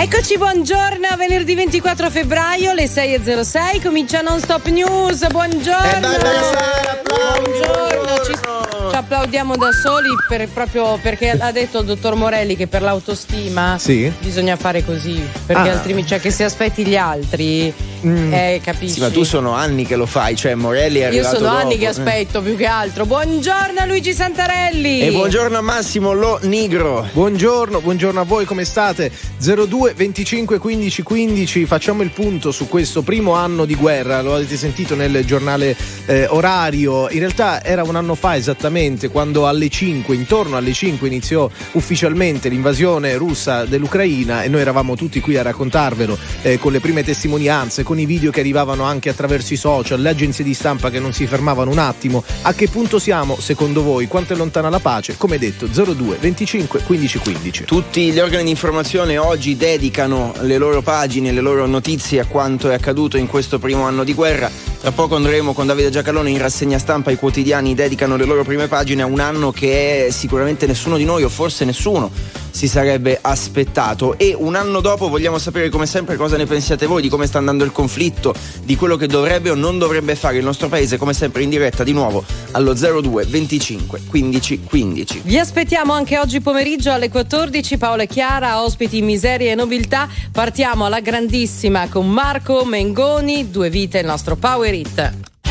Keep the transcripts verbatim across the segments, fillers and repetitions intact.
Eccoci, buongiorno, venerdì ventiquattro febbraio, le sei e zero sei, comincia Non Stop News, buongiorno. E dai, buonasera, buongiorno, ci, ci applaudiamo da soli per, proprio perché ha detto il dottor Morelli che per l'autostima sì. bisogna fare così, perché ah. altrimenti, cioè che se aspetti gli altri, mm. eh, capisci? Sì, ma tu sono anni che lo fai, cioè Morelli è arrivato Io sono dopo. anni che aspetto più che altro. Buongiorno a Luigi Santarelli. E buongiorno a Massimo Lo Nigro. Buongiorno, buongiorno a voi, come state? zero due venticinque quindici quindici, facciamo il punto su questo primo anno di guerra, lo avete sentito nel giornale eh, orario, in realtà era un anno fa esattamente, quando alle cinque, intorno alle cinque iniziò ufficialmente l'invasione russa dell'Ucraina e noi eravamo tutti qui a raccontarvelo eh, con le prime testimonianze, con i video che arrivavano anche attraverso i social, le agenzie di stampa che non si fermavano un attimo. A che punto siamo secondo voi? Quanto è lontana la pace? Come detto, zero due venticinque quindici quindici. Tutti gli organi di informazione oggi dedicano le loro pagine, le loro notizie a quanto è accaduto in questo primo anno di guerra. Tra poco andremo con Davide Giacalone in rassegna stampa, i quotidiani dedicano le loro prime pagine a un anno che sicuramente nessuno di noi, o forse nessuno, si sarebbe aspettato. E un anno dopo vogliamo sapere come sempre cosa ne pensiate voi, di come sta andando il conflitto, di quello che dovrebbe o non dovrebbe fare il nostro paese, come sempre in diretta di nuovo allo zero due venticinque quindici quindici. Vi aspettiamo anche oggi pomeriggio alle quattordici, Paola e Chiara, ospiti in Miseria e Nobiltà. Partiamo alla grandissima con Marco Mengoni, Due vite, il nostro Power Hit.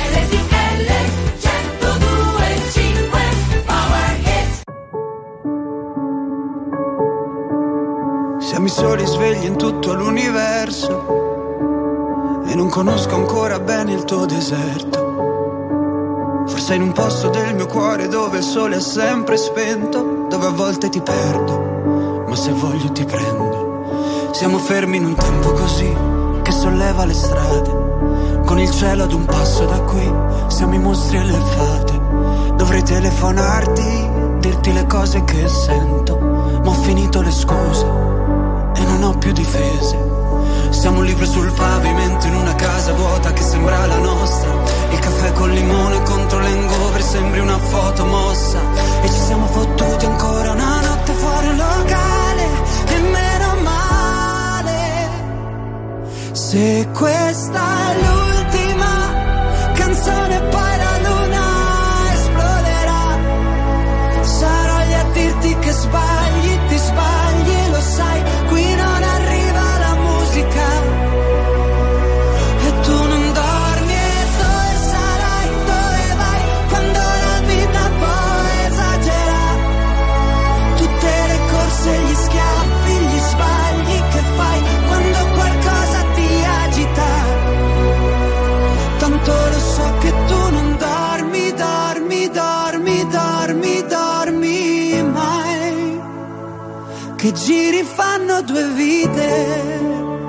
Siamo i soli svegli in tutto l'universo e non conosco ancora bene il tuo deserto. Forse in un posto del mio cuore dove il sole è sempre spento, dove a volte ti perdo, ma se voglio ti prendo. Siamo fermi in un tempo così che solleva le strade, con il cielo ad un passo da qui, siamo i mostri e le fate. Dovrei telefonarti, dirti le cose che sento, ma ho finito le scuse e non ho più difese. Siamo un libro sul pavimento in una casa vuota che sembra la nostra. Il caffè col limone contro l'hangover sembri una foto mossa. E ci siamo fottuti ancora una notte fuori un locale, e meno male. Se questa è l'ultima canzone poi la luna esploderà. Sarò lì a dirti che sbagli, ti sbagli, lo sai. Qui non arriva la musica e tu non dormi. E dove sarai, dove vai, quando la vita poi esagera. Tutte le corse, gli schiaffi, gli sbagli che fai quando qualcosa ti agita. Tanto lo so che tu non dormi, dormi, dormi, dormi, dormi mai. Che giri fanno due vite.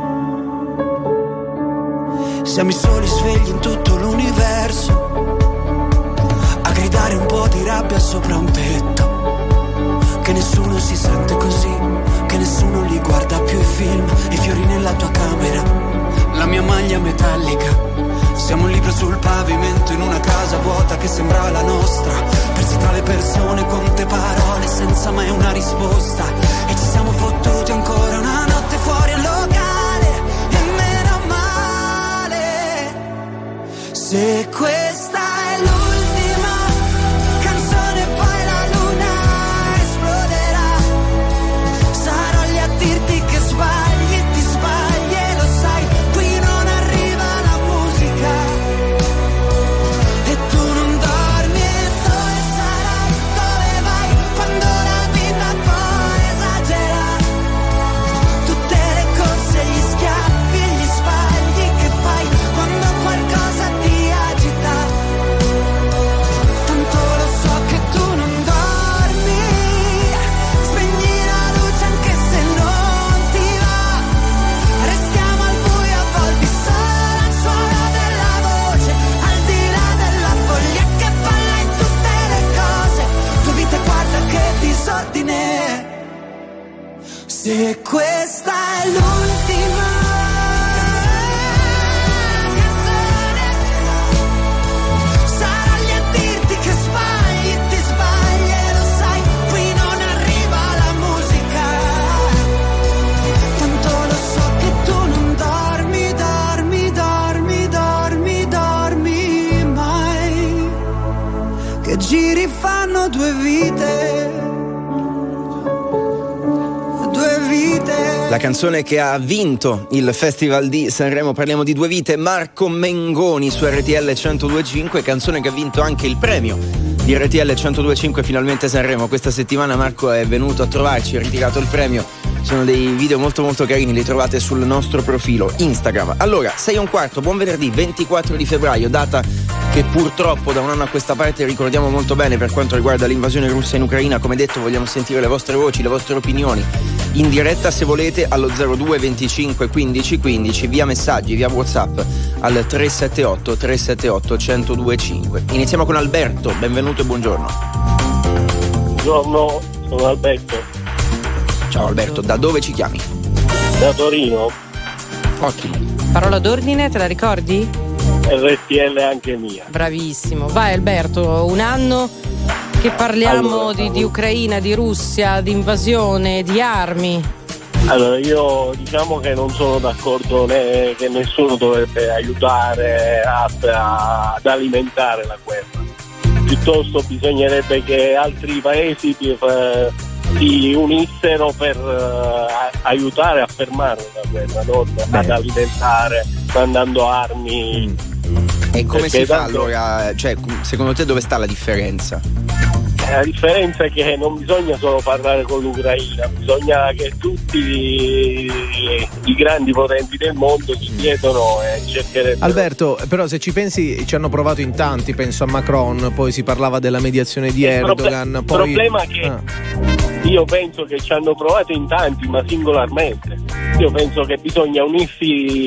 Siamo i soli svegli in tutto l'universo, a gridare un po' di rabbia sopra un tetto. Che nessuno si sente così, che nessuno li guarda più i film. I fiori nella tua camera, la mia maglia metallica. Siamo un libro sul pavimento in una casa vuota che sembra la nostra. Persi tra le persone, conte parole senza mai una risposta. E ci siamo fottuti ancora una notte fuori al locale, e meno male. Se questa è l'ultima canzone poi la luna esploderà. Sarò lì a dirti che sbagli, ti sbagli e lo sai. Qui non arriva la musica e tu non dormi. E dove sarai, dove vai, quando la vita poi esagera. Tutte le corse, gli schiaffi e gli sbagli che fai quando qualcosa ti agita. Tanto lo so che tu non dormi. Spegni la luce anche se non ti va. Restiamo al buio a volte solo al suono della voce, al di là della foglia che balla in tutte le cose. Tua vita guarda che disordine. Se questa è l'ultima canzone, sarò lì a dirti che sbagli, ti sbagli e lo sai. Qui non arriva la musica, tanto lo rifanno due vite, due vite. La canzone che ha vinto il Festival di Sanremo, parliamo di Due Vite, Marco Mengoni su R T L centodue e cinque, canzone che ha vinto anche il premio di R T L centodue e cinque Finalmente Sanremo. Questa settimana Marco è venuto a trovarci, ha ritirato il premio. Sono dei video molto molto carini, li trovate sul nostro profilo Instagram. Allora, sei e un quarto, buon venerdì ventiquattro di febbraio, data che purtroppo da un anno a questa parte ricordiamo molto bene per quanto riguarda l'invasione russa in Ucraina. Come detto, vogliamo sentire le vostre voci, le vostre opinioni in diretta, se volete, allo zero due venticinque quindici quindici, via messaggi, via WhatsApp al tre sette otto tre sette otto centodue e cinque. Iniziamo con Alberto, benvenuto e buongiorno. Buongiorno, sono Alberto. Ciao Alberto, da dove ci chiami? Da Torino. Ottimo. Parola d'ordine, te la ricordi? R T L anche mia. Bravissimo. Vai Alberto, un anno che parliamo allora, di, di Ucraina, di Russia, di invasione, di armi. Allora, io diciamo che non sono d'accordo né che nessuno dovrebbe aiutare a, a, ad alimentare la guerra. Piuttosto bisognerebbe che altri paesi eh, si unissero per uh, aiutare a fermare la guerra, non Beh. ad alimentare mandando armi. Mm. E come Perché si fa tanto... allora? Cioè, secondo te dove sta la differenza? La differenza è che non bisogna solo parlare con l'Ucraina, bisogna che tutti i, i grandi potenti del mondo si chiedono e cercherebbero. Alberto, però se ci pensi ci hanno provato in tanti, penso a Macron, poi si parlava della mediazione di il Erdogan. Proble- poi... Il problema è che ah. io penso che ci hanno provato in tanti, ma singolarmente. Io penso che bisogna unirsi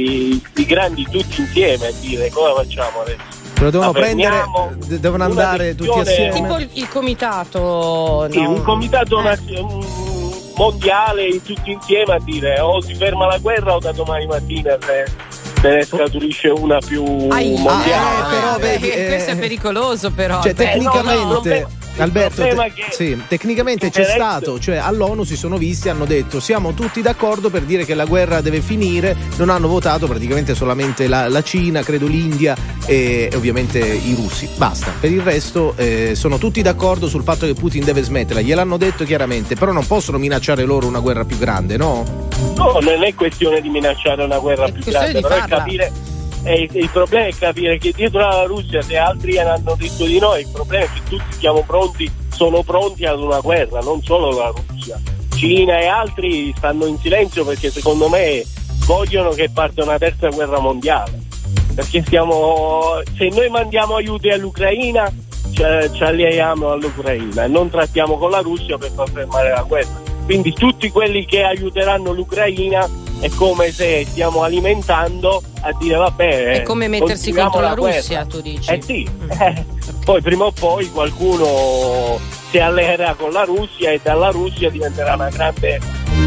i grandi tutti insieme e dire cosa facciamo adesso. Lo devono prendere, devono andare tutti assieme. Tipo il, il comitato. Sì, no? un comitato eh. naz- mondiale tutti insieme a dire o si ferma la guerra o da domani mattina se, se ne scaturisce una più Ai, mondiale. Ah, eh, però, vedi, eh, eh, questo è pericoloso però. Cioè, Beh, tecnicamente. no, no, problema, Alberto, te- che sì, tecnicamente c'è interesse... stato, cioè all'ONU si sono visti e hanno detto siamo tutti d'accordo per dire che la guerra deve finire, non hanno votato praticamente solamente la, la Cina, credo l'India e, e ovviamente i russi, basta, per il resto eh, sono tutti d'accordo sul fatto che Putin deve smetterla, gliel'hanno detto chiaramente, però non possono minacciare loro una guerra più grande, no? No, non è questione di minacciare una guerra è più grande, però è capire... E il problema è capire che dietro alla Russia, se altri hanno detto di no, il problema è che tutti siamo pronti, sono pronti ad una guerra, non solo la Russia. Cina e altri stanno in silenzio perché secondo me vogliono che parta una terza guerra mondiale. Perché stiamo, se noi mandiamo aiuti all'Ucraina, ci, ci allieiamo all'Ucraina e non trattiamo con la Russia per far fermare la guerra. Quindi tutti quelli che aiuteranno l'Ucraina è come se stiamo alimentando a dire vabbè, è come mettersi contro la, la Russia, tu dici. Eh sì, eh, poi prima o poi qualcuno si alleerà con la Russia e dalla Russia diventerà una grande,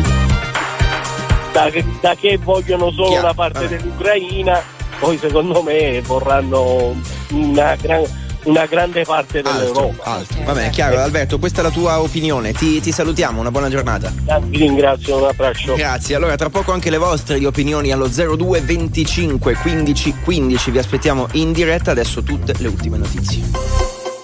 da che, da che vogliono solo Chiaro, una parte vabbè. dell'Ucraina, poi secondo me vorranno una grande una grande parte dell'Europa. Altro, altro. Va bene, chiaro. Alberto, questa è la tua opinione, ti, ti salutiamo, una buona giornata. Vi ringrazio, un abbraccio. Grazie, allora tra poco anche le vostre di opinioni allo zero due venticinque quindici quindici, vi aspettiamo in diretta, adesso tutte le ultime notizie.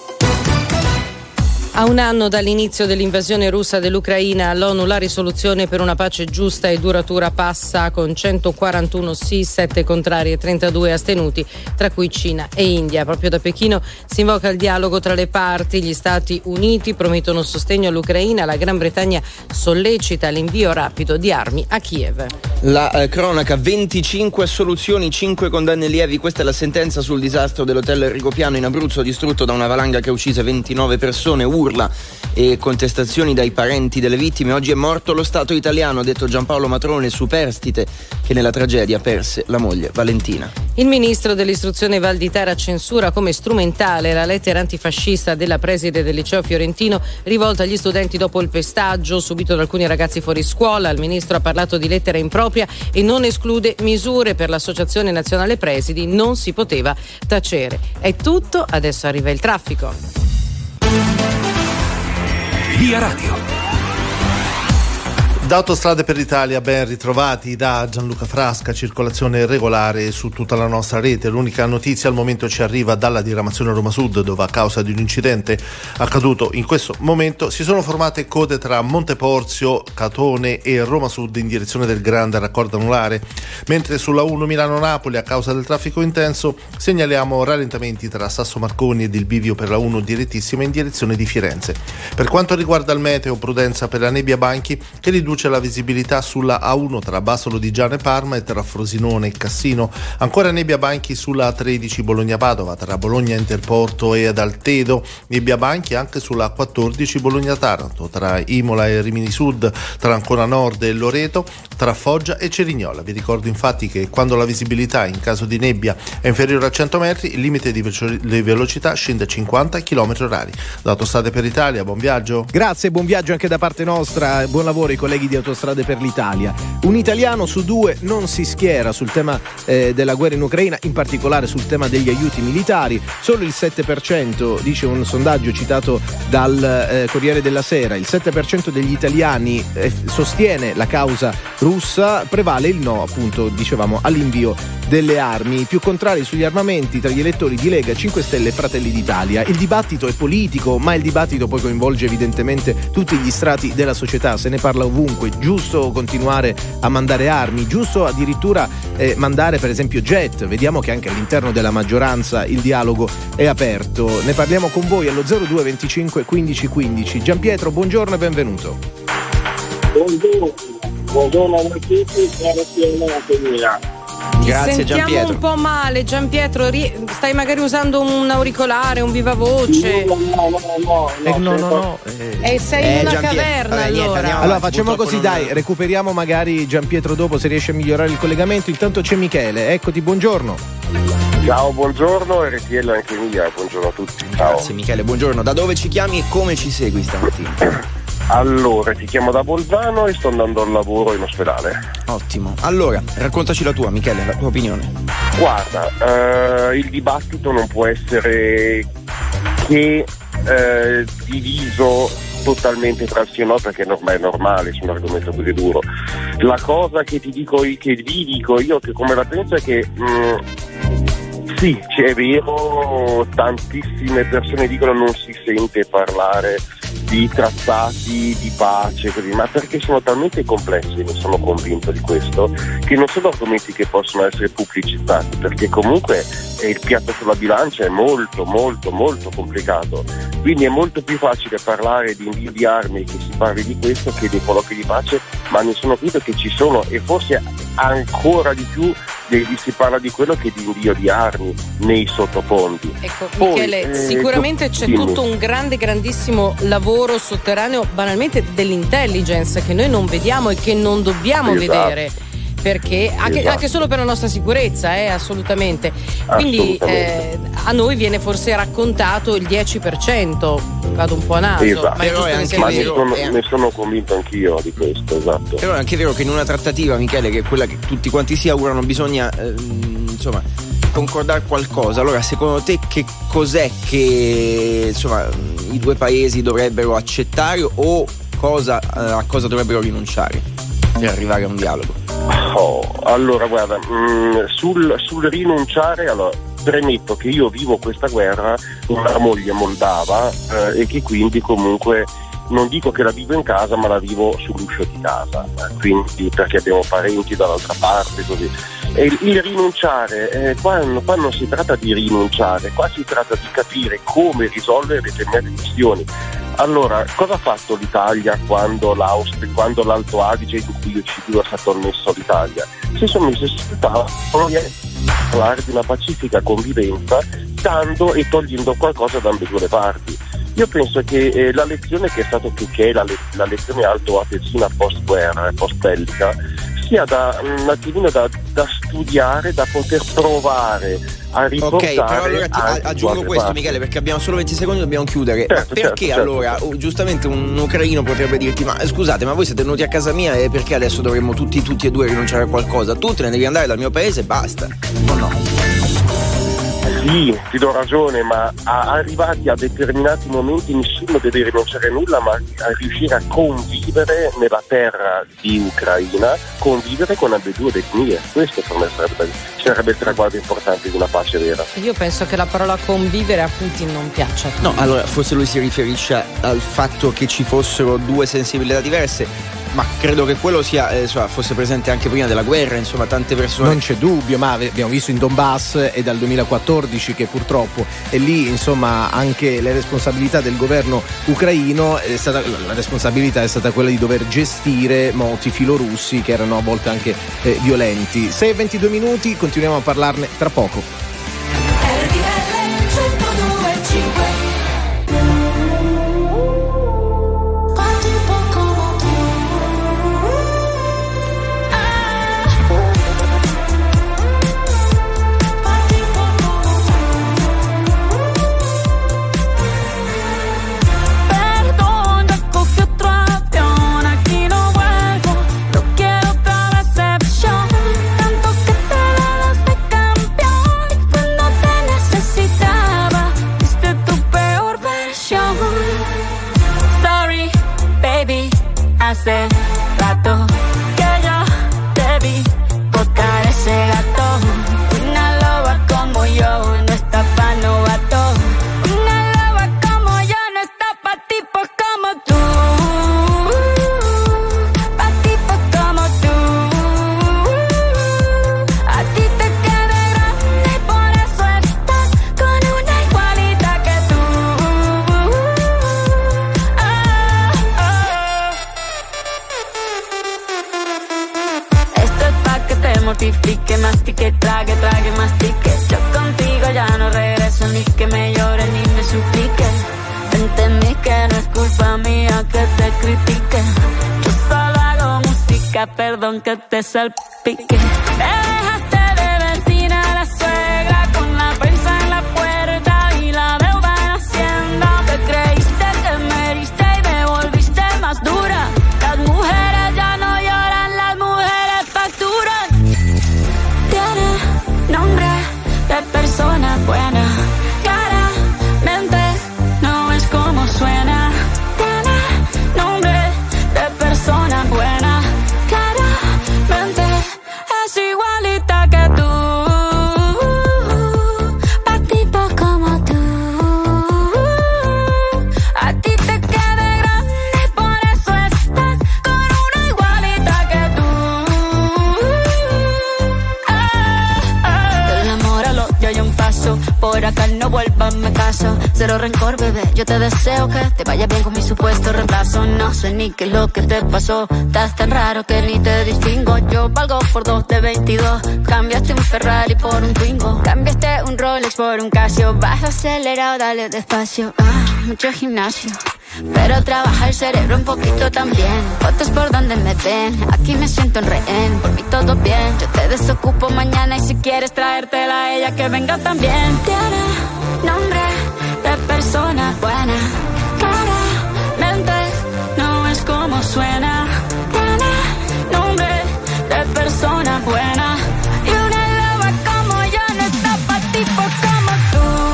A un anno dall'inizio dell'invasione russa dell'Ucraina, all'ONU la risoluzione per una pace giusta e duratura passa con centoquarantuno sì, sette contrari e trentadue astenuti, tra cui Cina e India. Proprio da Pechino si invoca il dialogo tra le parti, gli Stati Uniti promettono sostegno all'Ucraina, la Gran Bretagna sollecita l'invio rapido di armi a Kiev. La eh, cronaca, venticinque assoluzioni, cinque condanne lievi, questa è la sentenza sul disastro dell'hotel Rigopiano in Abruzzo, distrutto da una valanga che ha ucciso ventinove persone, urla e contestazioni dai parenti delle vittime. Oggi è morto lo Stato italiano, ha detto Giampaolo Matrone, superstite, che nella tragedia perse la moglie Valentina. Il ministro dell'istruzione Valditara censura come strumentale la lettera antifascista della preside del liceo fiorentino rivolta agli studenti dopo il pestaggio subito da alcuni ragazzi fuori scuola. Il ministro ha parlato di lettera impropria e non esclude misure. Per l'Associazione Nazionale Presidi non si poteva tacere. È tutto, adesso arriva il traffico. Via Radio. Da Autostrade per l'Italia, ben ritrovati da Gianluca Frasca. Circolazione regolare su tutta la nostra rete. L'unica notizia al momento ci arriva dalla diramazione Roma Sud, dove a causa di un incidente accaduto in questo momento si sono formate code tra Monteporzio, Catone e Roma Sud in direzione del grande raccordo anulare, mentre sulla uno Milano-Napoli a causa del traffico intenso segnaliamo rallentamenti tra Sasso Marconi ed il bivio per la uno direttissima in direzione di Firenze. Per quanto riguarda il meteo, prudenza per la nebbia banchi che riduce la visibilità sulla A uno tra Bassolo di Giana e Parma e tra Frosinone e Cassino. Ancora nebbia banchi sulla A tredici Bologna-Padova tra Bologna Interporto e ad Altedo. Nebbia banchi anche sulla A quattordici Bologna-Taranto tra Imola e Rimini Sud, tra Ancona Nord e Loreto, tra Foggia e Cerignola. Vi ricordo infatti che quando la visibilità in caso di nebbia è inferiore a cento metri, il limite di velocità scende a cinquanta chilometri orari. Da Autostrade per l'Italia, buon viaggio. Grazie, buon viaggio anche da parte nostra. Buon lavoro ai colleghi di Autostrade per l'Italia. Un italiano su due non si schiera sul tema eh, della guerra in Ucraina, in particolare sul tema degli aiuti militari. Solo il sette per cento, dice un sondaggio citato dal eh, Corriere della Sera, il sette per cento degli italiani eh, sostiene la causa russa, prevale il no, appunto, dicevamo, all'invio delle armi. I più contrari sugli armamenti tra gli elettori di Lega, cinque Stelle e Fratelli d'Italia. Il dibattito è politico, ma il dibattito poi coinvolge evidentemente tutti gli strati della società, se ne parla ovunque. Giusto continuare a mandare armi, giusto addirittura eh, mandare per esempio jet. Vediamo che anche all'interno della maggioranza il dialogo è aperto. Ne parliamo con voi allo zero due venticinque quindici quindici. Gianpietro, buongiorno e benvenuto. Buongiorno, buongiorno a tutti, grazie a Grazie Sentiamo Gianpietro. un po' male, Gianpietro, ri- stai magari usando un auricolare, un viva voce. No, no, no, no, Eh, no, no, no. Eh. E sei Eh, in una Gianpietro, caverna vabbè, niente, allora. andiamo Allora avanti, facciamo purtroppo così, non- dai, recuperiamo magari Gianpietro dopo se riesce a migliorare il collegamento. Intanto c'è Michele, eccoti, buongiorno. Ciao, buongiorno, R T L anche mia, buongiorno a tutti. Ciao. Grazie Michele, buongiorno. Da dove ci chiami e come ci segui stamattina? Allora, ti chiamo da Bolzano e sto andando al lavoro in ospedale. Ottimo. Allora, raccontaci la tua, Michele, la tua opinione. Guarda, eh, il dibattito non può essere che eh, diviso totalmente tra sì e no, perché ormai è normale su un argomento così duro. La cosa che ti dico io, che vi dico io, che come la penso è che mh, sì, è vero, tantissime persone dicono non si sente parlare di trattati di pace, così, ma perché sono talmente complessi, ne sono convinto di questo, che non sono argomenti che possono essere pubblicizzati, perché comunque eh, il piatto sulla bilancia è molto molto molto complicato, quindi è molto più facile parlare di invio di armi, che si parli di questo, che dei colloqui di pace, ma ne sono convinto che ci sono, e forse ancora di più si parla di quello che di invio di armi nei sottofondi. Ecco, Poi, Michele, eh, sicuramente c'è dimmi. tutto un grande, grandissimo lavoro sotterraneo, banalmente dell'intelligence, che noi non vediamo e che non dobbiamo Esatto. vedere. Perché anche, Esatto. anche solo per la nostra sicurezza, eh, assolutamente. Quindi Assolutamente. eh, a noi viene forse raccontato il dieci per cento, vado un po' a naso, Esatto. ma è Però giusto è che anche sia Ma così. ne vero, sono, eh. ne sono convinto anch'io di questo, esatto. Però è anche vero che in una trattativa, Michele, che è quella che tutti quanti si augurano, bisogna ehm, insomma concordare qualcosa. Allora, secondo te che cos'è che insomma i due paesi dovrebbero accettare o cosa, eh, a cosa dovrebbero rinunciare per arrivare a un dialogo? Oh, allora guarda, mh, sul, sul rinunciare, allora premetto che io vivo questa guerra con una moglie moldava eh, e che quindi comunque non dico che la vivo in casa, ma la vivo sull'uscio di casa, eh, quindi perché abbiamo parenti dall'altra parte, così. E il, il rinunciare, eh, qua, qua non si tratta di rinunciare, qua si tratta di capire come risolvere determinate questioni. Allora, cosa ha fatto l'Italia quando l'Austria, quando l'Alto Adige, in cui io ci vivo, è stato annesso all'Italia? Si sono messi a aspettare parlare di una pacifica convivenza, dando e togliendo qualcosa da ambedue le parti. Io penso che eh, la lezione che è stato più che la, le- la lezione alto-atesina post-guerra, post-bellica, sia da un attimino da, da studiare, da poter provare a riportare. Ok, però allora ti anche aggiungo qualche questo, parte. Michele, perché abbiamo solo venti secondi, dobbiamo chiudere. Certo, Ma perché certo, allora, certo. oh, giustamente un ucraino potrebbe dirti: ma scusate, ma voi siete venuti a casa mia e perché adesso dovremmo tutti, tutti e due rinunciare a qualcosa? Tu te ne devi andare dal mio paese e basta. O no? Sì, ti do ragione, ma a, arrivati a determinati momenti nessuno deve rinunciare a nulla, ma a riuscire a convivere nella terra di Ucraina, convivere con ambedue le etnie. Questo per me sarebbe, sarebbe il traguardo importante di una pace vera. Io penso che la parola convivere a Putin non piaccia. No, allora forse lui si riferisce al fatto che ci fossero due sensibilità diverse, ma credo che quello sia eh, fosse presente anche prima della guerra, insomma tante persone. Non c'è dubbio, ma abbiamo visto in Donbass è dal duemilaquattordici che purtroppo è lì, insomma, anche le responsabilità del governo ucraino è stata, la responsabilità è stata quella di dover gestire moti filorussi che erano a volte anche eh, violenti. sei e ventidue minuti, continuiamo a parlarne tra poco. Hace rato que yo te vi tocar ese gato. Una loba como yo no está pa' novato. Una loba como yo no está pa' tipos como tú. Pa' tipos como tú. A ti te queda grande y por eso estás con una igualita que tú. Mortifique, mastique, trague, trague, mastique. Yo contigo ya no regreso, ni que me llore ni me suplique. Entendí que no es culpa mía que te critique. Yo solo hago música, perdón que te salpique. Me dejaste de vecina a la suegra con la prensa en la puerta y la deuda en Hacienda. Te creíste que me heriste y me volviste más dura. Las mujeres ya no lloran, las mujeres facturan. Nombre de persona buena, claramente no es como suena. Tiene nombre de persona buena, claramente es igualita que tú. Pa' tipo como tú. A ti te queda grande, por eso estás con una igualita que tú. Hay un paso, por acá no vuelvas, me caso. Cero rencor, bebé, yo te deseo que te vaya bien con mi supuesto reemplazo. No sé ni qué es lo que te pasó, estás tan raro que ni te distingo. Yo valgo por dos de veintidós, cambiaste un Ferrari por un Twingo. Cambiaste un Rolex por un Casio, baja acelerado, dale despacio. Ah, mucho gimnasio, pero trabaja el cerebro un poquito también. Fotos por donde me ven, aquí me siento en rehén. Por mí todo bien, yo te desocupo mañana. Y si quieres traértela a ella, que venga también. Tiene nombre de persona buena, claramente no es como suena. Tiene nombre de persona buena. Y una loba como yo no está pa' tipo como tú.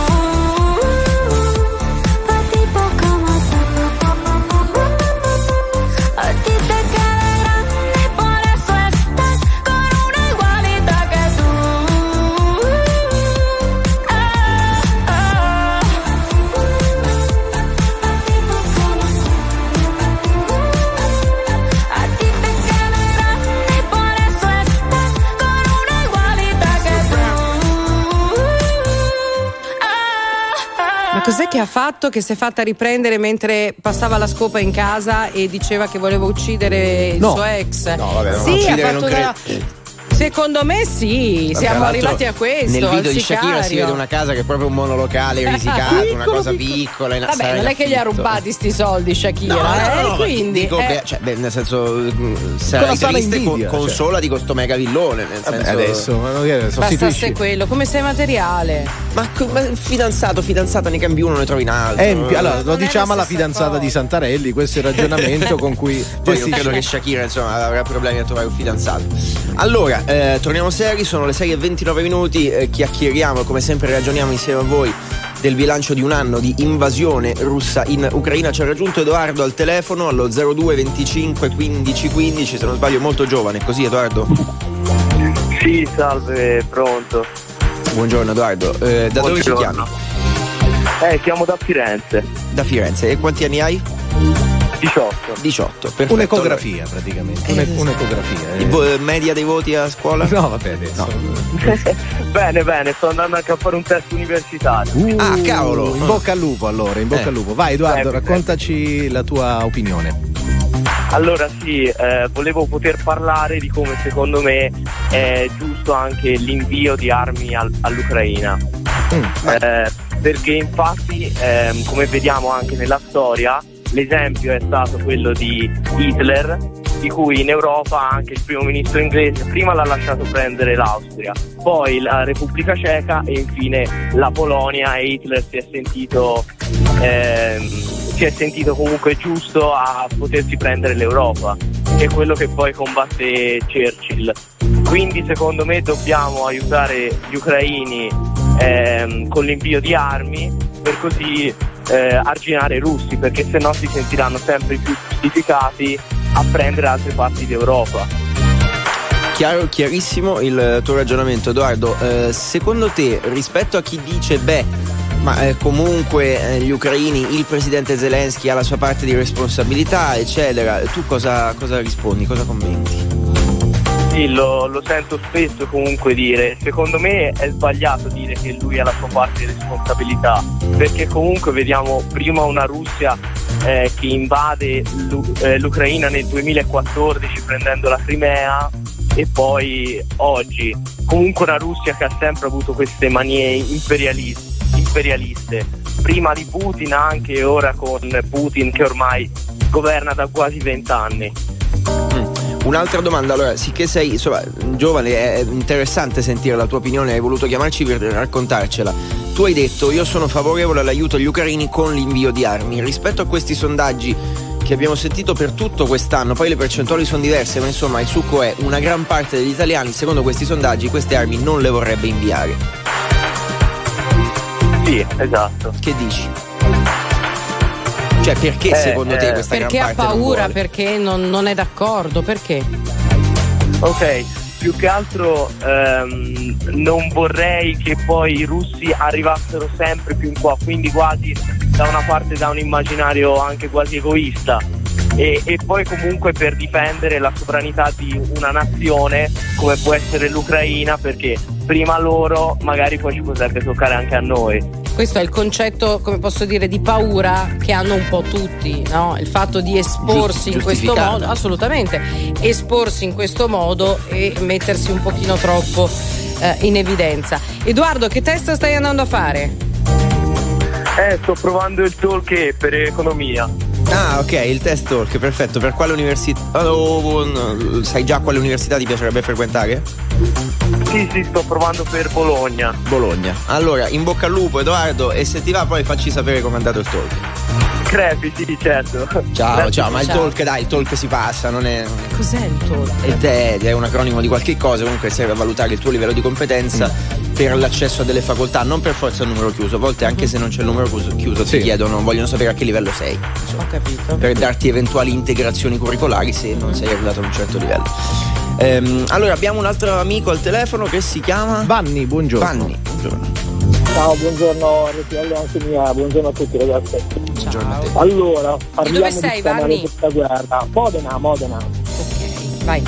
Cos'è che ha fatto? Che si è fatta riprendere mentre passava la scopa in casa e diceva che voleva uccidere il no. suo ex? No, vabbè, non sì, uccidere, ha fatto non una... Secondo me sì, vabbè, siamo arrivati a questo. Nel video di sicario. Shakira si vede una casa che è proprio un monolocale risicato, piccolo, una cosa piccolo. piccola. In Vabbè, non è che gli ha rubati sti soldi Shakira, no, no, eh? no, no, quindi dico, eh. beh, cioè, beh, nel senso, sarai triste con, con cioè. sola di questo mega villone. Nel Vabbè, senso, adesso, bastasse quello, come sei materiale. Ma, ma fidanzato, fidanzata, ne cambi uno, ne trovi un altro. Eh, allora, lo diciamo alla fidanzata cosa. di Santarelli, questo è il ragionamento con cui poi io credo che Shakira insomma avrà problemi a trovare un fidanzato. Allora, eh, torniamo seri, sono le sei e ventinove minuti, eh, chiacchieriamo, come sempre ragioniamo insieme a voi del bilancio di un anno di invasione russa in Ucraina. Ci ha raggiunto Edoardo al telefono allo zero due venticinque quindici quindici, se non sbaglio molto giovane, così Edoardo? Sì, salve, pronto. Buongiorno Edoardo, eh, da Buongiorno. dove ci chiami? Eh, chiamo da Firenze. Da Firenze, e quanti anni hai? diciotto. diciotto, perfetto. Un'ecografia praticamente. Eh, un'ecografia. Eh. Vo- media dei voti a scuola? No, vabbè, adesso. No. Bene, bene, sto andando anche a fare un test universitario. Uh, ah, cavolo! In bocca al lupo allora, in bocca eh. al lupo. Vai Edoardo, eh, raccontaci eh. la tua opinione. Allora sì, eh, volevo poter parlare di come secondo me è giusto anche l'invio di armi al- all'Ucraina. Mm, eh, perché infatti, eh, come vediamo anche nella storia, l'esempio è stato quello di Hitler, di cui in Europa anche il primo ministro inglese prima l'ha lasciato prendere l'Austria, poi la Repubblica Ceca e infine la Polonia, e Hitler si è sentito ehm, si è sentito comunque giusto a potersi prendere l'Europa, che è quello che poi combatte Churchill. Quindi secondo me dobbiamo aiutare gli ucraini ehm, con l'invio di armi per così eh, arginare i russi, perché sennò si sentiranno sempre più giustificati a prendere altre parti d'Europa. Chiaro, chiarissimo il tuo ragionamento Edoardo. Eh, secondo te, rispetto a chi dice beh ma eh, comunque eh, gli ucraini, il presidente Zelensky ha la sua parte di responsabilità eccetera, tu cosa, cosa rispondi, cosa commenti? Sì, lo, lo sento spesso comunque dire, secondo me è sbagliato dire che lui ha la sua parte di responsabilità, perché comunque vediamo prima una Russia eh, che invade l'U- eh, l'Ucraina nel duemilaquattordici prendendo la Crimea, e poi oggi comunque una Russia che ha sempre avuto queste manie imperialiste, imperialiste prima di Putin anche, e ora con Putin che ormai governa da quasi vent'anni. Un'altra domanda, allora, sicché sei insomma giovane, è interessante sentire la tua opinione, hai voluto chiamarci per raccontarcela. Tu hai detto io sono favorevole all'aiuto agli ucraini con l'invio di armi. Rispetto a questi sondaggi che abbiamo sentito per tutto quest'anno, poi le percentuali sono diverse, ma insomma il succo è una gran parte degli italiani, secondo questi sondaggi, queste armi non le vorrebbe inviare. Sì, esatto. Che dici? Cioè perché eh, secondo te questa eh, gran parte perché ha paura, non vuole? Perché non, non è d'accordo, perché? Ok, più che altro ehm, non vorrei che poi i russi arrivassero sempre più in qua, quindi quasi da una parte da un immaginario anche quasi egoista, e, e poi comunque per difendere la sovranità di una nazione come può essere l'Ucraina, perché prima loro magari poi ci potrebbe toccare anche a noi. Questo è il concetto, come posso dire, di paura che hanno un po' tutti, no? Il fatto di esporsi in questo modo, assolutamente, esporsi in questo modo e mettersi un pochino troppo eh, in evidenza. Edoardo, che test stai andando a fare? Eh, sto provando il talk per economia. Ah, ok, il test talk, perfetto. Per quale università? Oh, sai già quale università ti piacerebbe frequentare? Sì, sì, sto provando per Bologna. Bologna. Allora, in bocca al lupo Edoardo, e se ti va poi facci sapere com'è andato il talk. Crepi, sì, certo. Ciao, Grazie. ciao, ma Ciao. il talk, dai, il talk si passa, non è... Cos'è il talk? Il T E D è un acronimo di qualche cosa, comunque serve a valutare il tuo livello di competenza mm. per l'accesso a delle facoltà, non per forza il numero chiuso, a volte anche mm. se non c'è il numero chiuso ti sì. chiedono, vogliono sapere a che livello sei. Insomma, Ho capito. per darti eventuali integrazioni curricolari se non sei arrivato a un certo livello. Ehm, allora abbiamo un altro amico al telefono che si chiama Vanni, buongiorno. Vanni, buongiorno. Ciao, buongiorno R T L anche mia, buongiorno a tutti ragazzi. Buongiorno a te. Allora, parliamo dove sei, di questa Vanni? maledetta guerra. Modena, Modena. Ok, vai.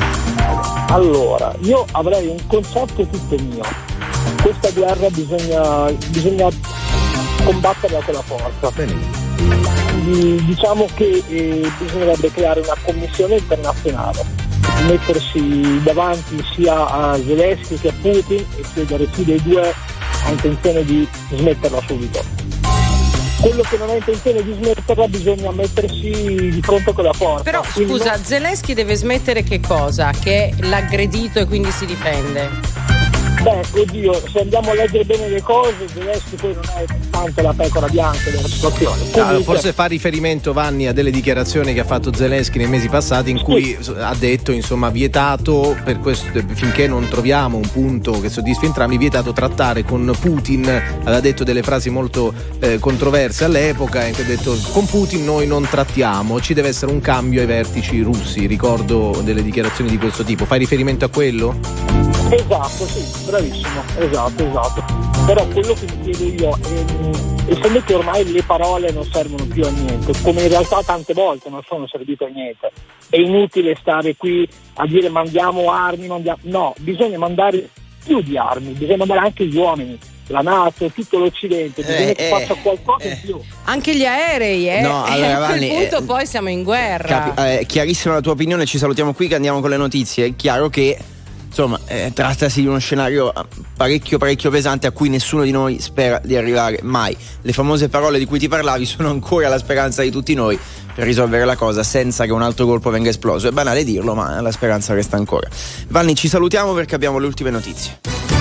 Allora, io avrei un concetto tutto mio. Questa guerra bisogna, bisogna combatterla con la forza. Benissimo. Quindi, diciamo che eh, bisognerebbe creare una commissione internazionale, mettersi davanti sia a Zelensky che a Putin e chiedere chi dei due ha intenzione di smetterla subito. Quello che non ha intenzione di smetterla bisogna mettersi di fronte con la forza. Però Quindi scusa, non... Zelensky deve smettere che cosa? Che è l'aggredito e quindi si difende? Beh, oddio, se andiamo a leggere bene le cose, Zelensky poi non è tanto la pecora bianca della situazione. Comunque... Ah, forse fa riferimento, Vanni, a delle dichiarazioni che ha fatto Zelensky nei mesi passati, in cui sì. ha detto, insomma, vietato per questo, finché non troviamo un punto che soddisfi entrambi, vietato trattare con Putin. Aveva detto delle frasi molto eh, controverse all'epoca, in cui ha detto: con Putin noi non trattiamo, ci deve essere un cambio ai vertici russi. Ricordo delle dichiarazioni di questo tipo. Fai riferimento a quello? Esatto, sì, bravissimo, esatto, esatto. Però quello che mi chiedo io è, essendo che ormai le parole non servono più a niente, come in realtà tante volte non sono servite a niente, è inutile stare qui a dire mandiamo armi, mandiamo... no, bisogna mandare più di armi, bisogna mandare anche gli uomini, la NATO, tutto l'Occidente, bisogna eh, che eh, faccia qualcosa eh. in più. Anche gli aerei, eh? No, allora, a quel Vanni, punto eh, poi siamo in guerra. Capi- eh, chiarissima la tua opinione, ci salutiamo qui che andiamo con le notizie. È chiaro che insomma eh, trattasi di uno scenario parecchio parecchio pesante a cui nessuno di noi spera di arrivare mai. Le famose parole di cui ti parlavi sono ancora la speranza di tutti noi per risolvere la cosa senza che un altro colpo venga esploso. È banale dirlo, ma la speranza resta ancora. Vanni, ci salutiamo perché abbiamo le ultime notizie.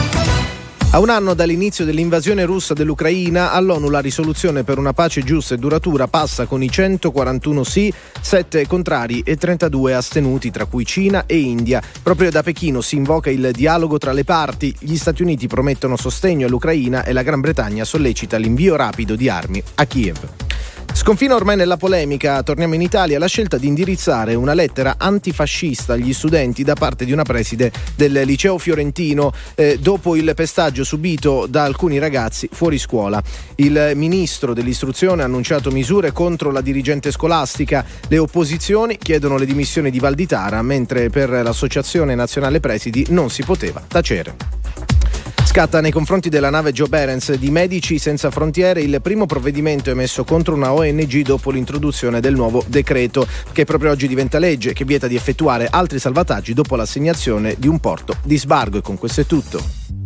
A un anno dall'inizio dell'invasione russa dell'Ucraina, all'ONU la risoluzione per una pace giusta e duratura passa con i centoquarantuno sì, sette contrari e trentadue astenuti, tra cui Cina e India. Proprio da Pechino si invoca il dialogo tra le parti, gli Stati Uniti promettono sostegno all'Ucraina e la Gran Bretagna sollecita l'invio rapido di armi a Kiev. Sconfina ormai nella polemica, torniamo in Italia, la scelta di indirizzare una lettera antifascista agli studenti da parte di una preside del liceo fiorentino eh, dopo il pestaggio subito da alcuni ragazzi fuori scuola. Il ministro dell'istruzione ha annunciato misure contro la dirigente scolastica, le opposizioni chiedono le dimissioni di Valditara, mentre per l'Associazione Nazionale Presidi non si poteva tacere. Scatta nei confronti della nave Joe Berens di Medici Senza Frontiere il primo provvedimento emesso contro una O N G dopo l'introduzione del nuovo decreto, che proprio oggi diventa legge, che vieta di effettuare altri salvataggi dopo l'assegnazione di un porto di sbarco. E con questo è tutto.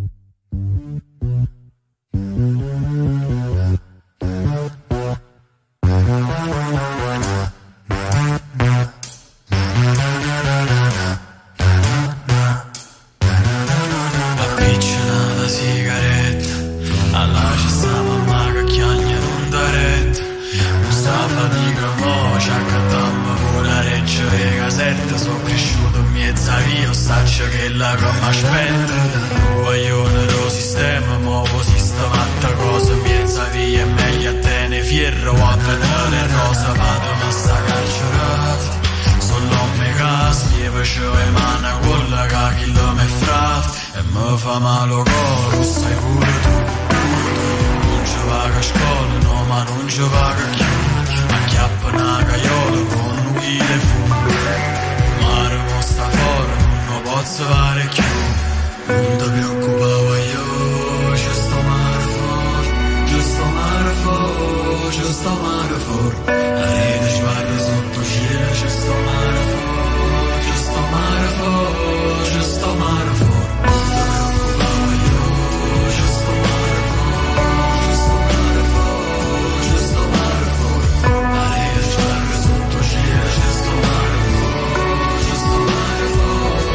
Sono cresciuto in mezzo a io, saccio che la gomma spenta. Tu vogliono lo sistema, muovo sistematta cosa. Mezza via è meglio a te ne fierro, a vedere rosa. Vado massa carcerata, solo me gas, lieve e mana quella che chi lo me frate. E mi fa male lo coro, sai pure tu. Non ci vaga a scuola, no ma non ci vaga a chiudere. Acchiappa una caiola con un chile fumo. Posso fare più, non ti preoccupare io, ci sto mare fuori, ci sto mare fuori, ci sto mare fuori, la rete ci guarda sotto cielo, ci sto mare fuori, ci sto mare fuori, ci sto mare fuori, non ti preoccupare io, ci sto mare fuori, ci sto mare fuori, ci sto mare fuori, la rete ci guarda sotto cielo, ci sto mare fuori, ci sto mare fuori.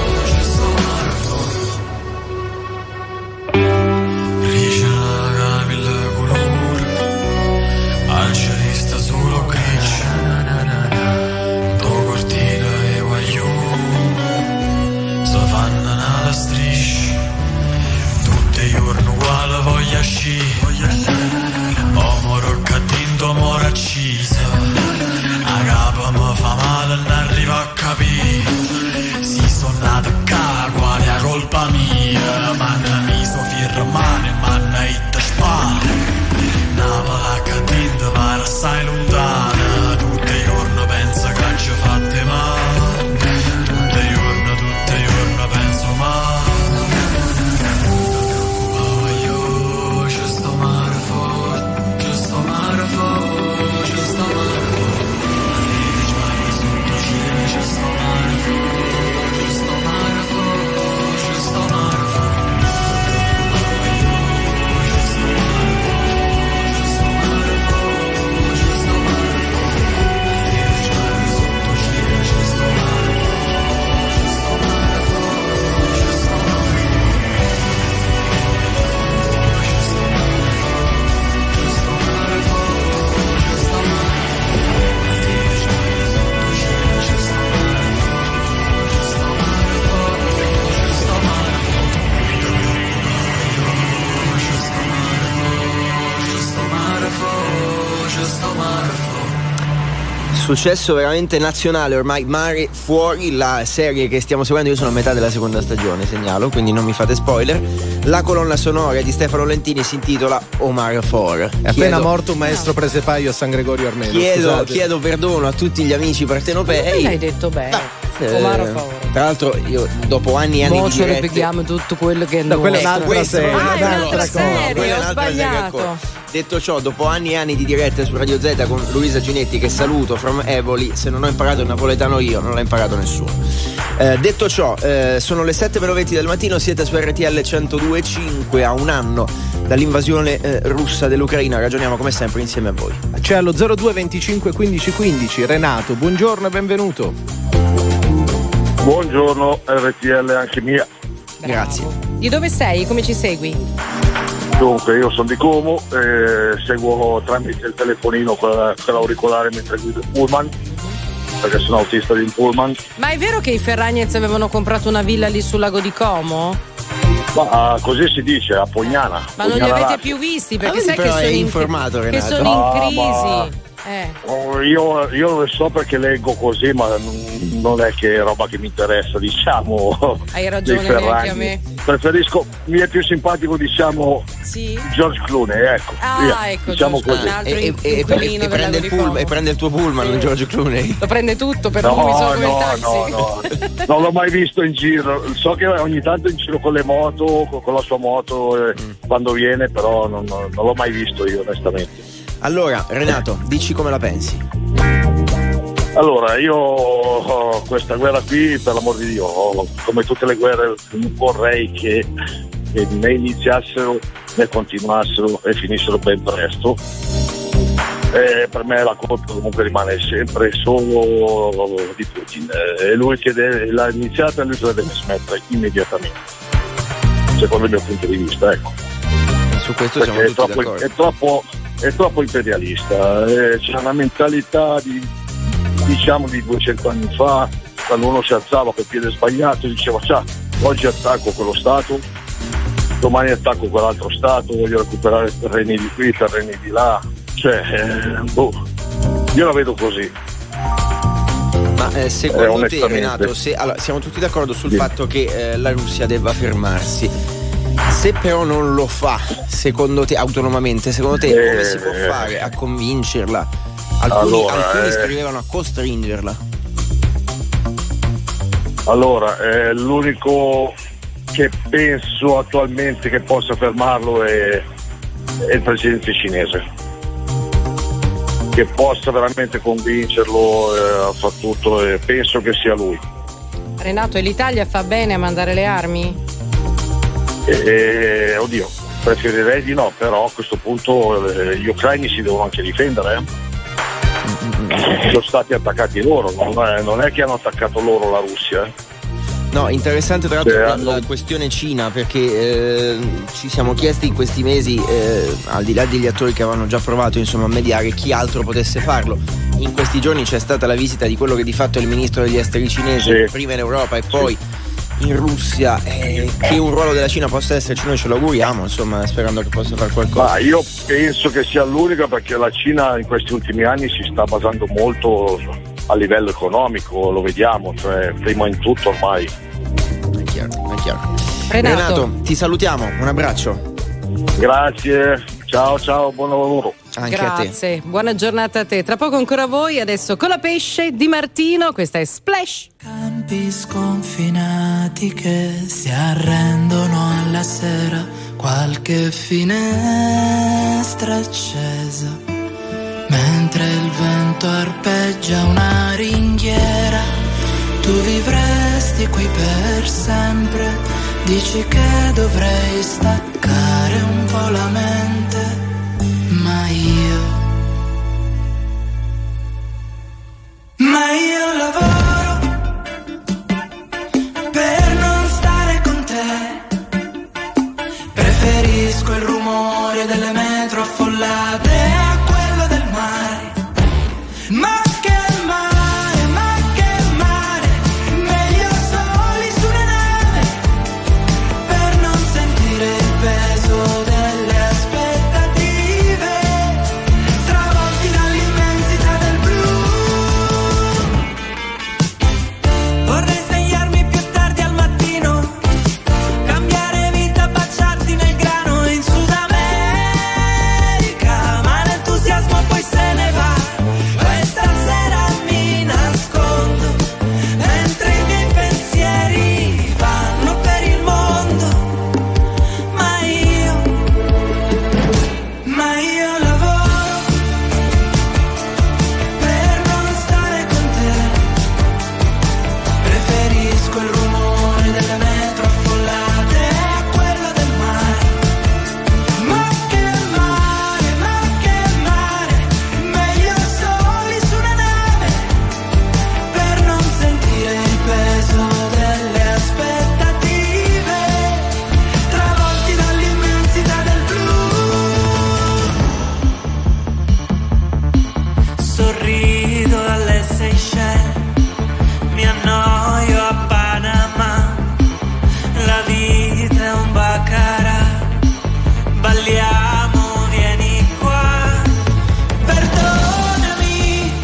Alcerista solo grigio, do cortina e guagliù, so fanno nella striscia, tutti i giorni uguale voglia sci, amore cattinto, amore accisa, a capo mi fa male, non arrivo a capire, si sono nato qua, quale è colpa mia, manna mi so firmare, manna itta spara. Nava che tinta pare assai lontana, tutti i giorni penso che ci fatte male, tutti i giorni, tutti i giorni penso male. Non ti preoccupare io, ci sto mare fuori, ci sto mare fuori, ci sto mare successo veramente nazionale ormai. Mare Fuori, la serie che stiamo seguendo, io sono a metà della seconda stagione, segnalo, quindi non mi fate spoiler. La colonna sonora di Stefano Lentini si intitola O Mare For. È appena morto un maestro presepaio a San Gregorio Armeno. Chiedo, chiedo perdono a tutti gli amici partenopei. L'hai detto bene. Eh, tra l'altro io dopo anni e anni Mo di ci dirette ripetiamo tutto quello che no, noi quella è un'altra serie, ah, un'altra un'altra serie, quella è ho un'altra sbagliato. serie. Detto ciò, dopo anni e anni di dirette su Radio Z con Luisa Ginetti, che saluto from Evoli, se non ho imparato il napoletano io, non l'ha imparato nessuno. Eh, detto ciò, eh, sono le sette e venti del mattino, siete su R T L centodue e cinque, a un anno dall'invasione eh, russa dell'Ucraina, ragioniamo come sempre insieme a voi. C'è allo zero due venticinque quindici quindici Renato, buongiorno e benvenuto. Buongiorno, R T L anche mia. Grazie. Di dove sei? Come ci segui? Dunque, io sono di Como, eh, seguo tramite il telefonino con, con l'auricolare mentre guido il pullman, perché sono autista di un pullman. Ma è vero che i Ferragnez avevano comprato una villa lì sul lago di Como? Ma così si dice, a Pognana. Ma non li avete più visti? Perché ah, sai che sono, in, informato, che Renato. sono in Ah, crisi. ma... Eh. Oh, io, io lo so perché leggo così, ma non, non è che è roba che mi interessa, diciamo. Hai ragione, dei neanche a me. Preferisco, mi è più simpatico, diciamo, sì? George Clooney, ecco. Ah, via, ecco, diciamo George, così. un altro E, e, e, prende, e, prende il pull, e prende il tuo pullman, sì. George Clooney. Lo prende tutto per no, lui, solo come no, il taxi. no, no, non l'ho mai visto in giro. So che ogni tanto in giro con le moto, con, con la sua moto, eh, mm. quando viene, però non, non, non l'ho mai visto io, onestamente. Allora, Renato, dici come la pensi? Allora, io oh, questa guerra qui, per l'amor di Dio, oh, come tutte le guerre, vorrei che, che ne iniziassero, ne continuassero e finissero ben presto. Eh, per me la colpa comunque rimane sempre solo di Putin. È lui che deve, l'ha iniziata e lui la deve smettere immediatamente, secondo il mio punto di vista, ecco. Su questo perché siamo è tutti troppo, d'accordo. È troppo, è troppo imperialista, eh, c'è una mentalità di, diciamo, di duecento anni fa, quando uno si alzava col piede sbagliato e diceva ciao, oggi attacco quello stato, domani attacco quell'altro stato, voglio recuperare terreni di qui, terreni di là, cioè eh, boh, io la vedo così. Ma eh, secondo eh, te, Renato, se, allora, siamo tutti d'accordo sul sì. fatto che eh, la Russia debba fermarsi. Se però non lo fa, secondo te, autonomamente, secondo te eh, come si può fare a convincerla? Alcuni, allora, alcuni eh, scrivevano a costringerla. Allora, eh, l'unico che penso attualmente che possa fermarlo è, è il presidente cinese, che possa veramente convincerlo eh, a fare tutto, e penso che sia lui. Renato, e l'Italia fa bene a mandare le armi? Eh, oddio, preferirei di no, però a questo punto eh, gli ucraini si devono anche difendere, eh? Sono stati attaccati loro, non è, non è che hanno attaccato loro la Russia, eh? No, interessante tra l'altro Beh, la, hanno... la questione Cina, perché eh, ci siamo chiesti in questi mesi, eh, al di là degli attori che avevano già provato insomma a mediare, chi altro potesse farlo. In questi giorni c'è stata la visita di quello che di fatto è il ministro degli esteri cinese, sì. prima in Europa e poi sì. in Russia, eh, che un ruolo della Cina possa esserci, noi ce lo auguriamo, insomma, sperando che possa fare qualcosa. Ma io penso che sia l'unica, perché la Cina in questi ultimi anni si sta basando molto a livello economico, lo vediamo, cioè prima in tutto ormai. È chiaro, è chiaro. Renato. Renato, ti salutiamo, un abbraccio. Grazie, ciao ciao, buon lavoro. Anche Grazie, a te. Buona giornata a te. Tra poco ancora voi, adesso con la pesce di Martino, questa è Splash. Campi sconfinati che si arrendono alla sera, qualche finestra accesa, mentre il vento arpeggia una ringhiera. Tu vivresti qui per sempre, dici che dovrei staccare un po' la mente, ma io, ma io lavoro per non stare con te, preferisco il rumore delle metro affollate a quello del mare, ma aspetta Seychelles, mi annoio a Panama, la vita è un baccarat, balliamo, vieni qua, perdonami,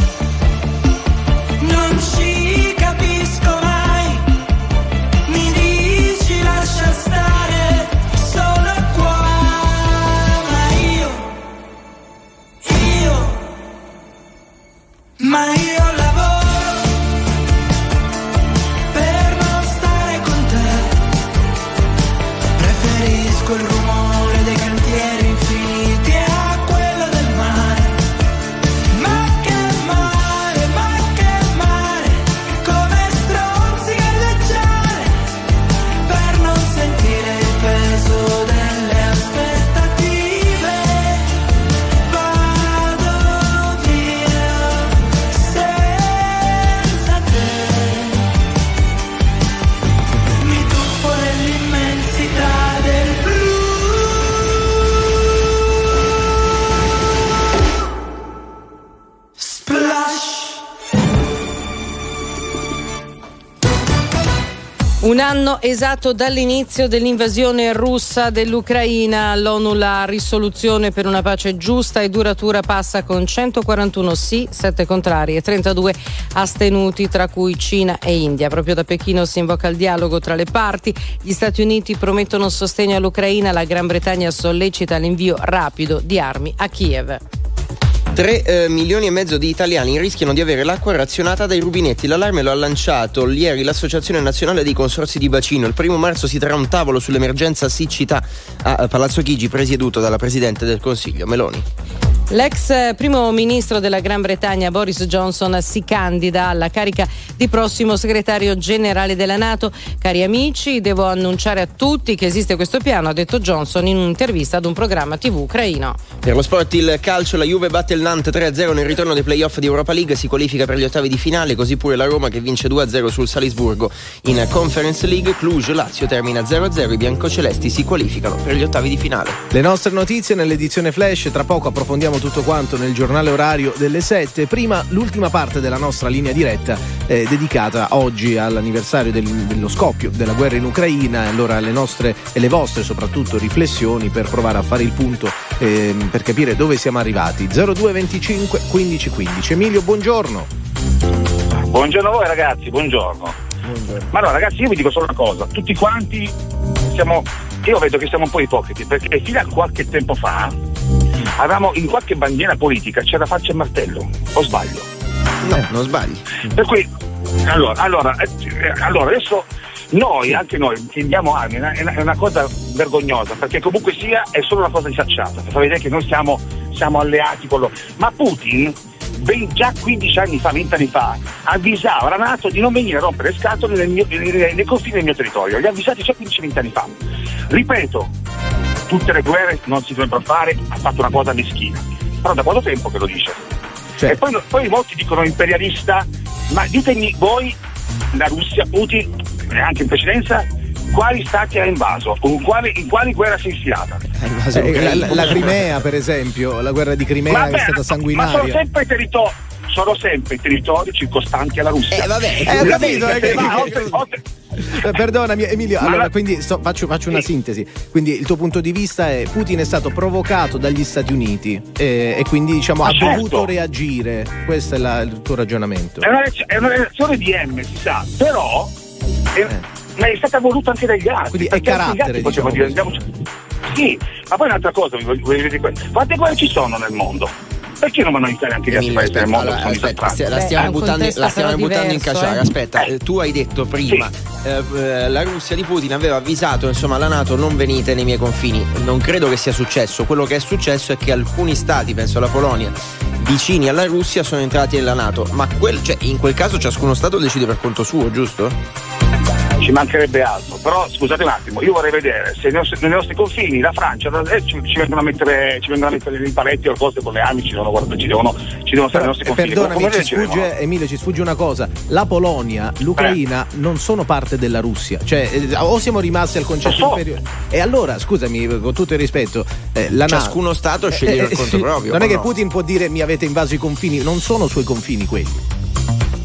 non ci capisco mai, mi dici lascia stare, solo qua, ma io, io, ma io lavoro per non stare con te, preferisco il rumore dei cantieri infiniti a quello del mare, ma che mare, ma che mare, come stronzi galleggiare, per non sentire il peso delle aspettative, vado via senza te, mi tuffo nell'immensità del blu. Splash. Un anno esatto dall'inizio dell'invasione russa dell'Ucraina, l'ONU la risoluzione per una pace giusta e duratura passa con centoquarantuno sì, sette contrari e trentadue astenuti, tra cui Cina e India. Proprio da Pechino si invoca il dialogo tra le parti, gli Stati Uniti promettono sostegno all'Ucraina, la Gran Bretagna sollecita l'invio rapido di armi a Kiev. Tre eh, milioni e mezzo di italiani rischiano di avere l'acqua razionata dai rubinetti. L'allarme lo ha lanciato ieri l'Associazione Nazionale dei Consorzi di Bacino. Il primo marzo si terrà un tavolo sull'emergenza siccità a Palazzo Chigi, presieduto dalla Presidente del Consiglio Meloni. L'ex primo ministro della Gran Bretagna Boris Johnson si candida alla carica di prossimo segretario generale della NATO. Cari amici, devo annunciare a tutti che esiste questo piano, ha detto Johnson in un'intervista ad un programma tivù ucraino. Per lo sport, il calcio, la Juve batte il Nantes tre a zero nel ritorno dei playoff di Europa League, si qualifica per gli ottavi di finale, così pure la Roma che vince due a zero sul Salisburgo. In Conference League, Cluj Lazio termina zero a zero, i biancocelesti si qualificano per gli ottavi di finale. Le nostre notizie nell'edizione flash, tra poco approfondiamo tutto quanto nel giornale orario delle sette. Prima l'ultima parte della nostra linea diretta eh, dedicata oggi all'anniversario del, dello scoppio della guerra in Ucraina. Allora le nostre e le vostre soprattutto riflessioni per provare a fare il punto, eh, per capire dove siamo arrivati. zero due venticinque quindici quindici. Emilio, buongiorno. Buongiorno a voi ragazzi, buongiorno. buongiorno. Ma allora ragazzi, io vi dico solo una cosa, tutti quanti siamo, io vedo che siamo un po' ipocriti, perché fino a qualche tempo fa avevamo in qualche bandiera politica c'era faccia e martello, o sbaglio? No, non sbagli. Per cui allora, allora, eh, allora adesso noi, anche noi, che diamo armi, è una, è una cosa vergognosa, perché comunque sia è solo una cosa di facciata, per far vedere che noi siamo, siamo alleati con loro. Ma Putin ben già quindici anni fa, venti anni fa, avvisava la NATO di non venire a rompere scatole nel mio, nei, nei confini del mio territorio. Li ha avvisati già quindici venti anni fa. Ripeto, tutte le guerre non si dovrebbero fare, ha fatto una cosa meschina. Però da quanto tempo che lo dice? Cioè. E poi, poi molti dicono imperialista, ma ditemi voi, la Russia, Putin, e anche in precedenza, quali stati ha invaso? Con quali, in quali guerra si è infilata? Eh, la, la Crimea, per esempio, la guerra di Crimea Vabbè, è stata sanguinaria. Ma sono sempre territori, sono sempre territori circostanti alla Russia. Eh vabbè, eh, ho capito, eh, che, ma, oltre, oltre, perdonami Emilio, allora la... quindi sto, faccio, faccio una sintesi. Quindi il tuo punto di vista è: Putin è stato provocato dagli Stati Uniti eh, e quindi diciamo ma ha certo. dovuto reagire. Questo è la, il tuo ragionamento. È una, è una reazione di M, si sa, però è, eh. ma è stata voluta anche dagli altri. Quindi è carattere, diciamo dire, andiamo... Sì, ma poi un'altra cosa, voglio dire questo. Quante guerre ci sono nel mondo? Perché non vanno a aiutare anche gli altri paesi del mondo? Allora, aspetta, stia, la stiamo Beh, buttando, la stiamo buttando in caciara. Eh? Aspetta, eh. tu hai detto prima sì. eh, la Russia di Putin aveva avvisato insomma la NATO: non venite nei miei confini. Non credo che sia successo. Quello che è successo è che alcuni stati, penso alla Polonia, vicini alla Russia, sono entrati nella NATO. Ma quel, cioè, in quel caso ciascuno stato decide per conto suo, giusto? Ci mancherebbe altro, però scusate un attimo, io vorrei vedere se nei nostri, nei nostri confini la Francia eh, ci, ci vengono a mettere ci vengono a mettere i paletti o cose con le armi, ci devono guardare, ci devono ci devono stare nei nostri confini. Perdonami, ci sfugge, Emilio, ci sfugge una cosa: la Polonia, l'Ucraina eh. non sono parte della Russia, cioè eh, o siamo rimasti al concetto so. inferiore. E allora, scusami, con tutto il rispetto, eh, la ciascuno NATO, stato sceglie eh, per conto sì, proprio. Non è che no? Putin può dire: mi avete invaso i confini, non sono suoi confini quelli.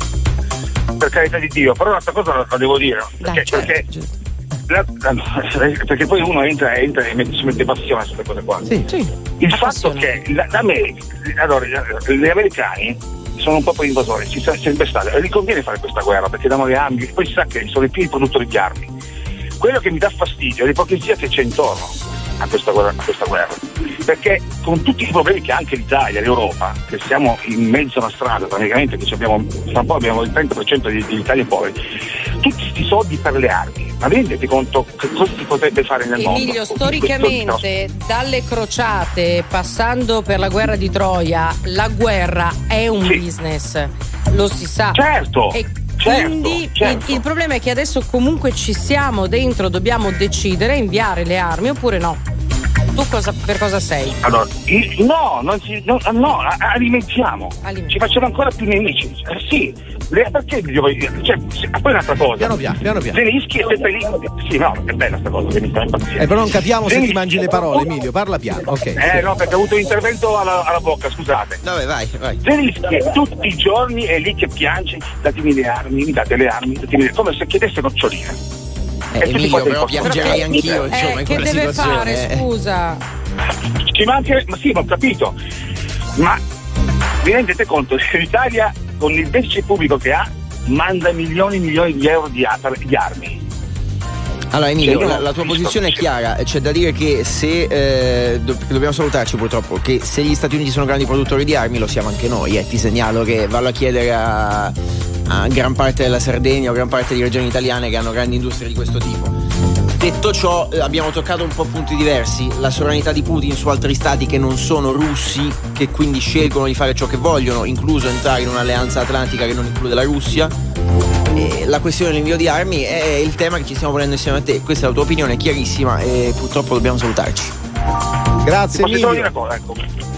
per carità di Dio, però un'altra cosa la, la devo dire, perché, Dai, perché, la, la, perché poi uno entra, entra e mette, si mette passione su queste cose qua. Sì, sì. Il fatto che la, l'America, allora, gli americani sono un popolo invasore, ci sono sempre stati, e gli conviene fare questa guerra perché danno le armi, poi si sa che sono i più produttori di armi. Quello che mi dà fastidio è l'ipocrisia che c'è intorno a questa guerra, a questa guerra. Perché con tutti i problemi che ha anche l'Italia, l'Europa, che siamo in mezzo a una strada, praticamente che abbiamo, tra un po' abbiamo il trenta per cento degli italiani poveri, tutti questi soldi per le armi, ma vi rendete conto che cosa si potrebbe fare nel mondo? Emilio, storicamente, dalle crociate, passando per la guerra di Troia, la guerra è un sì. business, lo si sa. Certo. E certo, quindi certo. Il, il problema è che adesso comunque ci siamo dentro, dobbiamo decidere inviare le armi oppure no. Tu cosa, per cosa sei? Allora, io, no, non si, no, no, alimentiamo. alimentiamo, ci facciamo ancora più nemici. Eh, sì, le, perché devo, cioè, poi un'altra cosa. Piano piano, piano piano. Zelenski è sempre lì. Sì, no, è bella sta cosa, che mi sta impazzendo. Eh, però non capiamo Zelenski, se ti mangi le parole, Emilio, parla piano. Ok. Eh sì. no, perché ho avuto un intervento alla, alla bocca, scusate. Dove vai, vai. Zelenski tutti i giorni è lì che piange, datemi le armi, mi date le armi, datemi le... come se chiedesse noccioline. Eh, Emilio, però piangerei anch'io, insomma, eh, in che quella deve situazione. fare, scusa? Ci manca, ma sì, ma ho capito. Ma vi rendete conto che l'Italia, con il deficit pubblico che ha, manda milioni e milioni di euro di, di armi? Allora Emilio, la, la tua posizione è chiara, c'è da dire che se eh, do, dobbiamo salutarci purtroppo, che se gli Stati Uniti sono grandi produttori di armi lo siamo anche noi, eh. Ti segnalo che vallo a chiedere a, a gran parte della Sardegna o gran parte di regioni italiane che hanno grandi industrie di questo tipo. Detto ciò, abbiamo toccato un po' punti diversi, la sovranità di Putin su altri stati che non sono russi, che quindi scelgono di fare ciò che vogliono, incluso entrare in un'alleanza atlantica che non include la Russia. E la questione dell'invio di armi è il tema che ci stiamo ponendo insieme a te. Questa è la tua opinione, è chiarissima e purtroppo dobbiamo salutarci. Grazie Emilio. Posso dire una cosa, ecco.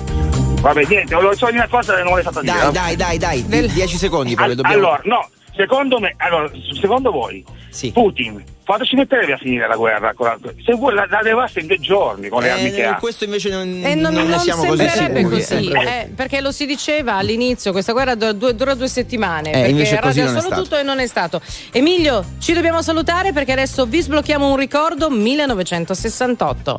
Vabbè, niente, volevo solo dire una cosa che non l'hai fatta dire. Dai, dai, dai, dai, Del... dieci secondi poi All- dobbiamo... Allora, no, secondo me, allora, secondo voi, sì. Putin, fateci mettere a finire la guerra, se vuoi la, la devasta in due giorni con le eh, armi che ha. Questo invece non, e non, non ne non siamo così sicuri. Così, eh, perché lo si diceva all'inizio, questa guerra dura due, dura due settimane, eh, perché radio solo tutto e non è stato. Emilio, ci dobbiamo salutare perché adesso vi sblocchiamo un ricordo millenovecentosessantotto.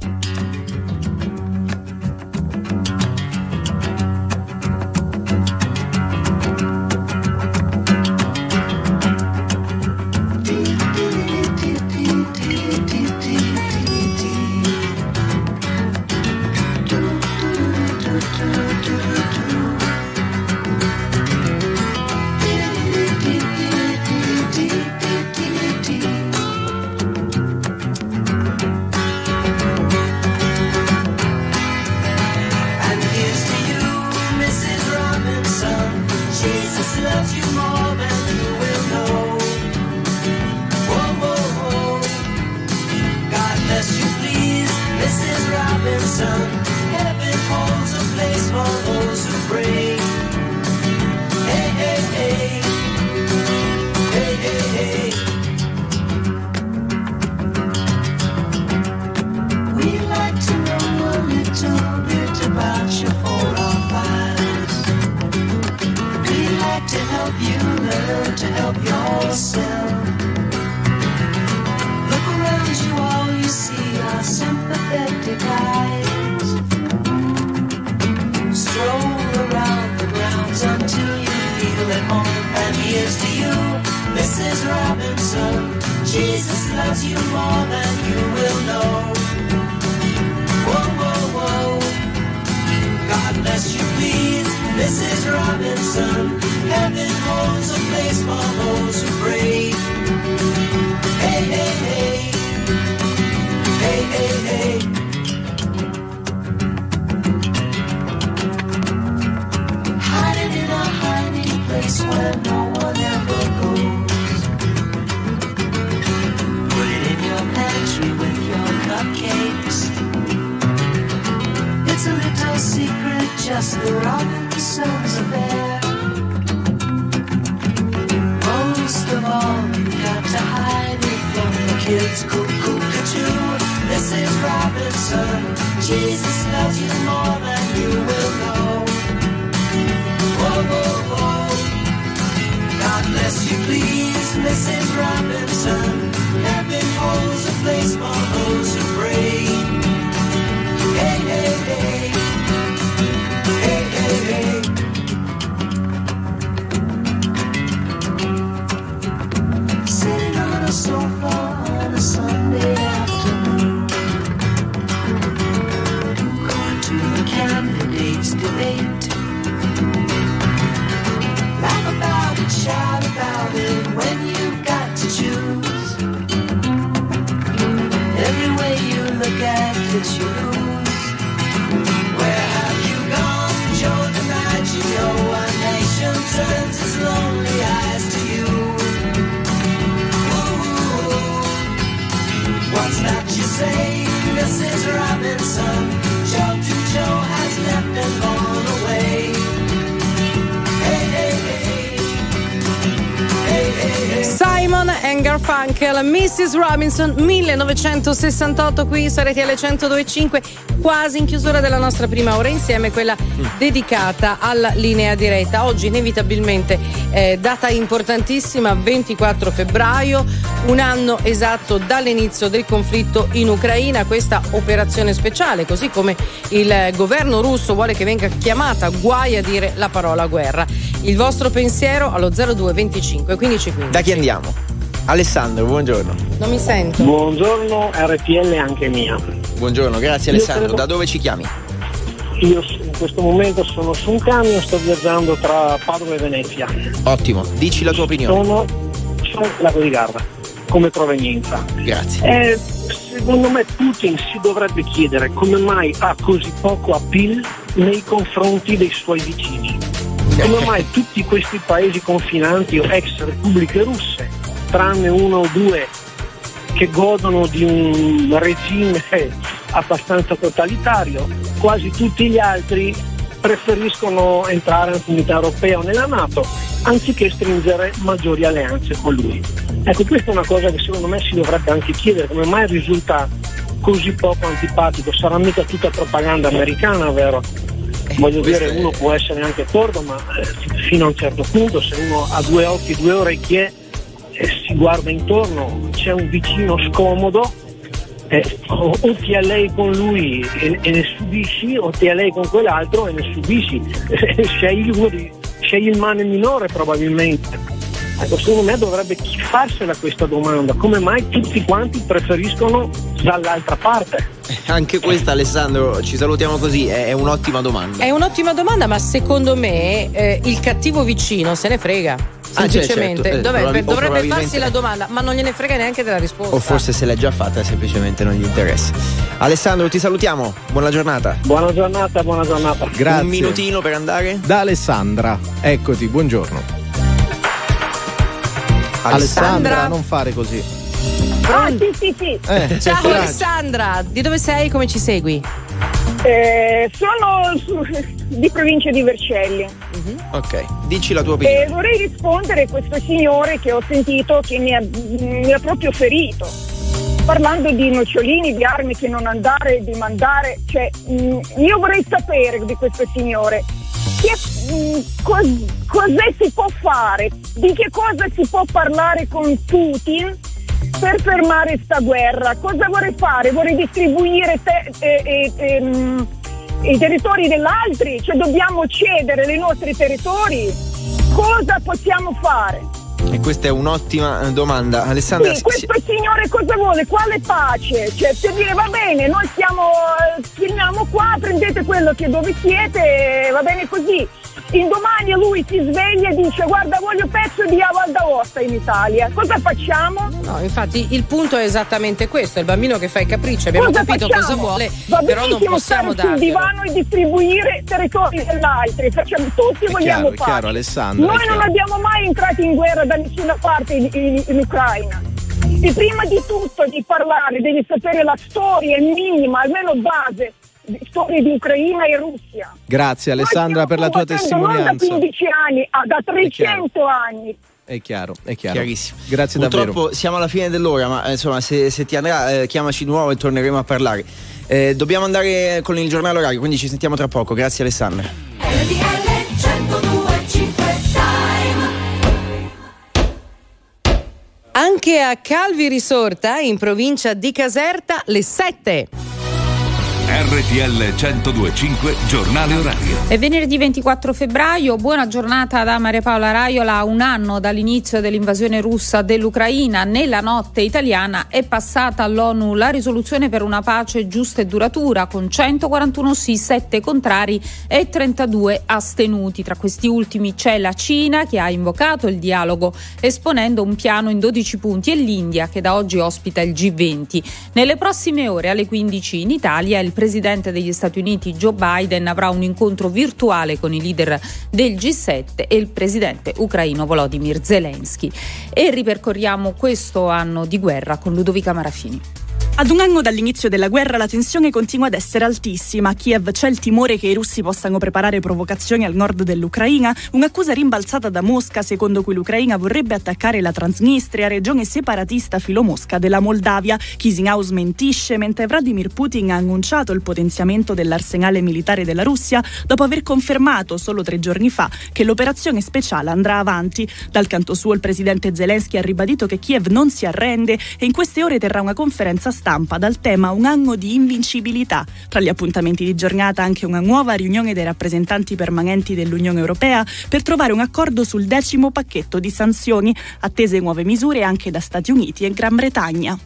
Bless you, please. our nation turns its lonely eyes to you. Ooh, what's that you say, Missus Robinson? Joe to Joe has left and gone away. Hey, hey, hey. Hey, hey, hey. Simon and Garfunkel, missus Robinson, millenovecentosessantotto, qui su R T L centodue e cinque, quasi in chiusura della nostra prima ora insieme, quella dedicata alla linea diretta. Oggi inevitabilmente eh, data importantissima, ventiquattro febbraio, un anno esatto dall'inizio del conflitto in Ucraina, questa operazione speciale, così come il governo russo vuole che venga chiamata, guai a dire la parola guerra. Il vostro pensiero allo zero due venticinque quindici quindici. Da chi andiamo? Alessandro, buongiorno. Non mi sento. Buongiorno, R T L anche mia. Buongiorno, grazie Io Alessandro. credo- Da dove ci chiami? Io in questo momento sono su un camion, sto viaggiando tra Padova e Venezia. Ottimo, dici la tua opinione. Sono, sono Lago di Garda, come provenienza. Grazie. Eh, secondo me Putin si dovrebbe chiedere come mai ha così poco appeal nei confronti dei suoi vicini. Come mai tutti questi paesi confinanti o ex repubbliche russe, tranne uno o due che godono di un regime abbastanza totalitario, quasi tutti gli altri preferiscono entrare nella comunità europea o nella NATO anziché stringere maggiori alleanze con lui. Ecco, questa è una cosa che secondo me si dovrebbe anche chiedere, come mai risulta così poco antipatico. Sarà mica tutta propaganda americana, vero? Voglio dire, uno può essere anche tordo, ma eh, fino a un certo punto, se uno ha due occhi, due orecchie e si guarda intorno, c'è un vicino scomodo, eh, o, o ti allei con lui e, e ne subisci, o ti allei con quell'altro e ne subisci. Scegli uno di, scegli il male minore probabilmente. Ecco, secondo me dovrebbe farsela questa domanda: come mai tutti quanti preferiscono dall'altra parte? Anche questa, Alessandro, ci salutiamo così, è, è un'ottima domanda. È un'ottima domanda, ma secondo me eh, il cattivo vicino se ne frega. Semplicemente Ah, certo. Eh, Dovrebbe, probabil- o dovrebbe probabilmente- farsi la domanda, ma non gliene frega neanche della risposta. O forse se l'è già fatta e semplicemente non gli interessa. Alessandro, ti salutiamo, buona giornata. Buona giornata, buona giornata. Grazie. Un minutino per andare? Da Alessandra, eccoti, buongiorno. Alessandra? Alessandra, non fare così. Ah, sì, sì, sì. Eh, Ciao coraggio. Alessandra, di dove sei? Come ci segui? Eh, sono su- di provincia di Vercelli. Ok, dici la tua E opinione. vorrei rispondere a questo signore che ho sentito che mi ha, mi ha proprio ferito. Parlando di nocciolini, di armi che non andare, di mandare, cioè mh, io vorrei sapere di questo signore che, mh, cos- cos'è si può fare, di che cosa si può parlare con Putin per fermare sta guerra. Cosa vorrei fare? Vorrei distribuire te, eh, eh, eh, mh, i territori degli altri? Cioè dobbiamo cedere i nostri territori? Cosa possiamo fare? E questa è un'ottima eh, domanda. Alessandra, Sì, questo signore cosa vuole? Quale pace? Cioè, se dire va bene, noi stiamo, eh, firmiamo qua, prendete quello che dove siete, va bene così. Indomani lui si sveglia e dice guarda voglio pezzo di Val d'Aosta in Italia. Cosa facciamo? No, infatti il punto è esattamente questo, è il bambino che fa i capricci, abbiamo Cosa capito facciamo? cosa vuole, Va però non benissimo possiamo stare sul darglielo. divano e distribuire territori dell'altri, facciamo tutti È vogliamo chiaro, è pace. chiaro, Alessandra, Noi è non chiaro. abbiamo mai entrato in guerra da nessuna parte in, in- in Ucraina. E prima di tutto di parlare devi sapere la storia minima, almeno base, di storia di Ucraina e Russia. Grazie Alessandra per la tua Combattendo non da testimonianza. quindici anni, ah, da trecento anni. È chiaro, è chiaro. chiarissimo. Grazie Purtroppo davvero. siamo alla fine dell'ora, ma eh, insomma, se, se ti andrà, eh, chiamaci di nuovo e torneremo a parlare. Eh, dobbiamo andare con il giornale orario, quindi ci sentiamo tra poco. Grazie Alessandra. R T L centodue e cinque Time. Anche a Calvi Risorta, in provincia di Caserta, le sette. R T L centodue e cinque giornale orario. È venerdì ventiquattro febbraio, buona giornata da Maria Paola Raiola. Un anno dall'inizio dell'invasione russa dell'Ucraina, nella notte italiana è passata all'ONU la risoluzione per una pace giusta e duratura, con centoquarantuno sì, sette contrari e trentadue astenuti. Tra questi ultimi c'è la Cina, che ha invocato il dialogo esponendo un piano in dodici punti, e l'India, che da oggi ospita il G venti. Nelle prossime ore alle quindici in Italia il presidente degli Stati Uniti Joe Biden avrà un incontro virtuale con i leader del G sette e il presidente ucraino Volodymyr Zelensky. E ripercorriamo questo anno di guerra con Ludovica Marafini. Ad un anno dall'inizio della guerra la tensione continua ad essere altissima. A Kiev c'è il timore che i russi possano preparare provocazioni al nord dell'Ucraina, un'accusa rimbalzata da Mosca secondo cui l'Ucraina vorrebbe attaccare la Transnistria, regione separatista filomosca della Moldavia. Chisinau smentisce, mentre Vladimir Putin ha annunciato il potenziamento dell'arsenale militare della Russia dopo aver confermato solo tre giorni fa che l'operazione speciale andrà avanti. Dal canto suo il presidente Zelensky ha ribadito che Kiev non si arrende e in queste ore terrà una conferenza stampa dal tema un anno di invincibilità. Tra gli appuntamenti di giornata anche una nuova riunione dei rappresentanti permanenti dell'Unione Europea per trovare un accordo sul decimo pacchetto di sanzioni, attese nuove misure anche da Stati Uniti e Gran Bretagna.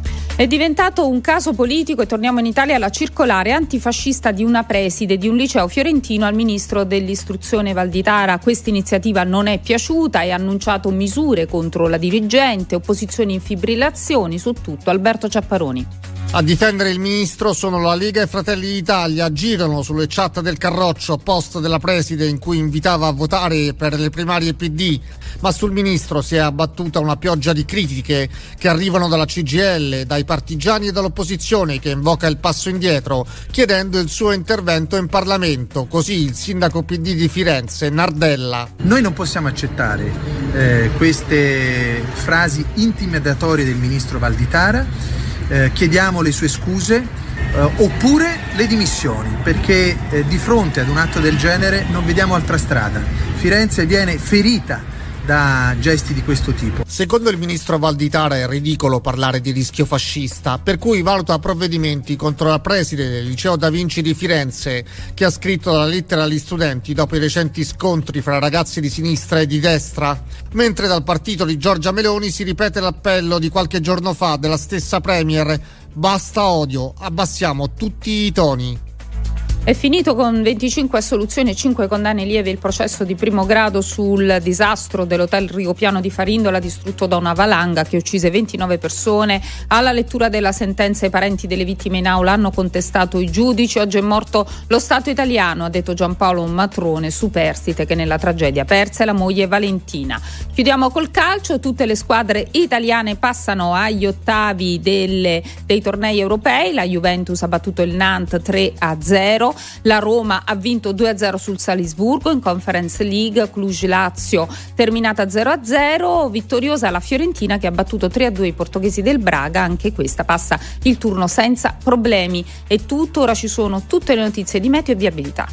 È diventato un caso politico e torniamo in Italia alla circolare antifascista di una preside di un liceo fiorentino al ministro dell'istruzione Valditara. Questa iniziativa non è piaciuta e ha annunciato misure contro la dirigente, opposizioni in fibrillazioni, su tutto Alberto Ciapparoni. A difendere il ministro sono la Lega e Fratelli d'Italia. Girano sulle chat del Carroccio post della preside in cui invitava a votare per le primarie P D, ma sul ministro si è abbattuta una pioggia di critiche che arrivano dalla C G I L, dai partigiani e dall'opposizione che invoca il passo indietro, chiedendo il suo intervento in Parlamento. Così il sindaco P D di Firenze, Nardella. Noi non possiamo accettare eh, queste frasi intimidatorie del ministro Valditara. Eh, chiediamo le sue scuse eh, oppure le dimissioni, perché eh, di fronte ad un atto del genere non vediamo altra strada. Firenze viene ferita da gesti di questo tipo. Secondo il ministro Valditara è ridicolo parlare di rischio fascista, per cui valuta provvedimenti contro la preside del liceo Da Vinci di Firenze, che ha scritto la lettera agli studenti dopo i recenti scontri fra ragazzi di sinistra e di destra, mentre dal partito di Giorgia Meloni si ripete l'appello di qualche giorno fa della stessa premier: basta odio, abbassiamo tutti i toni. È finito con venticinque assoluzioni e cinque condanne lievi il processo di primo grado sul disastro dell'hotel Rigopiano di Farindola distrutto da una valanga che uccise ventinove persone. Alla lettura della sentenza i parenti delle vittime in aula hanno contestato i giudici. Oggi è morto lo Stato italiano, ha detto Giampaolo Matrone, superstite che nella tragedia perse la moglie Valentina. Chiudiamo col calcio. Tutte le squadre italiane passano agli ottavi delle, dei tornei europei. La Juventus ha battuto il Nantes tre a zero. La Roma ha vinto due a zero sul Salisburgo. In Conference League Cluj-Lazio terminata zero a zero, vittoriosa la Fiorentina che ha battuto tre a due i portoghesi del Braga. Anche questa passa il turno senza problemi. È tutto, ora ci sono tutte le notizie di meteo e viabilità.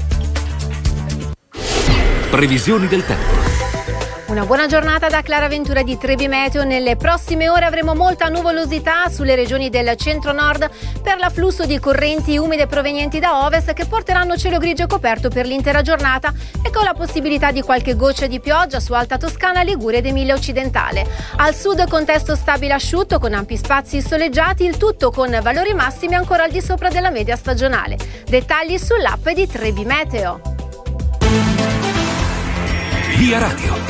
Previsioni del tempo. Una buona giornata da Clara Ventura di Trebi Meteo. Nelle prossime ore avremo molta nuvolosità sulle regioni del centro-nord per l'afflusso di correnti umide provenienti da ovest che porteranno cielo grigio coperto per l'intera giornata e con la possibilità di qualche goccia di pioggia su Alta Toscana, Liguria ed Emilia Occidentale. Al sud contesto stabile asciutto con ampi spazi soleggiati, il tutto con valori massimi ancora al di sopra della media stagionale. Dettagli sull'app di Trebi Meteo. Via Radio.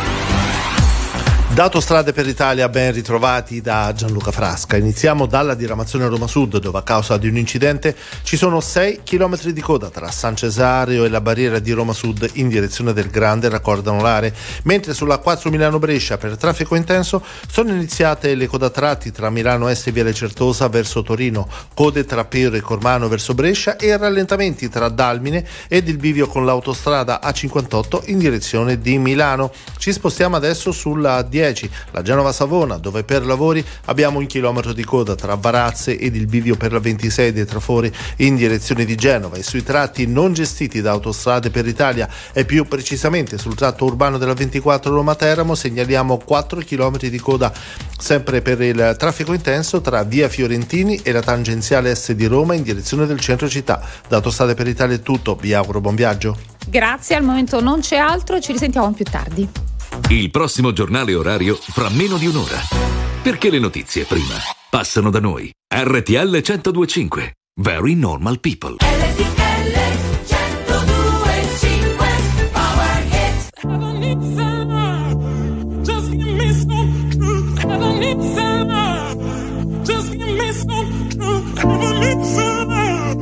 Da Autostrade per l'Italia, ben ritrovati da Gianluca Frasca. Iniziamo dalla diramazione Roma Sud, dove a causa di un incidente ci sono sei chilometri di coda tra San Cesario e la barriera di Roma Sud in direzione del Grande Raccordo Anulare, mentre sulla quattro Milano Brescia per traffico intenso sono iniziate le codatratti tra Milano Est e Viale Certosa verso Torino, code tra Pero e Cormano verso Brescia e rallentamenti tra Dalmine ed il bivio con l'autostrada A cinquantotto in direzione di Milano. Ci spostiamo adesso sulla dieci, la Genova-Savona, dove per lavori abbiamo un chilometro di coda tra Varazze ed il bivio per la ventisei dei Trafori in direzione di Genova, e sui tratti non gestiti da Autostrade per l'Italia e più precisamente sul tratto urbano della ventiquattro Roma-Teramo segnaliamo quattro chilometri di coda sempre per il traffico intenso tra via Fiorentini e la tangenziale est di Roma in direzione del centro città. Da Autostrade per l'Italia è tutto, vi auguro buon viaggio. Grazie, al momento non c'è altro, ci risentiamo più tardi. Il prossimo giornale orario fra meno di un'ora. Perché le notizie prima passano da noi. R T L centodue e cinque. Very normal people. R T L centodue e cinque. Power Hit. I don't need some love. Just give me some truth. I don't need some love. Just give me some truth. I don't need some love.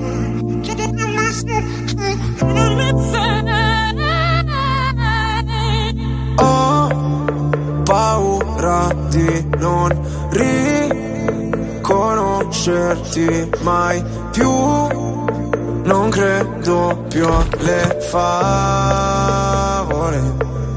di non riconoscerti mai più. Non credo più alle favole.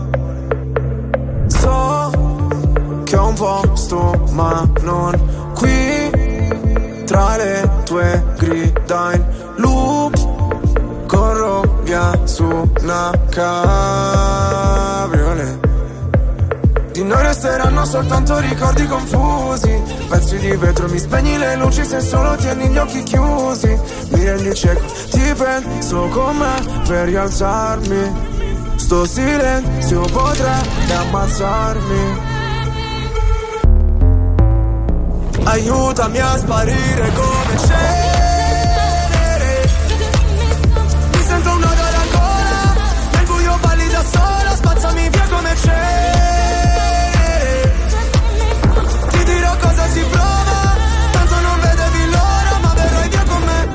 So che ho un posto ma non qui, tra le tue grida in loop, corro via su una cabriolet. Di noi resteranno soltanto ricordi confusi, pezzi di vetro, mi spegni le luci se solo tieni gli occhi chiusi. Mi rendi cieco, ti penso con me per rialzarmi. Sto silenzio potrebbe ammazzarmi. Aiutami a sparire come cenere. Mi sento un nodo alla gola, nel buio balli da sola, spazzami via come cenere. Ti dirò cosa si prova, tanto non vedevi l'ora, ma verrai via con me.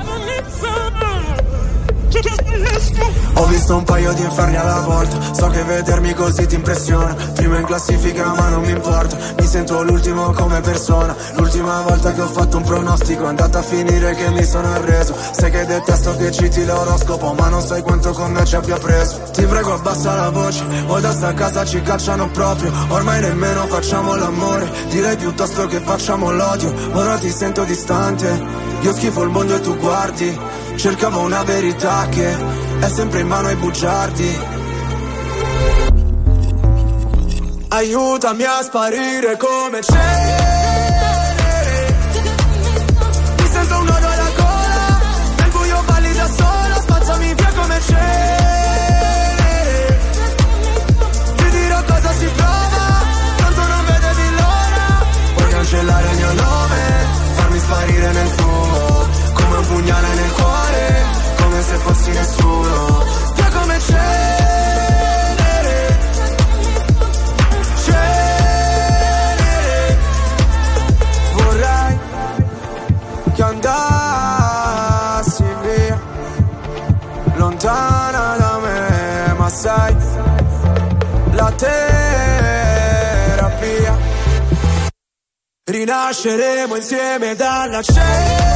Ho visto un paio di inferni alla volta, so che vedermi così ti impressiona. Prima in classifica ma non mi importa, mi sento l'ultimo come persona. L'ultima volta che ho fatto un pronostico è andata a finire che mi sono arreso. Sai che detesto che citi l'oroscopo, ma non sai quanto con me ci abbia preso. Ti prego abbassa la voce, o da sta casa ci cacciano proprio. Ormai nemmeno facciamo l'amore, direi piuttosto che facciamo l'odio. Ora ti sento distante, io schifo il mondo e tu guardi. Cercavo una verità che è sempre in mano ai bugiardi. Aiutami a sparire come cenere. Mi sento un nodo alla gola, nel buio balli da sola, spazzami via come cenere. Ti dirò cosa si prova, tanto non vedevi l'ora. Puoi cancellare il mio nome, farmi sparire nel fumo, come un pugnale nel cuore, come se fossi nessuno. Via come cenere, cenere. Vorrei che andassi via, lontana da me, ma sai, la terapia. Rinasceremo insieme dalla cenere.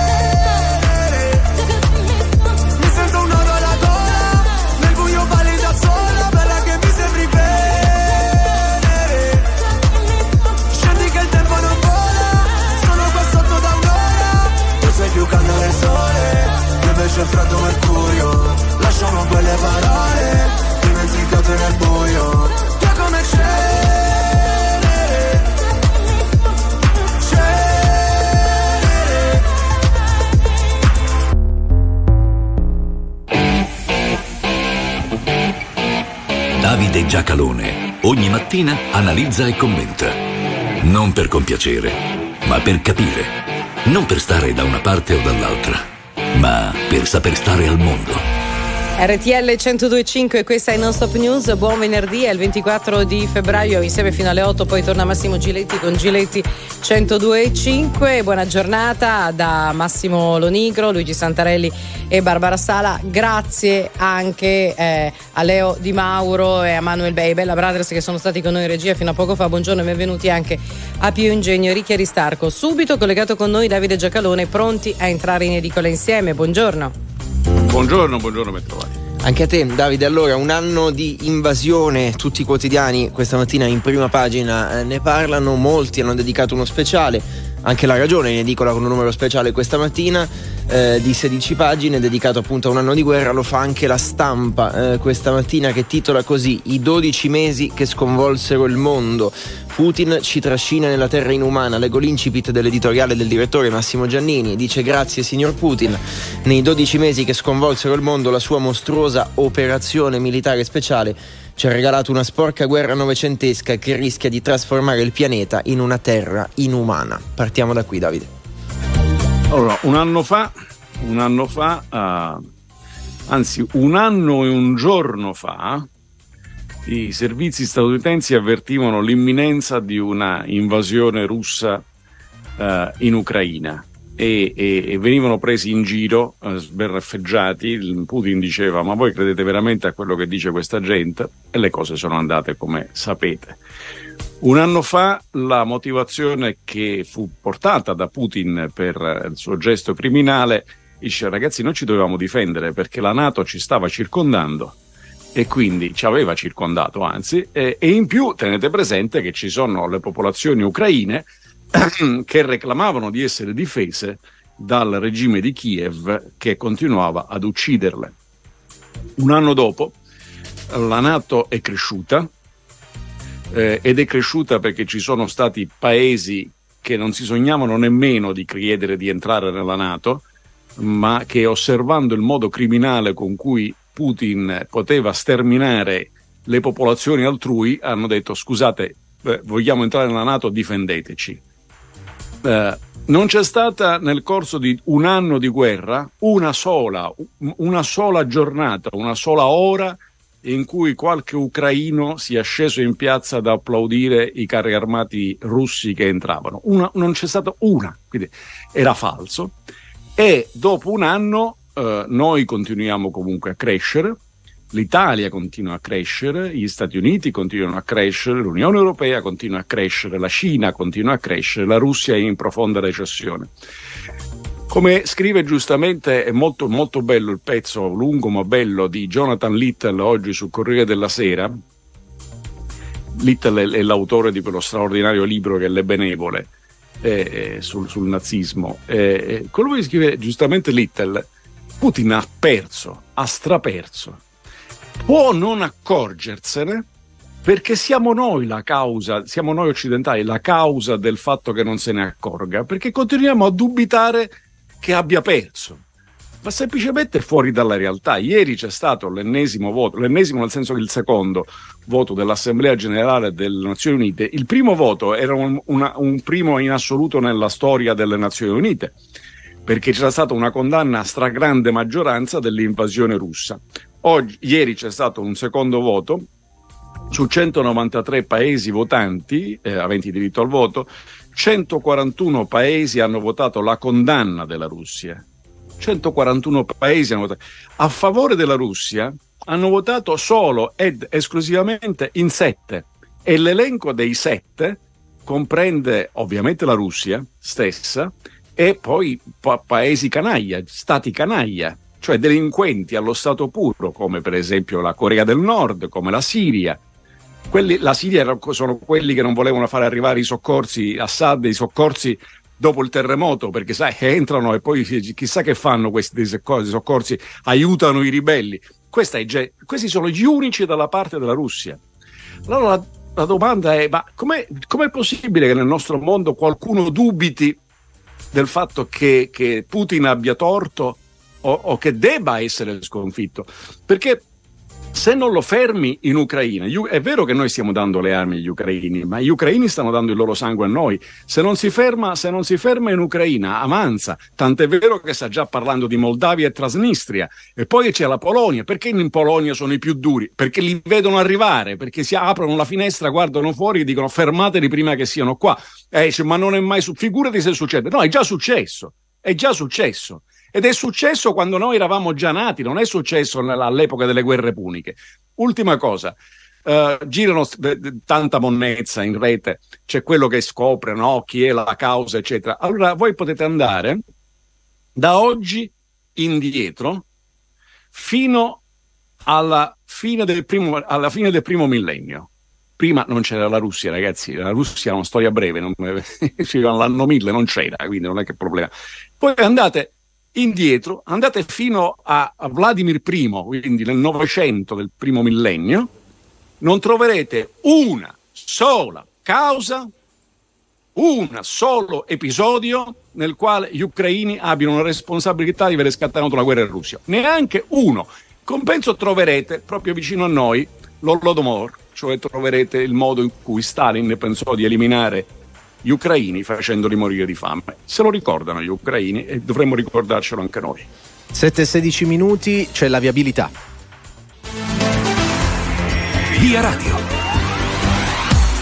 Più caldo del sole, io invece freddo mercurio. Lasciamo quelle parole dimenticate nel buio. Che come cenere, cenere. Davide Giacalone ogni mattina analizza e commenta. Non per compiacere, ma per capire. Non per stare da una parte o dall'altra, ma per saper stare al mondo. R T L centodue e cinque, questa è Non Stop News. Buon venerdì, è il ventiquattro di febbraio, insieme fino alle otto, poi torna Massimo Giletti con Giletti centodue e cinque. Buona giornata da Massimo Lonigro, Luigi Santarelli e Barbara Sala. Grazie anche eh, a Leo Di Mauro e a Manuel Bei, Bella Brothers, che sono stati con noi in regia fino a poco fa. Buongiorno e benvenuti anche a Pio Ingegno e Ricchi Aristarco. Subito collegato con noi Davide Giacalone, pronti a entrare in edicola insieme. Buongiorno. Buongiorno, buongiorno, ben trovati. Anche a te, Davide. Allora, un anno di invasione, tutti i quotidiani questa mattina in prima pagina eh, ne parlano, molti hanno dedicato uno speciale, anche La Ragione in edicola con un numero speciale questa mattina eh, di sedici pagine dedicato appunto a un anno di guerra. Lo fa anche La Stampa eh, questa mattina, che titola così: i dodici mesi che sconvolsero il mondo. Putin ci trascina nella terra inumana. Leggo l'incipit dell'editoriale del direttore Massimo Giannini. Dice: grazie signor Putin, nei dodici mesi che sconvolsero il mondo la sua mostruosa operazione militare speciale ci ha regalato una sporca guerra novecentesca che rischia di trasformare il pianeta in una terra inumana. Partiamo da qui, Davide. Allora, un anno fa, un anno fa, uh, anzi un anno e un giorno fa, i servizi statunitensi avvertivano l'imminenza di una invasione russa uh, in Ucraina e, e, e venivano presi in giro, uh, sberraffeggiati. Putin diceva: ma voi credete veramente a quello che dice questa gente? E le cose sono andate come sapete. Un anno fa la motivazione che fu portata da Putin per il suo gesto criminale dice: ragazzi, noi ci dovevamo difendere perché la NATO ci stava circondando e quindi ci aveva circondato, anzi, e, e in più tenete presente che ci sono le popolazioni ucraine che reclamavano di essere difese dal regime di Kiev che continuava ad ucciderle. Un anno dopo la NATO è cresciuta eh, ed è cresciuta perché ci sono stati paesi che non si sognavano nemmeno di chiedere di entrare nella NATO, ma che, osservando il modo criminale con cui Putin poteva sterminare le popolazioni altrui, hanno detto: scusate, eh, vogliamo entrare nella NATO, difendeteci. Eh, non c'è stata nel corso di un anno di guerra una sola, una sola giornata, una sola ora in cui qualche ucraino sia sceso in piazza ad applaudire i carri armati russi che entravano. Una, non c'è stata una, quindi era falso. E dopo un anno eh, noi continuiamo comunque a crescere, l'Italia continua a crescere, gli Stati Uniti continuano a crescere, l'Unione Europea continua a crescere, la Cina continua a crescere, la Russia è in profonda recessione. Come scrive giustamente, è molto, molto bello il pezzo, lungo ma bello, di Jonathan Littell oggi sul Corriere della Sera. Littell è, è l'autore di quello straordinario libro che è Le Benevole, eh, sul, sul nazismo. Eh, quello che scrive giustamente Littell: Putin ha perso, ha straperso. Può non accorgersene perché siamo noi la causa, siamo noi occidentali la causa del fatto che non se ne accorga, perché continuiamo a dubitare che abbia perso, ma semplicemente fuori dalla realtà. Ieri c'è stato l'ennesimo voto, l'ennesimo nel senso che il secondo voto dell'Assemblea Generale delle Nazioni Unite. Il primo voto era un, una, un primo in assoluto nella storia delle Nazioni Unite, perché c'era stata una condanna a stragrande maggioranza dell'invasione russa. Oggi, ieri c'è stato un secondo voto su centonovantatré paesi votanti, eh, aventi diritto al voto. centoquarantuno paesi hanno votato la condanna della Russia. centoquarantuno paesi hanno votato. A favore della Russia hanno votato solo ed esclusivamente in sette, e l'elenco dei sette comprende ovviamente la Russia stessa e poi pa- paesi canaglia, stati canaglia, cioè delinquenti allo stato puro, come per esempio la Corea del Nord, come la Siria. Quelli, la Siria sono quelli che non volevano fare arrivare i soccorsi, Assad, i soccorsi dopo il terremoto, perché sai, entrano e poi chissà che fanno questi soccorsi, aiutano i ribelli. Questa è, questi sono gli unici dalla parte della Russia. Allora la, la domanda è: ma com'è, com'è possibile che nel nostro mondo qualcuno dubiti del fatto che, che Putin abbia torto o, o che debba essere sconfitto? Perché se non lo fermi in Ucraina, è vero che noi stiamo dando le armi agli ucraini, ma gli ucraini stanno dando il loro sangue a noi. Se non si ferma, se non si ferma in Ucraina, avanza. Tant'è vero che sta già parlando di Moldavia e Transnistria. E poi c'è la Polonia. Perché in Polonia sono i più duri? Perché li vedono arrivare, perché si aprono la finestra, guardano fuori e dicono: fermateli prima che siano qua. Eh, ma non è mai su... Figurati se succede. No, è già successo. È già successo. Ed è successo quando noi eravamo già nati, non è successo all'epoca delle guerre puniche. Ultima cosa, uh, girano tanta monnezza in rete, c'è quello che scopre, no, chi è la causa, eccetera. Allora voi potete andare da oggi indietro fino alla fine del primo, alla fine del primo millennio. Prima non c'era la Russia, ragazzi, la Russia è una storia breve, non, all'anno mille non c'era, quindi non è che problema. Poi andate indietro, andate fino a, a Vladimir primo, quindi nel Novecento del primo millennio, non troverete una sola causa, un solo episodio nel quale gli ucraini abbiano una responsabilità di aver scatenato la guerra in Russia. Neanche uno. In compenso troverete, proprio vicino a noi, l'Holodomor, cioè troverete il modo in cui Stalin pensò di eliminare gli ucraini facendoli morire di fame. Se lo ricordano gli ucraini e dovremmo ricordarcelo anche noi. sette e sedici minuti, c'è la viabilità. Via Radio.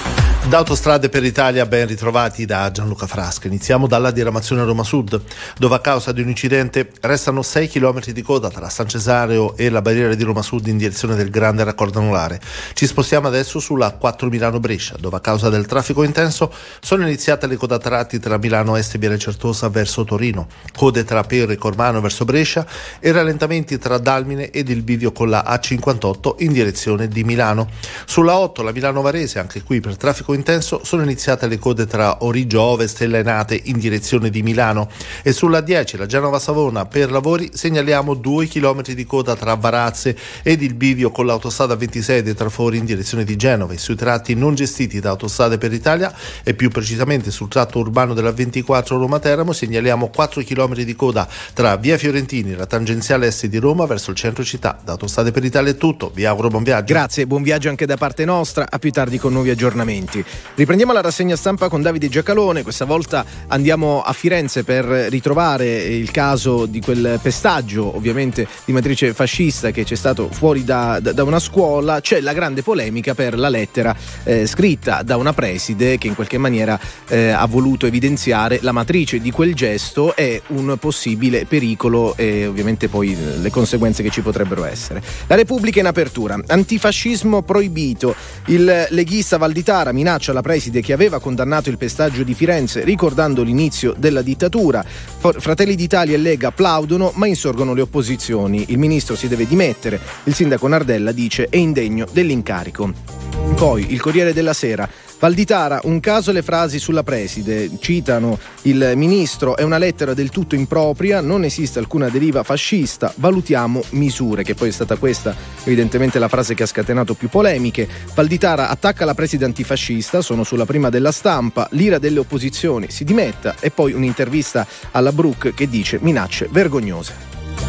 Da Autostrade per l'Italia, ben ritrovati da Gianluca Frasca. Iniziamo dalla diramazione Roma Sud, dove a causa di un incidente restano sei chilometri di coda tra San Cesareo e la barriera di Roma Sud in direzione del grande raccordo anulare. Ci spostiamo adesso sulla A quattro Milano-Brescia, dove a causa del traffico intenso sono iniziate le code a tratti tra Milano Est e Viale Certosa verso Torino, code tra Pero e Cormano verso Brescia e rallentamenti tra Dalmine ed il bivio con la A cinquantotto in direzione di Milano. Sulla otto, la Milano-Varese, anche qui per traffico intenso sono iniziate le code tra Origio Ovest e Laenate in direzione di Milano, e sulla dieci, la Genova-Savona, per lavori segnaliamo due chilometri di coda tra Varazze ed il bivio con l'autostrada ventisei dei Trafori in direzione di Genova, e sui tratti non gestiti da Autostrade per l'Italia e più precisamente sul tratto urbano della ventiquattro Roma-Teramo segnaliamo quattro chilometri di coda tra via Fiorentini e la tangenziale est di Roma verso il centro città. Da Autostrade per l'Italia è tutto, vi auguro buon viaggio. Grazie, buon viaggio anche da parte nostra, a più tardi con nuovi aggiornamenti. Riprendiamo la rassegna stampa con Davide Giacalone. Questa volta andiamo a Firenze per ritrovare il caso di quel pestaggio, ovviamente di matrice fascista, che c'è stato fuori da, da, da una scuola. C'è la grande polemica per la lettera eh, scritta da una preside che in qualche maniera eh, ha voluto evidenziare la matrice di quel gesto e un possibile pericolo e ovviamente poi le conseguenze che ci potrebbero essere. La Repubblica in apertura: antifascismo proibito. Il leghista Valditara minaccia la preside che aveva condannato il pestaggio di Firenze ricordando l'inizio della dittatura. Fratelli d'Italia e Lega applaudono ma insorgono le opposizioni. Il ministro si deve dimettere. Il sindaco Nardella dice è indegno dell'incarico. Poi il Corriere della Sera: Valditara, un caso le frasi sulla preside. Citano il ministro: è una lettera del tutto impropria, non esiste alcuna deriva fascista, valutiamo misure, che poi è stata questa evidentemente la frase che ha scatenato più polemiche. Valditara attacca la preside antifascista, sono sulla prima della Stampa, l'ira delle opposizioni, si dimetta, e poi un'intervista alla Bruck che dice minacce vergognose.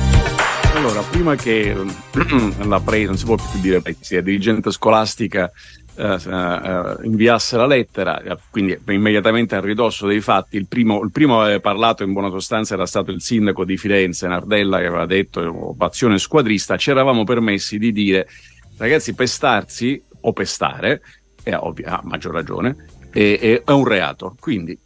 Allora, prima che la preside, non si può più dire preside, dirigente scolastica Uh, uh, inviasse la lettera, uh, quindi immediatamente a ridosso dei fatti il primo, il primo aveva parlato, in buona sostanza era stato il sindaco di Firenze Nardella, che aveva detto passione squadrista. Ci eravamo permessi di dire: ragazzi, pestarsi o pestare è ovvio, a maggior ragione è, è, è un reato, quindi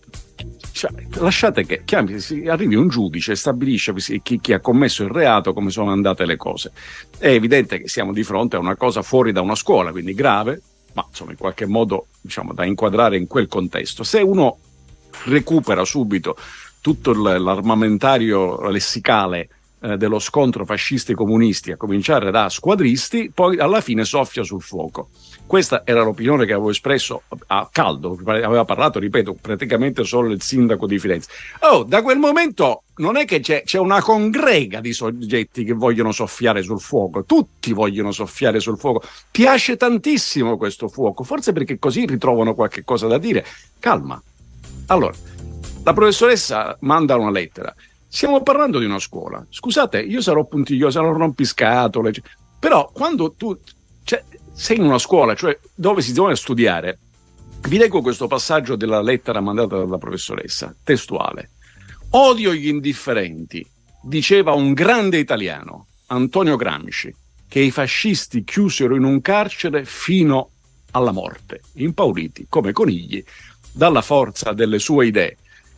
cioè, lasciate che chiami, si, arrivi un giudice e stabilisce chi, chi ha commesso il reato, come sono andate le cose. È evidente che siamo di fronte a una cosa fuori da una scuola, quindi grave, ma insomma in qualche modo diciamo da inquadrare in quel contesto. Se uno recupera subito tutto l'armamentario lessicale eh, dello scontro fascisti e comunisti, a cominciare da squadristi, poi alla fine soffia sul fuoco. Questa era l'opinione che avevo espresso a caldo, aveva parlato, ripeto, praticamente solo il sindaco di Firenze. Oh, da quel momento non è che c'è, c'è una congrega di soggetti che vogliono soffiare sul fuoco, tutti vogliono soffiare sul fuoco, piace tantissimo questo fuoco, forse perché così ritrovano qualche cosa da dire. Calma. Allora, la professoressa manda una lettera, stiamo parlando di una scuola, scusate, io sarò puntiglioso, sarò rompiscatole, però quando tu... Cioè, sei in una scuola, cioè dove si deve studiare. Vi leggo questo passaggio della lettera mandata dalla professoressa, testuale. Odio gli indifferenti, diceva un grande italiano, Antonio Gramsci, che i fascisti chiusero in un carcere fino alla morte, impauriti come conigli dalla forza delle sue idee.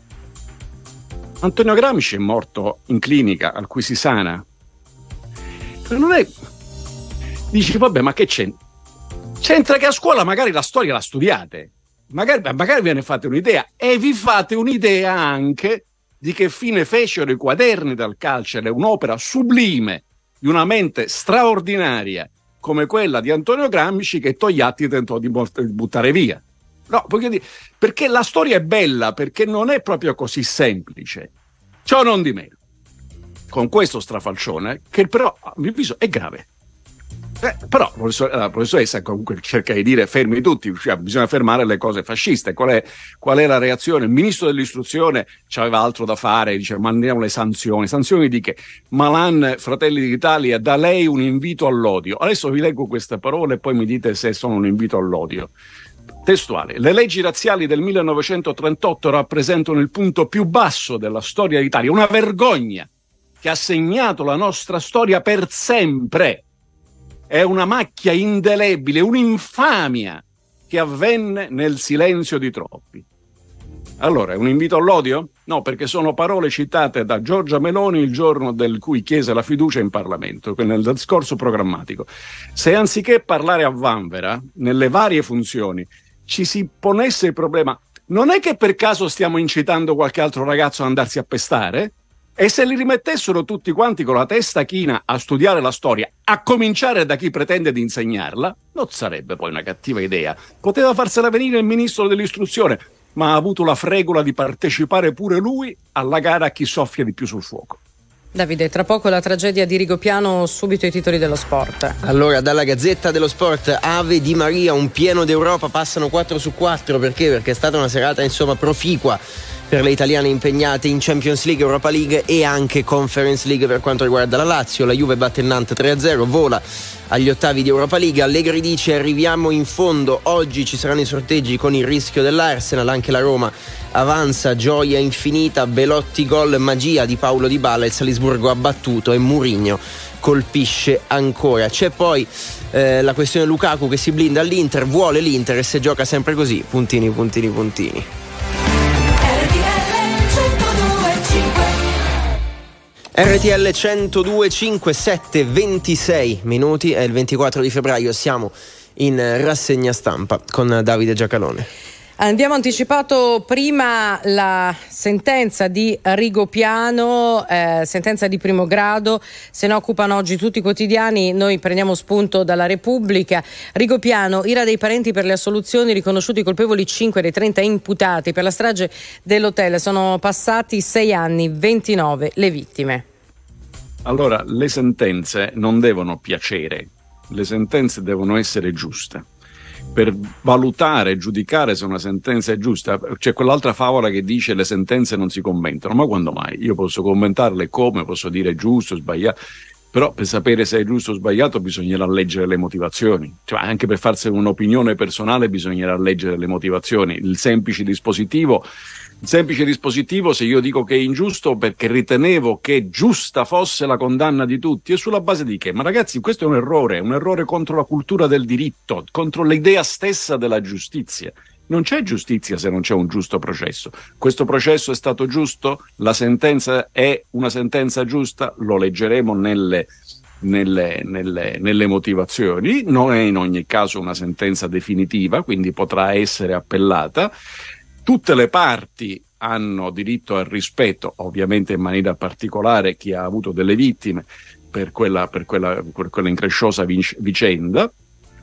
Antonio Gramsci è morto in clinica al Quisisana. Non è... Dici, vabbè, ma che c'è? C'entra che a scuola magari la storia la studiate, magari, magari ve ne fate un'idea e vi fate un'idea anche di che fine fecero i quaderni dal carcere, un'opera sublime di una mente straordinaria come quella di Antonio Gramsci, che Togliatti tentò di buttare via. No, perché la storia è bella, perché non è proprio così semplice. Ciò non di meno, con questo strafalcione, che però a mio avviso è grave. Eh, però la professoressa comunque cerca di dire fermi tutti, cioè, bisogna fermare le cose fasciste. Qual è, qual è la reazione? Il ministro dell'istruzione c'aveva altro da fare, dice mandiamo le sanzioni. Sanzioni di che? Malan, Fratelli d'Italia, da lei un invito all'odio. Adesso vi leggo queste parole e poi mi dite se sono un invito all'odio. Testuale: le leggi razziali del millenovecentotrentotto rappresentano il punto più basso della storia d'Italia, una vergogna che ha segnato la nostra storia per sempre. È una macchia indelebile, un'infamia che avvenne nel silenzio di troppi. Allora, è un invito all'odio? No, perché sono parole citate da Giorgia Meloni il giorno del cui chiese la fiducia in Parlamento, nel discorso programmatico. Se anziché parlare a vanvera, nelle varie funzioni, ci si ponesse il problema, non è che per caso stiamo incitando qualche altro ragazzo ad andarsi a pestare? E se li rimettessero tutti quanti con la testa china a studiare la storia, a cominciare da chi pretende di insegnarla, non sarebbe poi una cattiva idea. Poteva farsela venire il ministro dell'istruzione, ma ha avuto la fregola di partecipare pure lui alla gara a chi soffia di più sul fuoco. Davide, tra poco la tragedia di Rigopiano, subito i titoli dello sport. Allora, dalla Gazzetta dello Sport, Ave di Maria, un pieno d'Europa, passano quattro su quattro, perché? Perché è stata una serata insomma proficua per le italiane impegnate in Champions League, Europa League e anche Conference League per quanto riguarda la Lazio. La Juve batte il Nantes tre a zero, vola agli ottavi di Europa League. Allegri dice arriviamo in fondo, oggi ci saranno i sorteggi con il rischio dell'Arsenal, anche la Roma avanza, gioia infinita, Belotti gol, magia di Paulo Dybala, il Salisburgo ha battuto e Mourinho colpisce ancora. C'è poi eh, la questione Lukaku che si blinda all'Inter, vuole l'Inter e se gioca sempre così, puntini puntini puntini. R T L centodue e cinque, sette e ventisei minuti, è il ventiquattro di febbraio, siamo in rassegna stampa con Davide Giacalone. Abbiamo anticipato prima la sentenza di Rigopiano, eh, sentenza di primo grado, se ne occupano oggi tutti i quotidiani, noi prendiamo spunto dalla Repubblica. Rigopiano, ira dei parenti per le assoluzioni, riconosciuti colpevoli cinque dei trenta imputati per la strage dell'hotel, sono passati sei anni, ventinove le vittime. Allora, le sentenze non devono piacere, le sentenze devono essere giuste. Per valutare e giudicare se una sentenza è giusta, c'è quell'altra favola che dice le sentenze non si commentano, ma quando mai? Io posso commentarle come, posso dire giusto, sbagliato, però per sapere se è giusto o sbagliato bisognerà leggere le motivazioni, cioè anche per farsi un'opinione personale bisognerà leggere le motivazioni. Il semplice dispositivo Il semplice dispositivo, se io dico che è ingiusto perché ritenevo che giusta fosse la condanna di tutti, è sulla base di che? Ma ragazzi, questo è un errore, un errore contro la cultura del diritto, contro l'idea stessa della giustizia. Non c'è giustizia se non c'è un giusto processo. Questo processo è stato giusto? La sentenza è una sentenza giusta? Lo leggeremo nelle, nelle, nelle, nelle motivazioni. Non è in ogni caso una sentenza definitiva, quindi potrà essere appellata. Tutte le parti hanno diritto al rispetto, ovviamente in maniera particolare chi ha avuto delle vittime per quella, per quella, per quella incresciosa vicenda,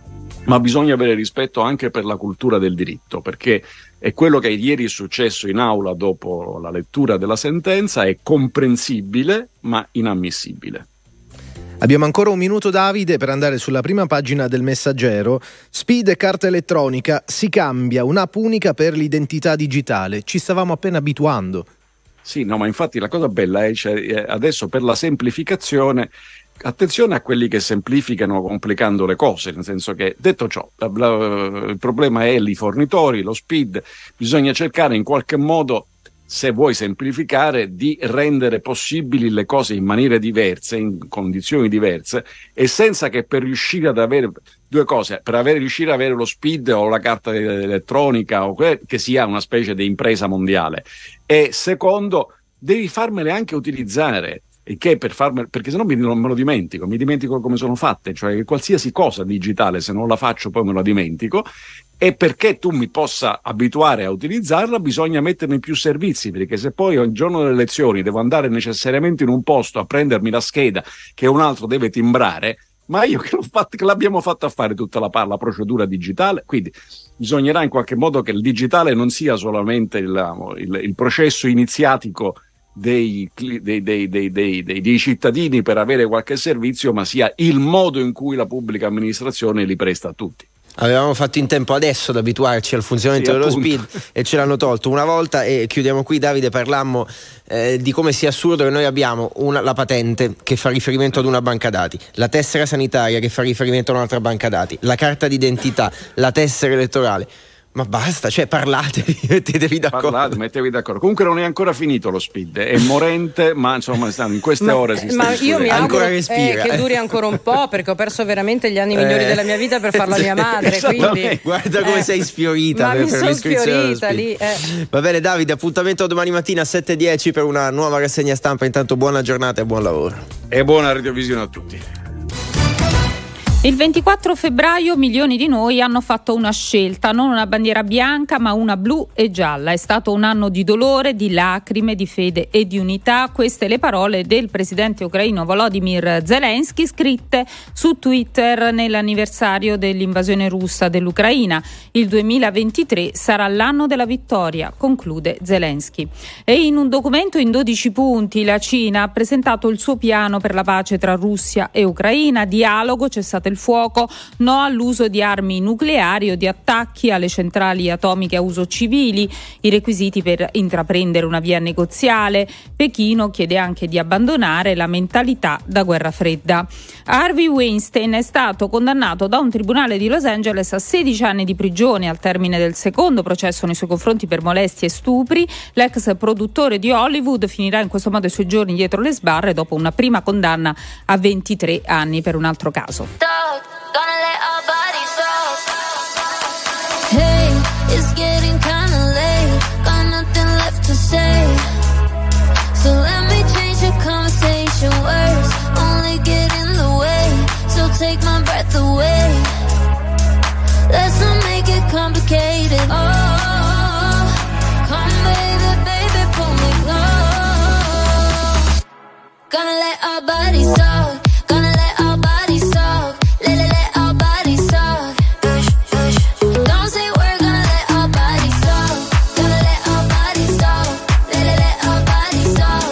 ma bisogna avere rispetto anche per la cultura del diritto, perché è quello che ieri è successo in aula dopo la lettura della sentenza, è comprensibile ma inammissibile. Abbiamo ancora un minuto, Davide, per andare sulla prima pagina del Messaggero. Speed e carta elettronica, si cambia, un'app unica per l'identità digitale. Ci stavamo appena abituando. Sì, no, ma infatti la cosa bella è cioè, adesso per la semplificazione, attenzione a quelli che semplificano complicando le cose, nel senso che, detto ciò, la, la, il problema è i fornitori, lo Speed, bisogna cercare in qualche modo, se vuoi semplificare, di rendere possibili le cose in maniere diverse, in condizioni diverse, e senza che per riuscire ad avere due cose, per avere, riuscire ad avere lo Speed o la carta elettronica o que- che sia una specie di impresa mondiale, e secondo, devi farmele anche utilizzare. E che per farmele, perché sennò mi, non me lo dimentico, mi dimentico come sono fatte, cioè qualsiasi cosa digitale, se non la faccio poi me la dimentico, e perché tu mi possa abituare a utilizzarla bisogna metterne più servizi, perché se poi il giorno delle elezioni devo andare necessariamente in un posto a prendermi la scheda che un altro deve timbrare, ma io che, l'ho fatto, che l'abbiamo fatto a fare tutta la, la procedura digitale, quindi bisognerà in qualche modo che il digitale non sia solamente il, il, il processo iniziatico Dei, dei, dei, dei, dei, dei, dei cittadini per avere qualche servizio, ma sia il modo in cui la pubblica amministrazione li presta a tutti. Avevamo fatto in tempo adesso ad abituarci al funzionamento sì, dello Speed e ce l'hanno tolto una volta. E chiudiamo qui, Davide, parlammo eh, di come sia assurdo che noi abbiamo una, la patente che fa riferimento ad una banca dati, la tessera sanitaria che fa riferimento a un'altra banca dati, la carta d'identità, la tessera elettorale. Ma basta, cioè parlatevi, mettetevi d'accordo. Parlate, mettetevi d'accordo. Comunque non è ancora finito lo speed, è morente, ma insomma in queste ma, ore si sta ma io mi auguro eh, respira, che eh. duri ancora un po', perché ho perso veramente gli anni migliori eh. della mia vita per farla mia madre. Quindi, guarda come eh. sei sfiorita ma per, mi per sono l'iscrizione allo sfiorita speed. lì. Eh. Va bene Davide, appuntamento domani mattina a sette e dieci per una nuova rassegna stampa. Intanto buona giornata e buon lavoro. E buona radiovisione a tutti. Il ventiquattro febbraio milioni di noi hanno fatto una scelta, non una bandiera bianca ma una blu e gialla. È stato un anno di dolore, di lacrime, di fede e di unità. Queste le parole del presidente ucraino Volodymyr Zelensky, scritte su Twitter nell'anniversario dell'invasione russa dell'Ucraina. Il duemilaventitré sarà l'anno della vittoria, conclude Zelensky. E in un documento in dodici punti la Cina ha presentato il suo piano per la pace tra Russia e Ucraina: dialogo, cessate il fuoco, no all'uso di armi nucleari o di attacchi alle centrali atomiche a uso civili, i requisiti per intraprendere una via negoziale. Pechino chiede anche di abbandonare la mentalità da guerra fredda. Harvey Weinstein è stato condannato da un tribunale di Los Angeles a sedici anni di prigione al termine del secondo processo nei suoi confronti per molestie e stupri. L'ex produttore di Hollywood finirà in questo modo i suoi giorni dietro le sbarre dopo una prima condanna a ventitré anni per un altro caso. Gonna let our bodies talk. Hey, it's getting kinda late. Got nothing left to say. So let me change the conversation. Words only get in the way. So take my breath away. Let's not make it complicated. Oh, come baby, baby, pull me close. Gonna let our bodies talk. Gonna let our bodies talk. Let, let, let our bodies talk. Don't say we're gonna let our bodies talk. Gonna let our bodies talk. Let, let, let our bodies talk.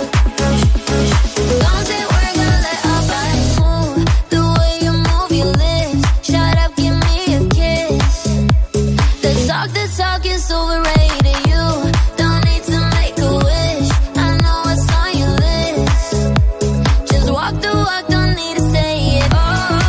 Don't say we're gonna let our bodies move. The way you move your lips. Shut up, give me a kiss. The talk, the talk is overrated. You don't need to make a wish. I know what's on your list. Just walk the walk, don't need to say it.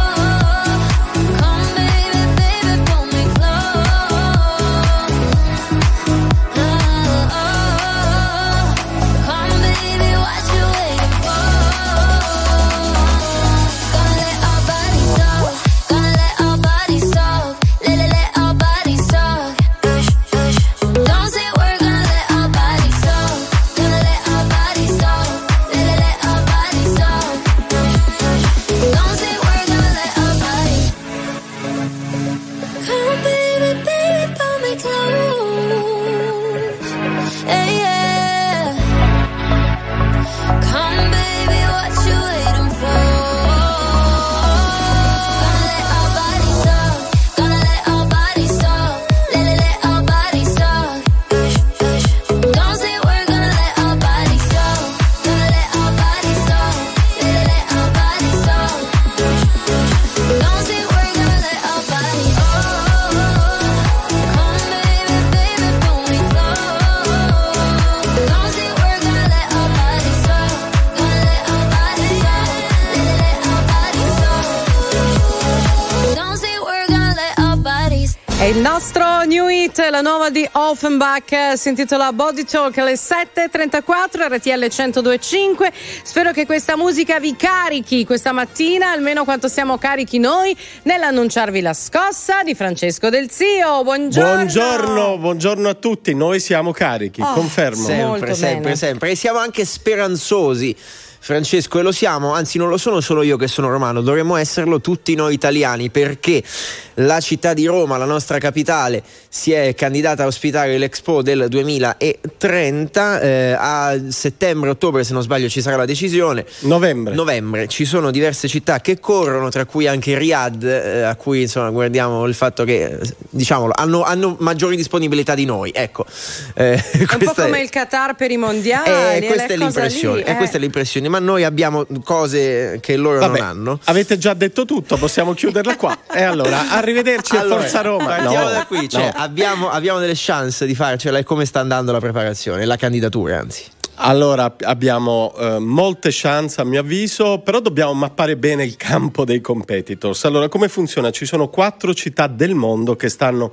Il nostro new hit, la nuova di Offenbach, si intitola Body Talk, alle sette e trentaquattro, R T L centodue e cinque. Spero che questa musica vi carichi questa mattina, almeno quanto siamo carichi noi, nell'annunciarvi la scossa di Francesco Del Zio. Buongiorno. Buongiorno, buongiorno a tutti, noi siamo carichi, oh, confermo. Sempre, sempre, sempre. E siamo anche speranzosi, Francesco, e lo siamo, anzi non lo sono solo io che sono romano, dovremmo esserlo tutti noi italiani, perché la città di Roma, la nostra capitale, si è candidata a ospitare l'Expo del duemilatrenta. Eh, a settembre-ottobre, se non sbaglio, ci sarà la decisione. Novembre. Novembre. Ci sono diverse città che corrono, tra cui anche Riyadh, eh, a cui insomma guardiamo il fatto che, diciamolo, hanno, hanno maggiori disponibilità di noi. Ecco. Eh, è un po' come è... il Qatar per i mondiali. Eh, questa, è l'impressione, lì, eh. eh, questa è l'impressione. Ma noi abbiamo cose che loro Vabbè, non hanno. Avete già detto tutto, possiamo chiuderla qua. E allora, arrivederci allora, a Forza Roma. Partiamo no, da qui, cioè, no. abbiamo, abbiamo delle chance di farcela. E come sta andando la preparazione, la candidatura anzi? Allora, abbiamo eh, molte chance a mio avviso, però dobbiamo mappare bene il campo dei competitors. Allora, come funziona? Ci sono quattro città del mondo che stanno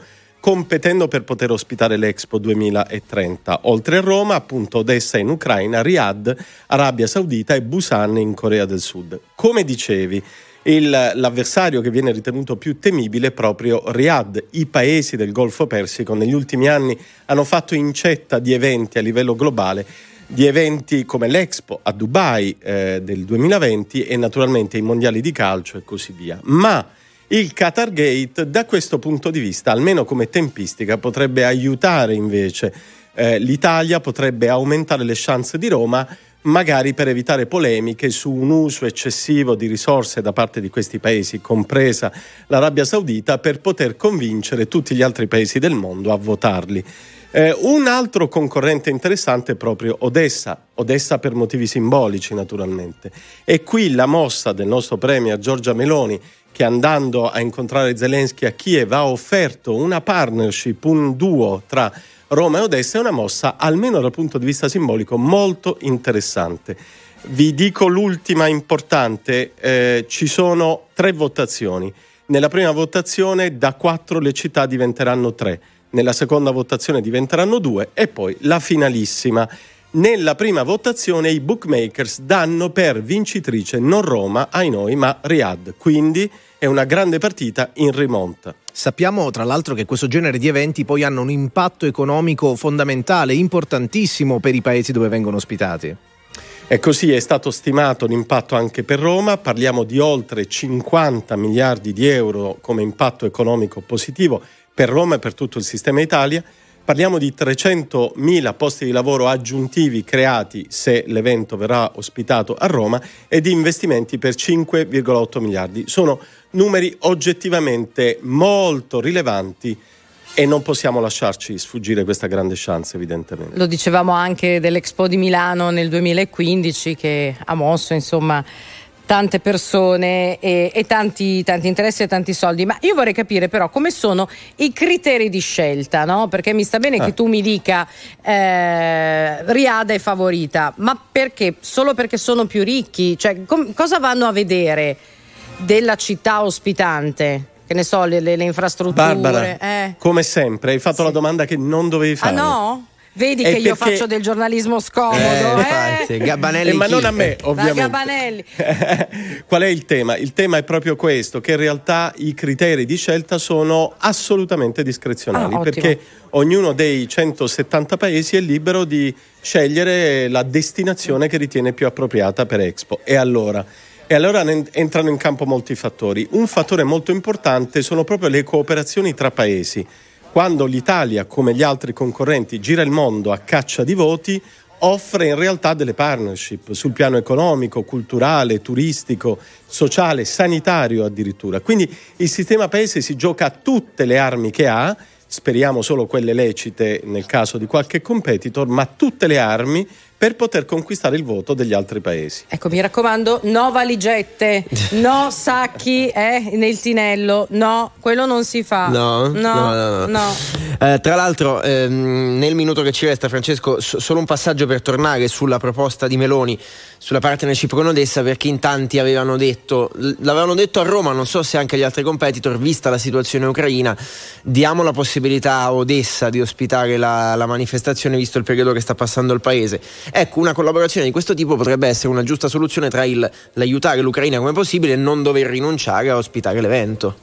competendo per poter ospitare l'Expo duemilatrenta. Oltre a Roma, appunto Odessa in Ucraina, Riyadh, Arabia Saudita e Busan in Corea del Sud. Come dicevi, il, l'avversario che viene ritenuto più temibile è proprio Riyadh. I paesi del Golfo Persico negli ultimi anni hanno fatto incetta di eventi a livello globale, di eventi come l'Expo a Dubai eh, del duemilaventi e naturalmente i mondiali di calcio e così via. Ma il Qatar Gate, da questo punto di vista, almeno come tempistica, potrebbe aiutare invece eh, l'Italia, potrebbe aumentare le chance di Roma, magari per evitare polemiche su un uso eccessivo di risorse da parte di questi paesi, compresa l'Arabia Saudita, per poter convincere tutti gli altri paesi del mondo a votarli. Eh, un altro concorrente interessante è proprio Odessa, Odessa per motivi simbolici naturalmente. E qui la mossa del nostro premier Giorgia Meloni, che andando a incontrare Zelensky a Kiev ha offerto una partnership, un duo tra Roma e Odessa, è una mossa, almeno dal punto di vista simbolico, molto interessante. Vi dico l'ultima importante, eh, ci sono tre votazioni. Nella prima votazione da quattro le città diventeranno tre, nella seconda votazione diventeranno due e poi la finalissima. Nella prima votazione i bookmakers danno per vincitrice non Roma, ai noi, ma Riyadh, quindi è una grande partita in rimonta. Sappiamo tra l'altro che questo genere di eventi poi hanno un impatto economico fondamentale, importantissimo per i paesi dove vengono ospitati. E così è stato stimato l'impatto anche per Roma, parliamo di oltre cinquanta miliardi di euro come impatto economico positivo per Roma e per tutto il sistema Italia. Parliamo di trecentomila posti di lavoro aggiuntivi creati se l'evento verrà ospitato a Roma e di investimenti per cinque virgola otto miliardi. Sono numeri oggettivamente molto rilevanti e non possiamo lasciarci sfuggire questa grande chance, evidentemente. Lo dicevamo anche dell'Expo di Milano nel duemilaquindici, che ha mosso insomma tante persone e, e tanti, tanti interessi e tanti soldi. Ma io vorrei capire però come sono i criteri di scelta, no? Perché mi sta bene ah. che tu mi dica eh, Riyadh è favorita, ma perché? Solo perché sono più ricchi? Cioè, com- cosa vanno a vedere della città ospitante? Che ne so, le, le, le infrastrutture. Barbara, eh. come sempre hai fatto sì. la domanda che non dovevi fare. Ah no? Vedi è che perché... io faccio del giornalismo scomodo, eh? eh? Gabanelli, eh, ma non a me, ovviamente. Gabanelli. Qual è il tema? Il tema è proprio questo, che in realtà i criteri di scelta sono assolutamente discrezionali, ah, perché ognuno dei centosettanta paesi è libero di scegliere la destinazione che ritiene più appropriata per Expo. E allora E allora entrano in campo molti fattori. Un fattore molto importante sono proprio le cooperazioni tra paesi. Quando l'Italia, come gli altri concorrenti, gira il mondo a caccia di voti, offre in realtà delle partnership sul piano economico, culturale, turistico, sociale, sanitario addirittura. Quindi il sistema paese si gioca tutte le armi che ha, speriamo solo quelle lecite nel caso di qualche competitor, ma tutte le armi per poter conquistare il voto degli altri paesi. Ecco, mi raccomando, no valigette, no sacchi eh, nel tinello, no, quello non si fa. No, no, no. no, no. no. Eh, tra l'altro, ehm, nel minuto che ci resta, Francesco, so- solo un passaggio per tornare sulla proposta di Meloni sulla partnership con Odessa, perché in tanti avevano detto, l'avevano detto a Roma, non so se anche agli altri competitor, vista la situazione ucraina, diamo la possibilità a Odessa di ospitare la, la manifestazione, visto il periodo che sta passando il paese. Ecco, una collaborazione di questo tipo potrebbe essere una giusta soluzione tra il, l'aiutare l'Ucraina come possibile e non dover rinunciare a ospitare l'evento.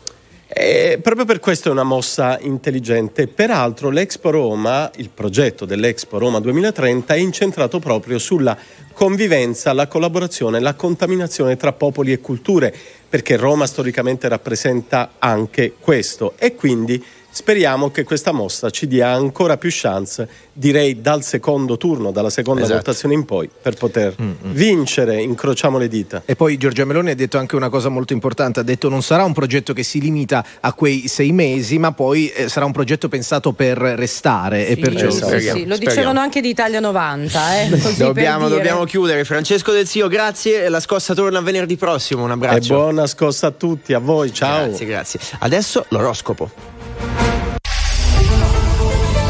E proprio per questo è una mossa intelligente. Peraltro l'Expo Roma, il progetto dell'Expo Roma duemilatrenta è incentrato proprio sulla convivenza, la collaborazione, la contaminazione tra popoli e culture, perché Roma storicamente rappresenta anche questo e quindi speriamo che questa mossa ci dia ancora più chance, direi dal secondo turno, dalla seconda esatto. votazione in poi, per poter mm-hmm. vincere, incrociamo le dita. E poi Giorgia Meloni ha detto anche una cosa molto importante, ha detto non sarà un progetto che si limita a quei sei mesi, ma poi eh, sarà un progetto pensato per restare sì, e perciò sì, speriamo, sì. Lo dicevano anche di Italia novanta, eh? Così dobbiamo, per dobbiamo chiudere. Francesco Del Zio, grazie, la scossa torna venerdì prossimo, un abbraccio. E buona scossa a tutti, a voi, ciao. Grazie, grazie. Adesso l'oroscopo.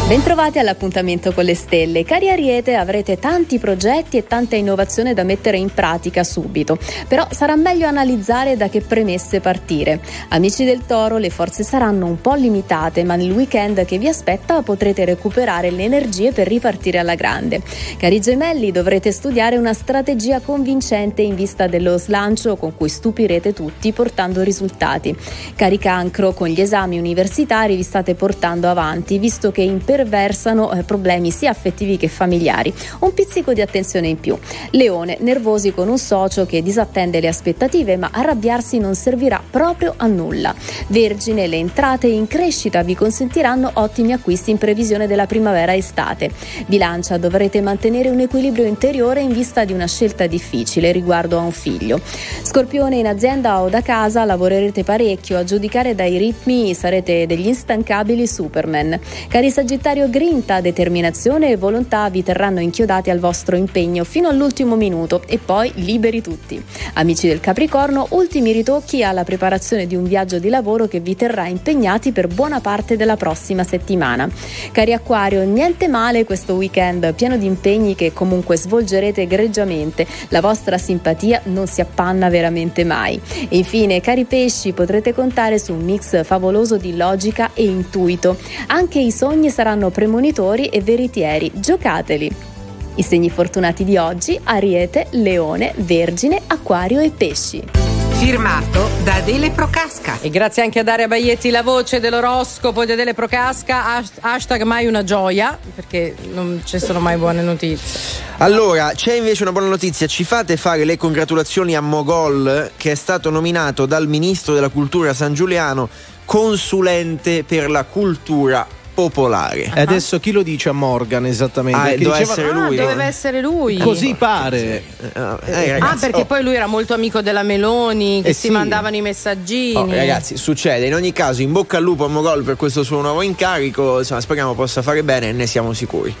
Bentrovati all'appuntamento con le stelle. Cari Ariete, avrete tanti progetti e tanta innovazione da mettere in pratica subito, però sarà meglio analizzare da che premesse partire. Amici del Toro, le forze saranno un po' limitate, ma nel weekend che vi aspetta potrete recuperare le energie per ripartire alla grande. Cari Gemelli, dovrete studiare una strategia convincente in vista dello slancio con cui stupirete tutti portando risultati. Cari Cancro, con gli esami universitari vi state portando avanti, visto che in perversano eh, problemi sia affettivi che familiari. Un pizzico di attenzione in più. Leone, nervosi con un socio che disattende le aspettative, ma arrabbiarsi non servirà proprio a nulla. Vergine, le entrate in crescita vi consentiranno ottimi acquisti in previsione della primavera-estate. Bilancia, dovrete mantenere un equilibrio interiore in vista di una scelta difficile riguardo a un figlio. Scorpione, in azienda o da casa lavorerete parecchio, a giudicare dai ritmi sarete degli instancabili Superman. Cari Sagittario, grinta, determinazione e volontà vi terranno inchiodati al vostro impegno fino all'ultimo minuto e poi liberi tutti. Amici del Capricorno, ultimi ritocchi alla preparazione di un viaggio di lavoro che vi terrà impegnati per buona parte della prossima settimana. Cari Acquario, niente male questo weekend, pieno di impegni che comunque svolgerete egregiamente. La vostra simpatia non si appanna veramente mai. E infine, cari Pesci, potrete contare su un mix favoloso di logica e intuito. Anche i sogni saranno premonitori e veritieri, giocateli. I segni fortunati di oggi: Ariete, Leone, Vergine, Acquario e Pesci. Firmato da Adele Procasca. E grazie anche a Daria Baietti, la voce dell'oroscopo di Adele Procasca. Hashtag mai una gioia, perché non ci sono mai buone notizie. Allora, c'è invece una buona notizia. Ci fate fare le congratulazioni a Mogol, che è stato nominato dal ministro della cultura San Giuliano consulente per la cultura popolare. E adesso chi lo dice a Morgan esattamente? Ah, Perché doveva diceva, essere lui. Ah, doveva essere lui. Così pare. Eh, ragazzi, ah, perché oh. poi lui era molto amico della Meloni, che Eh si sì. mandavano i messaggini. Oh, ragazzi, succede. In ogni caso, in bocca al lupo a Mogol per questo suo nuovo incarico. Insomma, speriamo possa fare bene e ne siamo sicuri.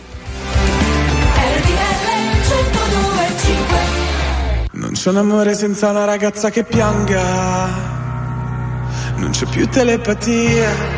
Non c'è un amore senza una ragazza che pianga, non c'è più telepatia.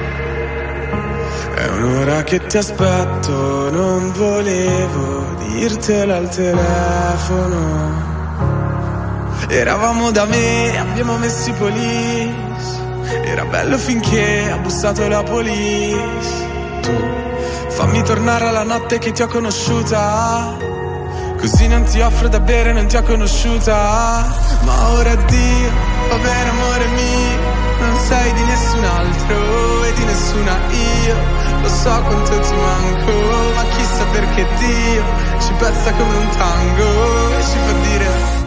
È un'ora che ti aspetto, non volevo dirtelo al telefono. Eravamo da me, abbiamo messo i police. Era bello finché ha bussato la police. Tu fammi tornare alla notte che ti ho conosciuta, così non ti offro da bere, non ti ho conosciuta. Ma ora addio, va bene amore mio, non sei di nessun altro e di nessuna io. Lo so quanto ti manco, ma chissà perché Dio ci pezza come un tango e ci fa dire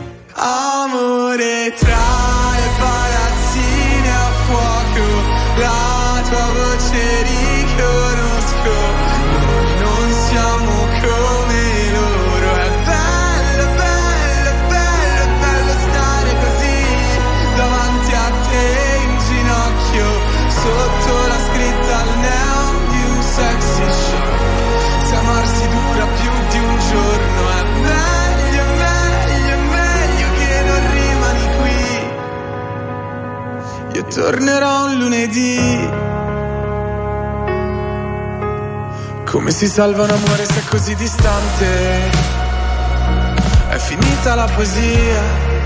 amore tra le palazzine a fuoco. La tua voce riconosco, noi non siamo come loro. È bello, bello, bello, bello stare così davanti a te in ginocchio, sotto la scritta al neon di un sexy show. Se amarsi dura più di un giorno è meglio, meglio, meglio che non rimani qui. Io tornerò un lunedì. Come si salva un amore se è così distante? È finita la poesia.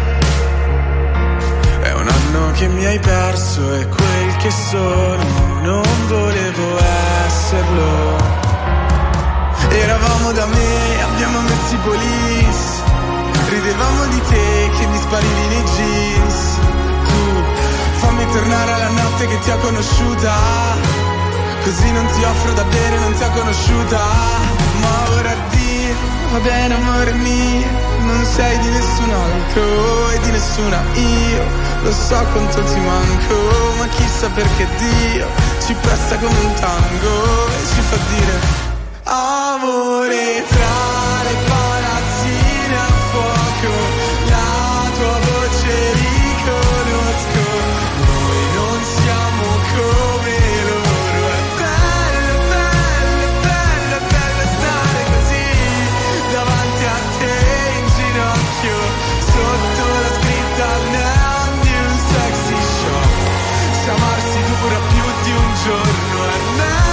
È un anno che mi hai perso e quel che sono non volevo esserlo. Eravamo da me, abbiamo messo i police. Ridevamo di te che mi sparivi nei jeans. Tu fammi tornare alla notte che ti ho conosciuta, così non ti offro da bere, non ti ho conosciuta. Ma ora addio, va bene amore mio, non sei di nessun altro e di nessuna io. Lo so quanto ti manco, ma chissà perché Dio ci presta come un tango e ci fa dire amore tra le palazzine a fuoco. La tua voce riconosco, noi non siamo come loro. È bello, bello, bello, bello stare così davanti a te in ginocchio, sotto la scritta al neon di un sexy show. Se amarsi dura più di un giorno è meglio.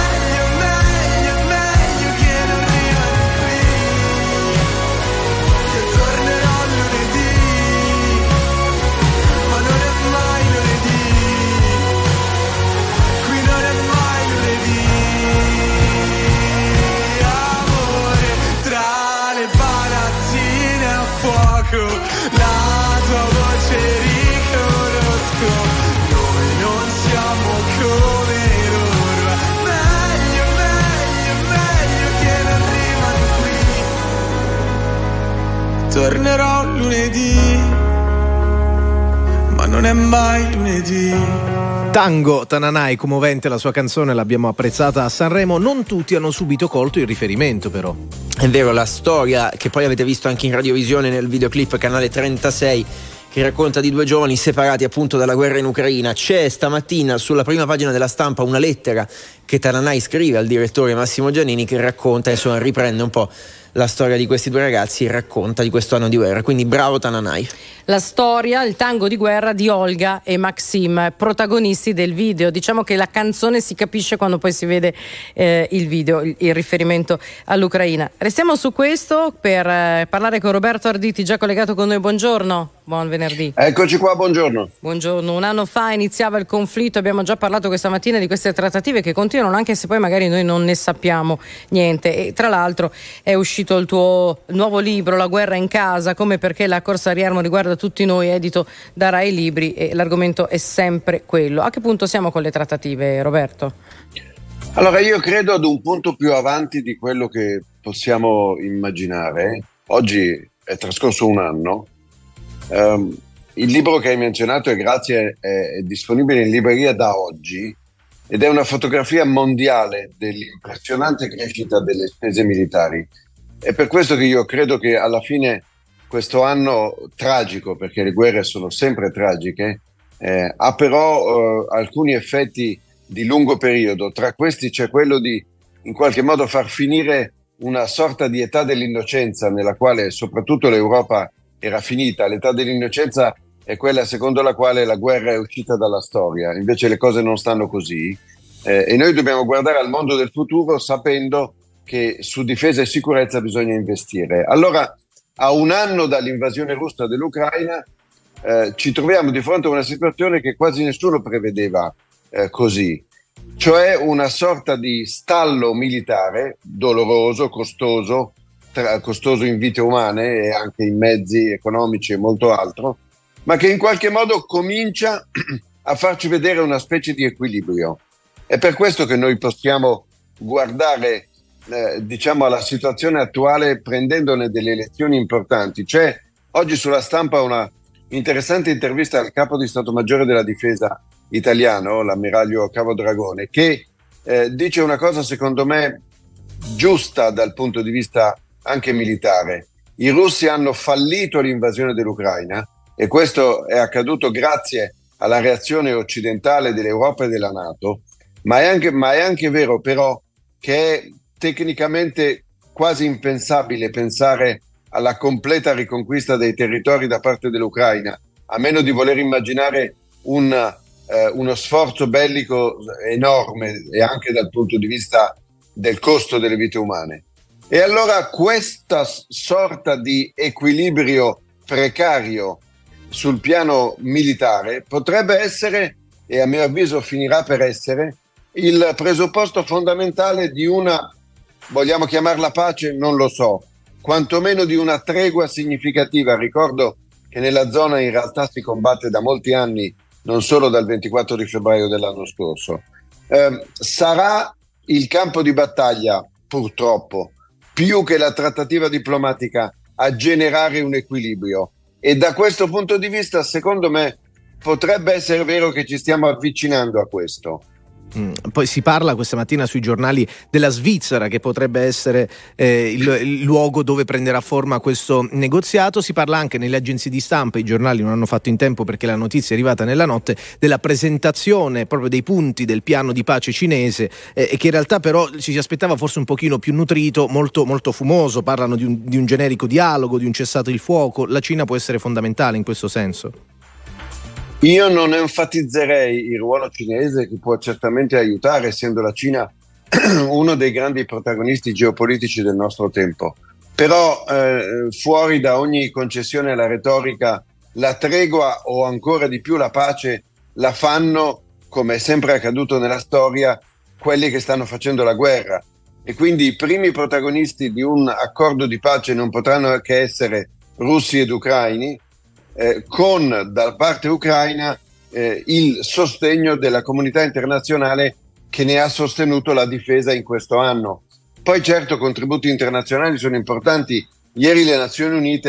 tornerò lunedì, ma non è mai lunedì. Tango Tananai, commovente la sua canzone, l'abbiamo apprezzata a Sanremo. Non tutti hanno subito colto il riferimento, però. È vero, la storia che poi avete visto anche in radiovisione nel videoclip canale trentasei, che racconta di due giovani separati appunto dalla guerra in Ucraina. C'è stamattina sulla prima pagina della Stampa una lettera che Tananai scrive al direttore Massimo Giannini, che racconta, insomma, riprende un po' la storia di questi due ragazzi e racconta di questo anno di guerra. Quindi bravo Tananai. La storia, il tango di guerra di Olga e Maxim, protagonisti del video. Diciamo che la canzone si capisce quando poi si vede eh, il video, il, il riferimento all'Ucraina. Restiamo su questo per eh, parlare con Roberto Arditi, già collegato con noi. Buongiorno, buon venerdì. Eccoci qua, buongiorno. Buongiorno, un anno fa iniziava il conflitto, abbiamo già parlato questa mattina di queste trattative che continuano, anche se poi magari noi non ne sappiamo niente. E tra l'altro è uscito il tuo nuovo libro, La guerra in casa, come perché la corsa al riarmo riguarda tutti noi, edito da Rai Libri, e l'argomento è sempre quello. A che punto siamo con le trattative, Roberto? Allora, io credo ad un punto più avanti di quello che possiamo immaginare. Oggi è trascorso un anno. Um, il libro che hai menzionato, e grazie, è, è disponibile in libreria da oggi ed è una fotografia mondiale dell'impressionante crescita delle spese militari. È per questo che io credo che alla fine questo anno tragico, perché le guerre sono sempre tragiche, eh, ha però eh, alcuni effetti di lungo periodo. Tra questi c'è quello di in qualche modo far finire una sorta di età dell'innocenza nella quale soprattutto l'Europa era finita. L'età dell'innocenza è quella secondo la quale la guerra è uscita dalla storia, invece le cose non stanno così, eh, e noi dobbiamo guardare al mondo del futuro sapendo che su difesa e sicurezza bisogna investire. Allora, a un anno dall'invasione russa dell'Ucraina eh, ci troviamo di fronte a una situazione che quasi nessuno prevedeva eh, così, cioè una sorta di stallo militare doloroso, costoso, tra, costoso in vite umane e anche in mezzi economici e molto altro, ma che in qualche modo comincia a farci vedere una specie di equilibrio. È per questo che noi possiamo guardare Eh, diciamo alla situazione attuale prendendone delle lezioni importanti. C'è oggi sulla Stampa una interessante intervista al capo di Stato Maggiore della Difesa italiano, l'ammiraglio Cavo Dragone, che eh, dice una cosa secondo me giusta dal punto di vista anche militare. I russi hanno fallito l'invasione dell'Ucraina e questo è accaduto grazie alla reazione occidentale dell'Europa e della NATO, ma è anche, ma è anche vero però che è tecnicamente quasi impensabile pensare alla completa riconquista dei territori da parte dell'Ucraina, a meno di voler immaginare un, eh, uno sforzo bellico enorme e anche dal punto di vista del costo delle vite umane. E allora questa sorta di equilibrio precario sul piano militare potrebbe essere, e a mio avviso finirà per essere, il presupposto fondamentale di una, vogliamo chiamarla pace, non lo so, quantomeno di una tregua significativa. Ricordo che nella zona in realtà si combatte da molti anni, non solo dal ventiquattro di febbraio dell'anno scorso. Eh, sarà il campo di battaglia, purtroppo, più che la trattativa diplomatica, a generare un equilibrio. E da questo punto di vista, secondo me, potrebbe essere vero che ci stiamo avvicinando a questo. Mm. Poi si parla questa mattina sui giornali della Svizzera che potrebbe essere eh, il, il luogo dove prenderà forma questo negoziato. Si parla anche nelle agenzie di stampa, i giornali non hanno fatto in tempo perché la notizia è arrivata nella notte, della presentazione proprio dei punti del piano di pace cinese, eh, e che in realtà però ci si aspettava forse un pochino più nutrito, molto, molto fumoso. Parlano di un, di un generico dialogo, di un cessato il fuoco. La Cina può essere fondamentale in questo senso. Io non enfatizzerei il ruolo cinese, che può certamente aiutare, essendo la Cina uno dei grandi protagonisti geopolitici del nostro tempo. Però eh, fuori da ogni concessione alla retorica, la tregua o ancora di più la pace la fanno, come è sempre accaduto nella storia, quelli che stanno facendo la guerra. E quindi i primi protagonisti di un accordo di pace non potranno che essere russi ed ucraini, Eh, con da parte ucraina eh, il sostegno della comunità internazionale che ne ha sostenuto la difesa in questo anno. Poi certo contributi internazionali sono importanti. Ieri le Nazioni Unite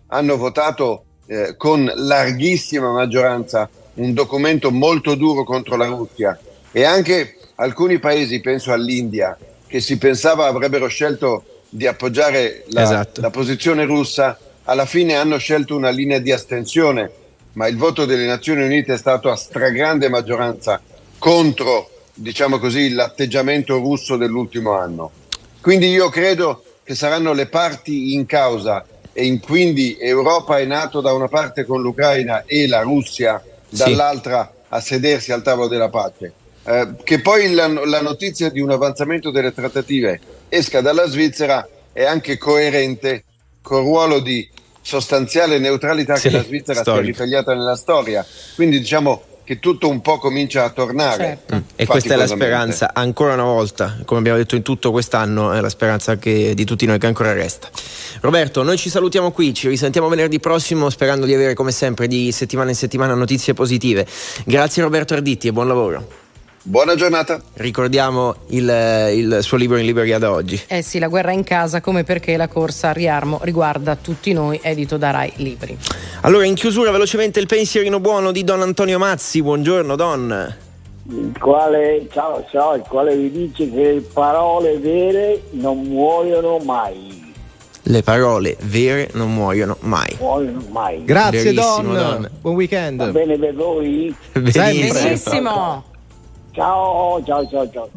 hanno votato eh, con larghissima maggioranza un documento molto duro contro la Russia, e anche alcuni paesi, penso all'India, che si pensava avrebbero scelto di appoggiare la, esatto. la posizione russa, alla fine hanno scelto una linea di astensione, ma il voto delle Nazioni Unite è stato a stragrande maggioranza contro, diciamo così, l'atteggiamento russo dell'ultimo anno. Quindi io credo che saranno le parti in causa, e in, quindi Europa e NATO da una parte con l'Ucraina e la Russia dall'altra sì. a sedersi al tavolo della pace. Eh, che poi la, la notizia di un avanzamento delle trattative esca dalla Svizzera è anche coerente col ruolo di sostanziale neutralità sì, che la Svizzera si è ritagliata nella storia. Quindi diciamo che tutto un po' comincia a tornare. Certo. E questa è la speranza, ancora una volta, come abbiamo detto in tutto quest'anno, è la speranza che, di tutti noi che ancora resta. Roberto, noi ci salutiamo qui, ci risentiamo venerdì prossimo sperando di avere come sempre di settimana in settimana notizie positive. Grazie Roberto Arditti e buon lavoro. Buona giornata. Ricordiamo il, il suo libro in libreria da oggi. Eh sì, La guerra in casa, come perché la corsa al riarmo riguarda tutti noi, edito da Rai Libri. Allora, in chiusura velocemente il pensierino buono di Don Antonio Mazzi. Buongiorno Don. Il quale, ciao, ciao, il quale vi dice che le parole vere non muoiono mai. Le parole vere non muoiono mai. Muoiono mai. Grazie Don. Don. Buon weekend. Va bene per voi? Benissimo. Benissimo. Ciao, ciao, ciao, ciao.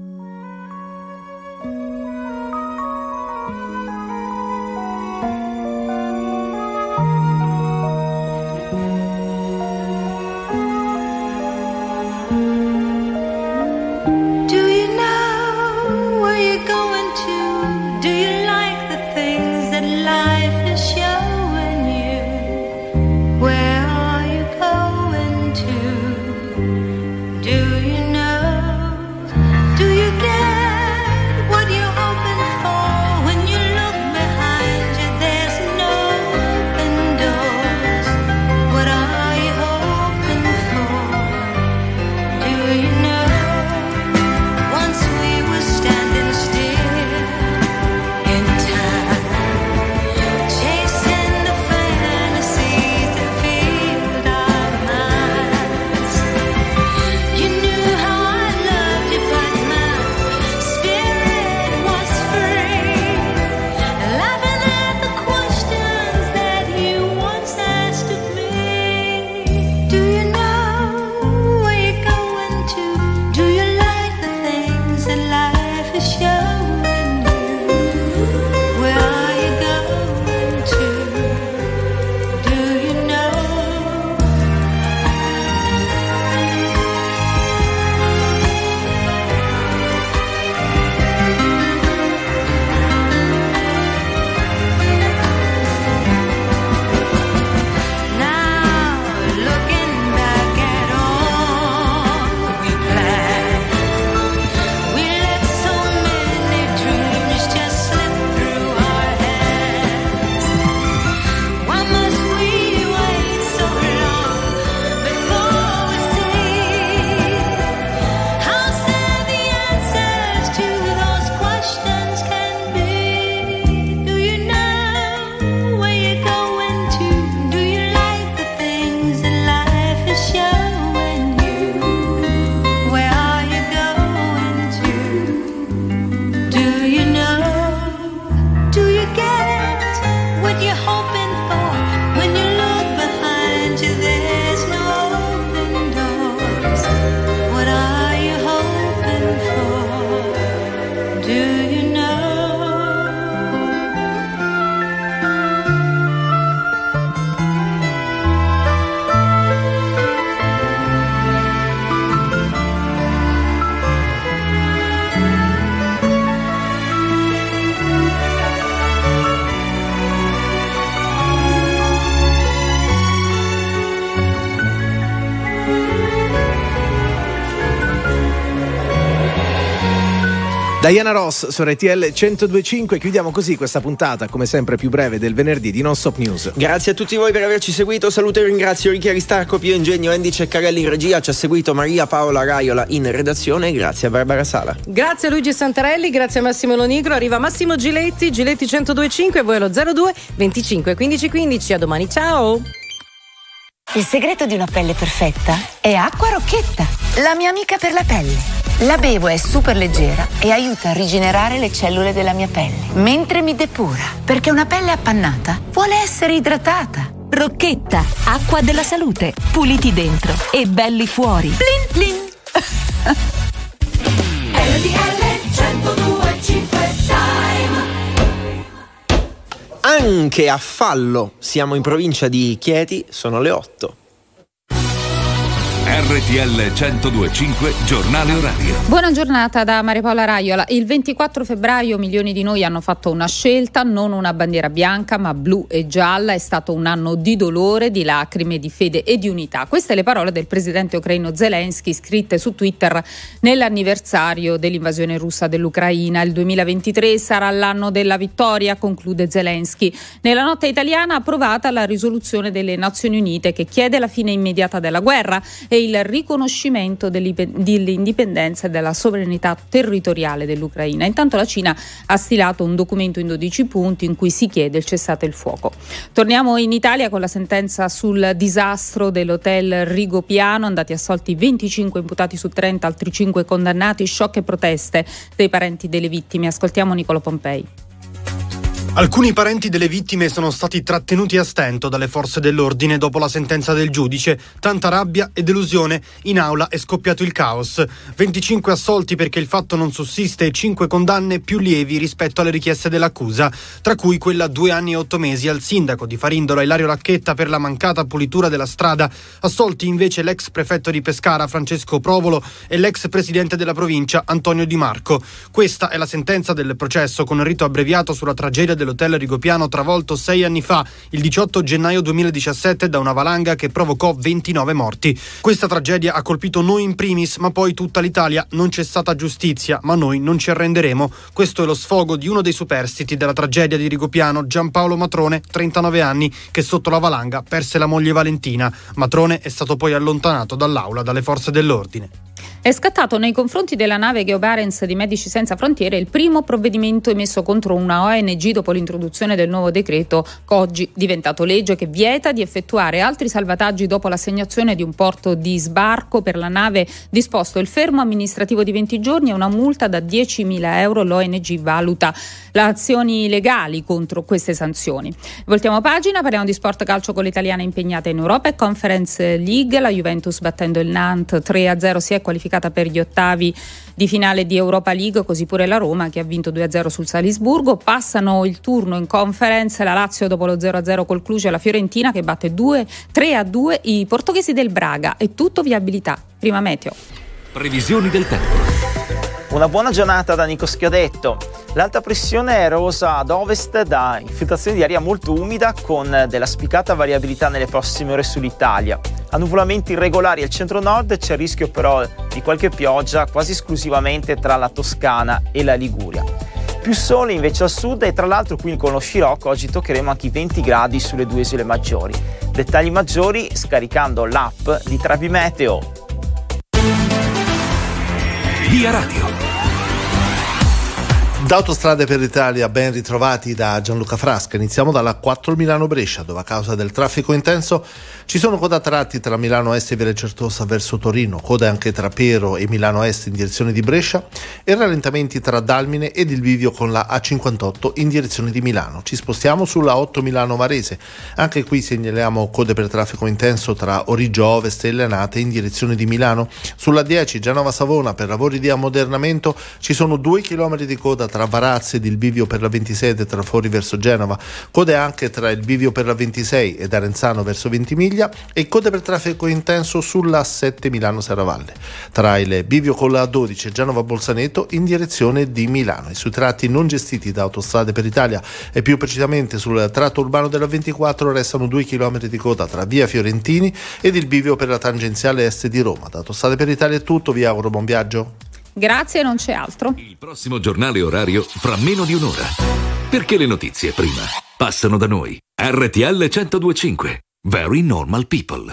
Do you know where you're going to? Do you like the things that life is showing you? Where are you going to? Do you know? Do you Diana Ross su R T L centodue e cinque. Chiudiamo così questa puntata, come sempre più breve, del venerdì di Non Stop News. Grazie a tutti voi per averci seguito. Saluto e ringrazio Ricchi Aristarco, Pio Ingegno, Andy Ceccarelli in regia. Ci ha seguito Maria Paola Raiola in redazione. Grazie a Barbara Sala. Grazie a Luigi Santarelli, grazie a Massimo Lonigro. Arriva Massimo Giletti, Giletti centodue e cinque, voi allo zero due venticinque quindici quindici. A domani, ciao. Il segreto di una pelle perfetta è Acqua Rocchetta, la mia amica per la pelle. La bevo, è super leggera e aiuta a rigenerare le cellule della mia pelle, mentre mi depura, perché una pelle appannata vuole essere idratata. Rocchetta, acqua della salute, puliti dentro e belli fuori. Plin plin. R T L centodue e cinque Time. Anche a Fallo, siamo in provincia di Chieti, sono le otto. R T L centodue e cinque, giornale orario. Buona giornata da Maria Paola Raiola. Il ventiquattro febbraio milioni di noi hanno fatto una scelta, non una bandiera bianca ma blu e gialla. È stato un anno di dolore, di lacrime, di fede e di unità. Queste le parole del presidente ucraino Zelensky, scritte su Twitter nell'anniversario dell'invasione russa dell'Ucraina. Il duemilaventitré sarà l'anno della vittoria, conclude Zelensky. Nella notte italiana approvata la risoluzione delle Nazioni Unite che chiede la fine immediata della guerra e il riconoscimento dell'indipendenza e della sovranità territoriale dell'Ucraina. Intanto la Cina ha stilato un documento in dodici punti in cui si chiede il cessate il fuoco. Torniamo in Italia con la sentenza sul disastro dell'hotel Rigopiano, andati assolti venticinque imputati su trenta, altri cinque condannati, shock e proteste dei parenti delle vittime. Ascoltiamo Nicolo Pompei. Alcuni parenti delle vittime sono stati trattenuti a stento dalle forze dell'ordine dopo la sentenza del giudice. Tanta rabbia e delusione. In aula è scoppiato il caos. venticinque assolti perché il fatto non sussiste e cinque condanne più lievi rispetto alle richieste dell'accusa, tra cui quella due anni e otto mesi al sindaco di Farindola Ilario Lacchetta per la mancata pulitura della strada. Assolti invece l'ex prefetto di Pescara Francesco Provolo e l'ex presidente della provincia Antonio Di Marco. Questa è la sentenza del processo con rito abbreviato sulla tragedia dell'hotel Rigopiano travolto sei anni fa, il diciotto gennaio duemiladiciassette, da una valanga che provocò ventinove morti. Questa tragedia ha colpito noi in primis, ma poi tutta l'Italia. Non c'è stata giustizia, ma noi non ci arrenderemo. Questo è lo sfogo di uno dei superstiti della tragedia di Rigopiano, Giampaolo Matrone, trentanove anni, che sotto la valanga perse la moglie Valentina. Matrone è stato poi allontanato dall'aula dalle forze dell'ordine. È scattato nei confronti della nave Geo Barents di Medici Senza Frontiere il primo provvedimento emesso contro una O N G dopo l'introduzione del nuovo decreto oggi diventato legge, che vieta di effettuare altri salvataggi dopo l'assegnazione di un porto di sbarco. Per la nave disposto il fermo amministrativo di venti giorni e una multa da diecimila euro. L'O N G valuta le azioni legali contro queste sanzioni. Voltiamo pagina, parliamo di sport calcio con l'italiana impegnata in Europa e Conference League. La Juventus, battendo il Nantes tre a zero, si è qualificata per gli ottavi di finale di Europa League, così pure la Roma che ha vinto due a zero sul Salisburgo. Passano il turno in Conference la Lazio dopo lo zero a zero col Cluj e la Fiorentina che batte tre a due i portoghesi del Braga. È tutto viabilità. Prima meteo. Previsioni del tempo. Una buona giornata da Nico Schiodetto. L'alta pressione è erosa ad ovest da infiltrazioni di aria molto umida con della spiccata variabilità nelle prossime ore sull'Italia. Annuvolamenti irregolari al centro-nord, c'è il rischio però di qualche pioggia quasi esclusivamente tra la Toscana e la Liguria. Più sole invece al sud e tra l'altro qui con lo scirocco oggi toccheremo anche i venti gradi sulle due isole maggiori. Dettagli maggiori scaricando l'app di Trebi Meteo. Via Radio. Da Autostrade per l'Italia, ben ritrovati da Gianluca Frasca. Iniziamo dalla quattro Milano-Brescia, dove a causa del traffico intenso ci sono coda a tratti tra Milano Est e Viale Certosa verso Torino, code anche tra Pero e Milano Est in direzione di Brescia e rallentamenti tra Dalmine ed il bivio con la A cinquantotto in direzione di Milano. Ci spostiamo sulla otto Milano-Varese, anche qui segnaliamo code per traffico intenso tra Origio Ovest e Lenate in direzione di Milano. Sulla dieci Genova-Savona per lavori di ammodernamento ci sono due chilometri di coda tra Varazze ed il bivio per la ventisei tra Fori verso Genova, code anche tra il bivio per la ventisei ed Arenzano verso Ventimiglia e code per traffico intenso sulla A sette Milano-Serravalle, tra il bivio con la A dodici e Genova-Bolzaneto in direzione di Milano. E sui tratti non gestiti da Autostrade per l'Italia e più precisamente sul tratto urbano della ventiquattro restano due chilometri di coda tra via Fiorentini ed il bivio per la tangenziale est di Roma. Da Autostrade per l'Italia è tutto, vi auguro buon viaggio. Grazie, non c'è altro. Il prossimo giornale orario fra meno di un'ora. Perché le notizie prima passano da noi. R T L centodue e cinque. Very normal people.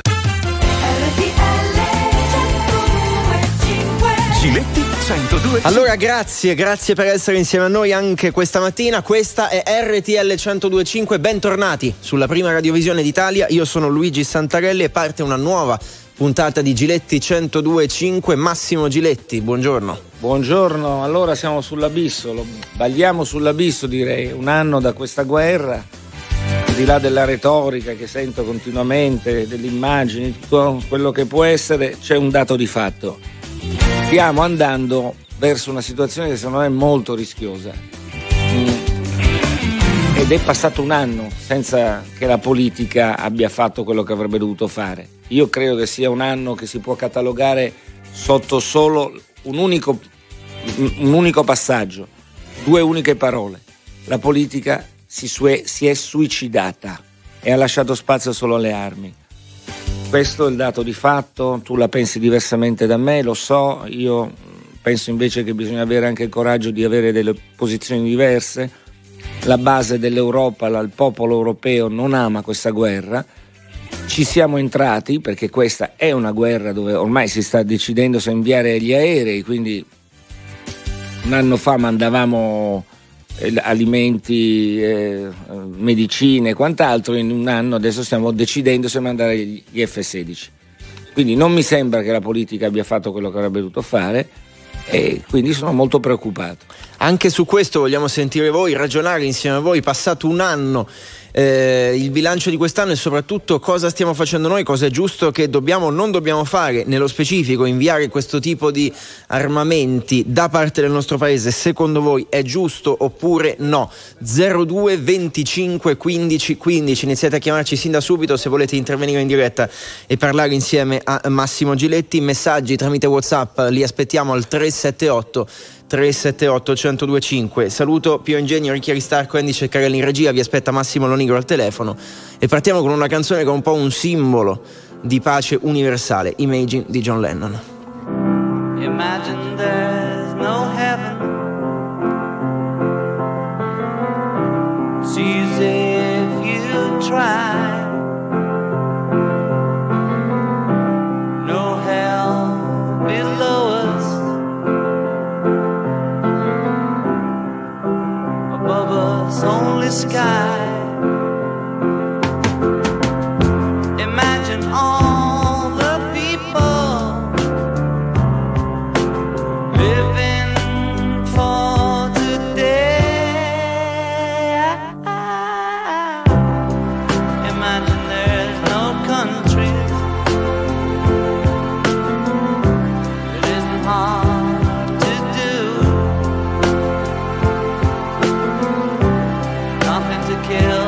Giletti centodue. Allora grazie, grazie per essere insieme a noi anche questa mattina. Questa è R T L centodue e cinque. Bentornati sulla prima radiovisione d'Italia. Io sono Luigi Santarelli e parte una nuova puntata di Giletti centodue e cinque. Massimo Giletti, buongiorno. Buongiorno, allora siamo sull'abisso, lo balliamo sull'abisso, direi, un anno da questa guerra, al di là della retorica che sento continuamente, delle immagini, tutto quello che può essere, c'è un dato di fatto. Stiamo andando verso una situazione che secondo me è molto rischiosa. Mm. Ed è passato un anno senza che la politica abbia fatto quello che avrebbe dovuto fare. Io credo che sia un anno che si può catalogare sotto solo un unico, un unico passaggio, due uniche parole. La politica si, sue, si è suicidata e ha lasciato spazio solo alle armi. Questo è il dato di fatto, tu la pensi diversamente da me, lo so, io penso invece che bisogna avere anche il coraggio di avere delle posizioni diverse. La base dell'Europa, il popolo europeo non ama questa guerra. Ci siamo entrati perché questa è una guerra dove ormai si sta decidendo se inviare gli aerei, quindi un anno fa mandavamo eh, alimenti, eh, medicine e quant'altro, in un anno adesso stiamo decidendo se mandare gli F sedici. Quindi non mi sembra che la politica abbia fatto quello che avrebbe dovuto fare e quindi sono molto preoccupato. Anche su questo vogliamo sentire voi, ragionare insieme a voi, passato un anno, eh, il bilancio di quest'anno e soprattutto cosa stiamo facendo noi, cosa è giusto che dobbiamo o non dobbiamo fare, nello specifico inviare questo tipo di armamenti da parte del nostro paese, secondo voi è giusto oppure no? zero due venticinque quindici quindici, iniziate a chiamarci sin da subito se volete intervenire in diretta e parlare insieme a Massimo Giletti. Messaggi tramite WhatsApp li aspettiamo al tre sette otto tre sette otto uno zero due cinque. Saluto Pio Ingegno, Ricchi Aristarco, Andy Ceccarelli in regia, vi aspetta Massimo Lonigro al telefono e partiamo con una canzone che è un po' un simbolo di pace universale, Imagine di John Lennon. Imagine there's no heaven. It's easy if you try. No hell below us. Above us only sky. Imagine all the people living for today. Imagine there's no countries. It isn't hard to do. Nothing to kill.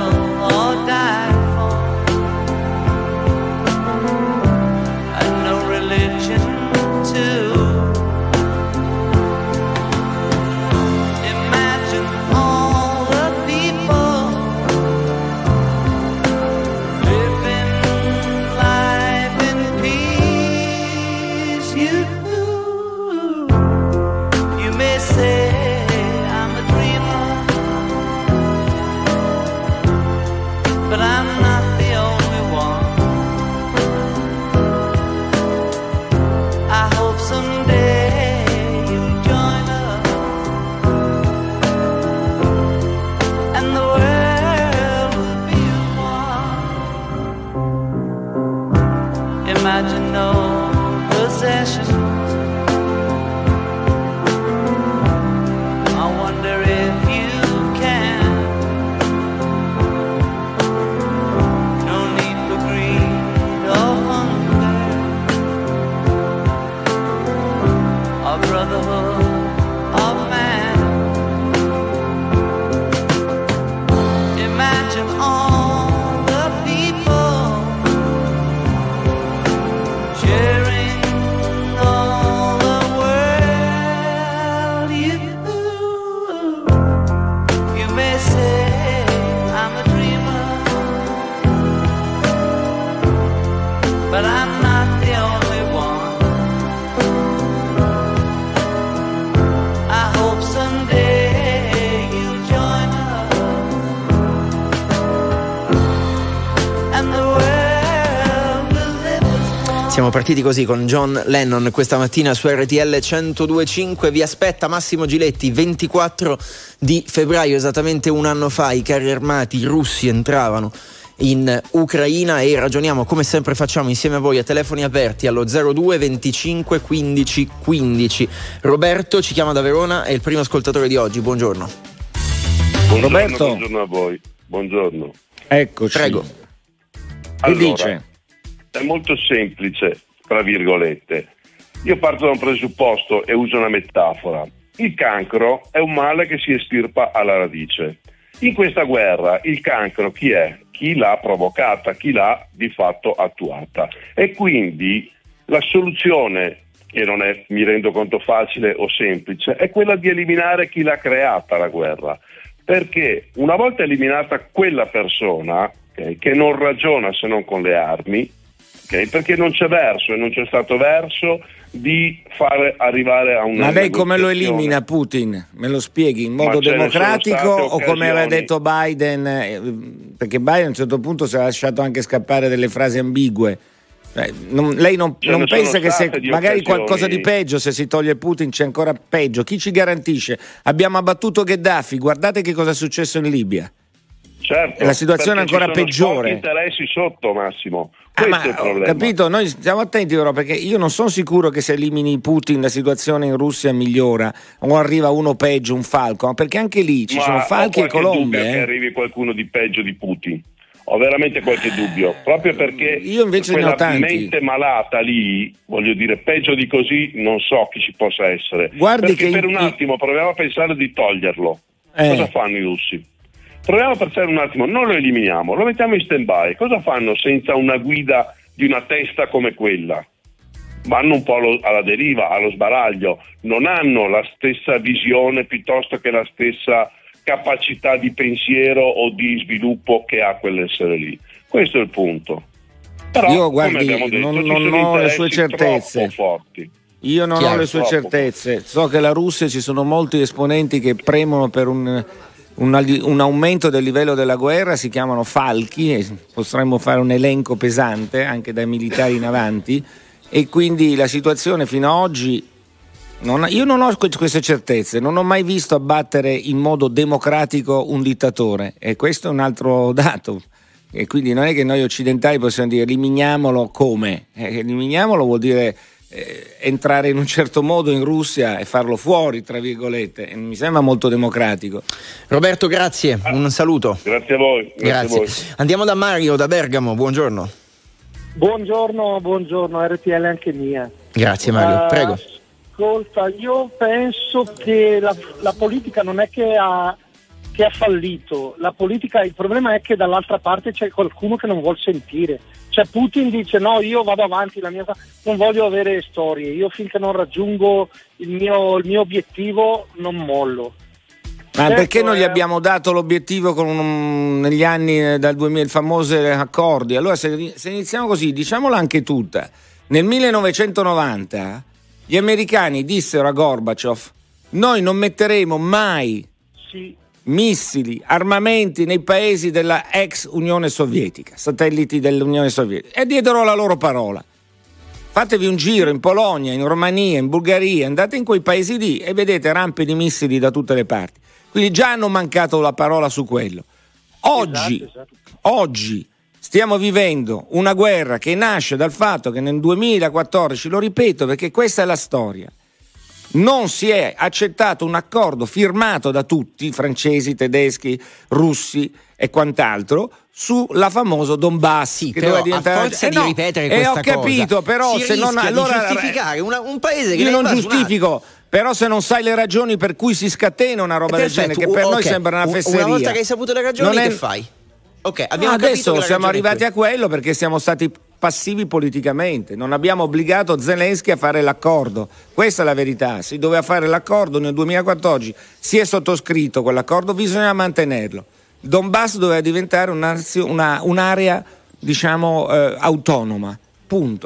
Siamo partiti così con John Lennon questa mattina su R T L centodue e cinque. Vi aspetta Massimo Giletti. Ventiquattro di febbraio, esattamente un anno fa, i carri armati russi entravano in Ucraina e ragioniamo come sempre facciamo insieme a voi a telefoni aperti allo zero due venticinque quindici quindici. Roberto ci chiama da Verona, è il primo ascoltatore di oggi. Buongiorno. Buongiorno, Roberto. buongiorno a voi. Buongiorno. Eccoci. Prego. Allora, dice? È molto semplice, tra virgolette. Io parto da un presupposto e uso una metafora. Il cancro è un male che si estirpa alla radice. In questa guerra il cancro chi è? Chi l'ha provocata, chi l'ha di fatto attuata. E quindi la soluzione, che non è, mi rendo conto, facile o semplice, è quella di eliminare chi l'ha creata la guerra. Perché una volta eliminata quella persona, okay, che non ragiona se non con le armi, okay, perché non c'è verso e non c'è stato verso di fare arrivare a una. Ma lei come lo negoziazione. elimina Putin? Me lo spieghi? In modo Ma ce ne democratico sono state o come aveva occasioni. detto Biden? Eh, Perché Biden a un certo punto si è lasciato anche scappare delle frasi ambigue. Eh, non- lei non, Ce non ne pensa sono che se state di magari occasioni. qualcosa di peggio, se si toglie Putin c'è ancora peggio? Chi ci garantisce? Abbiamo abbattuto Gheddafi, guardate che cosa è successo in Libia. Certo, E la situazione è perché ancora ci sono peggiore. pochi interessi sotto, Massimo. Ah, Questo ma è il ho problema. capito, noi stiamo attenti però, perché io non sono sicuro che se elimini Putin la situazione in Russia migliora o arriva uno peggio, un falco, perché anche lì ci Ma sono falchi ho e qualche dubbio colombe. che eh. arrivi qualcuno di peggio di Putin. Ho veramente qualche dubbio, proprio perché Io invece ne ho quella tanti. mente malata lì, voglio dire, peggio di così non so chi ci possa essere. Guardi perché che per in- un attimo proviamo a pensare di toglierlo. Eh. Cosa fanno i russi? Proviamo a pensare un attimo, non lo eliminiamo, lo mettiamo in stand-by. Cosa fanno senza una guida di una testa come quella? Vanno un po' allo- alla deriva, allo sbaraglio, non hanno la stessa visione piuttosto che la stessa capacità di pensiero o di sviluppo che ha quell'essere lì. Questo è il punto. Però, Io, come guardi, abbiamo detto, non- ci non sono ho le sue interessi certezze. troppo forti. Io non Chiaro, ho le sue troppo. certezze, so che la Russia ci sono molti esponenti che premono per un, un, un aumento del livello della guerra, si chiamano falchi e potremmo fare un elenco pesante anche dai militari in avanti, e quindi la situazione fino ad oggi non, io non ho que- queste certezze, non ho mai visto abbattere in modo democratico un dittatore, e questo è un altro dato. E quindi non è che noi occidentali possiamo dire eliminiamolo come, eh, eliminiamolo vuol dire eh, entrare in un certo modo in Russia e farlo fuori, tra virgolette, e mi sembra molto democratico. Roberto, grazie, un saluto. Grazie a voi. Grazie. Grazie. A voi. Andiamo da Mario, da Bergamo, buongiorno. Buongiorno, buongiorno, R T L anche mia. Grazie Mario, Eh, prego. Ascolta, io penso che la, la politica non è che ha, che ha fallito, la politica, il problema è che dall'altra parte c'è qualcuno che non vuol sentire. Cioè Putin dice no, io vado avanti, la mia, non voglio avere storie, io finché non raggiungo il mio, il mio obiettivo non mollo. Ma Certo, perché non gli eh. abbiamo dato l'obiettivo con un- negli anni eh, dal duemila, i famosi accordi? Allora se, se iniziamo così, diciamola anche tutta. Nel millenovecentonovanta gli americani dissero a Gorbaciov: noi non metteremo mai Sì. missili, armamenti nei paesi della ex Unione Sovietica, satelliti dell'Unione Sovietica, e diedero la loro parola. Fatevi un giro in Polonia, in Romania, in Bulgaria, andate in quei paesi lì e vedete rampe di missili da tutte le parti. Quindi già hanno mancato la parola su quello. Oggi, Esatto, esatto. oggi stiamo vivendo una guerra che nasce dal fatto che nel duemilaquattordici, lo ripeto perché questa è la storia, non si è accettato un accordo firmato da tutti, francesi, tedeschi, russi e quant'altro, sulla famoso Donbass, che Però doveva diventare a forza Eh di no, ripetere e questa ho capito, cosa, però si se non rischia allora di giustificare una- un paese che io ne non ha invaso un altro. giustifico, però se non sai le ragioni per cui si scatena una roba Eh, del genere, perfetto, che per u- noi ok. sembra una U- fesseria. Una volta che hai saputo le ragioni, Non è- che fai? Ok, No, abbiamo capito adesso che la siamo ragione è arrivati a quello perché siamo stati passivi politicamente, non abbiamo obbligato Zelensky a fare l'accordo, questa è la verità. Si doveva fare l'accordo nel duemilaquattordici, si è sottoscritto quell'accordo, bisogna mantenerlo. Il Donbass doveva diventare un'azio- una- un'area diciamo eh, autonoma, punto.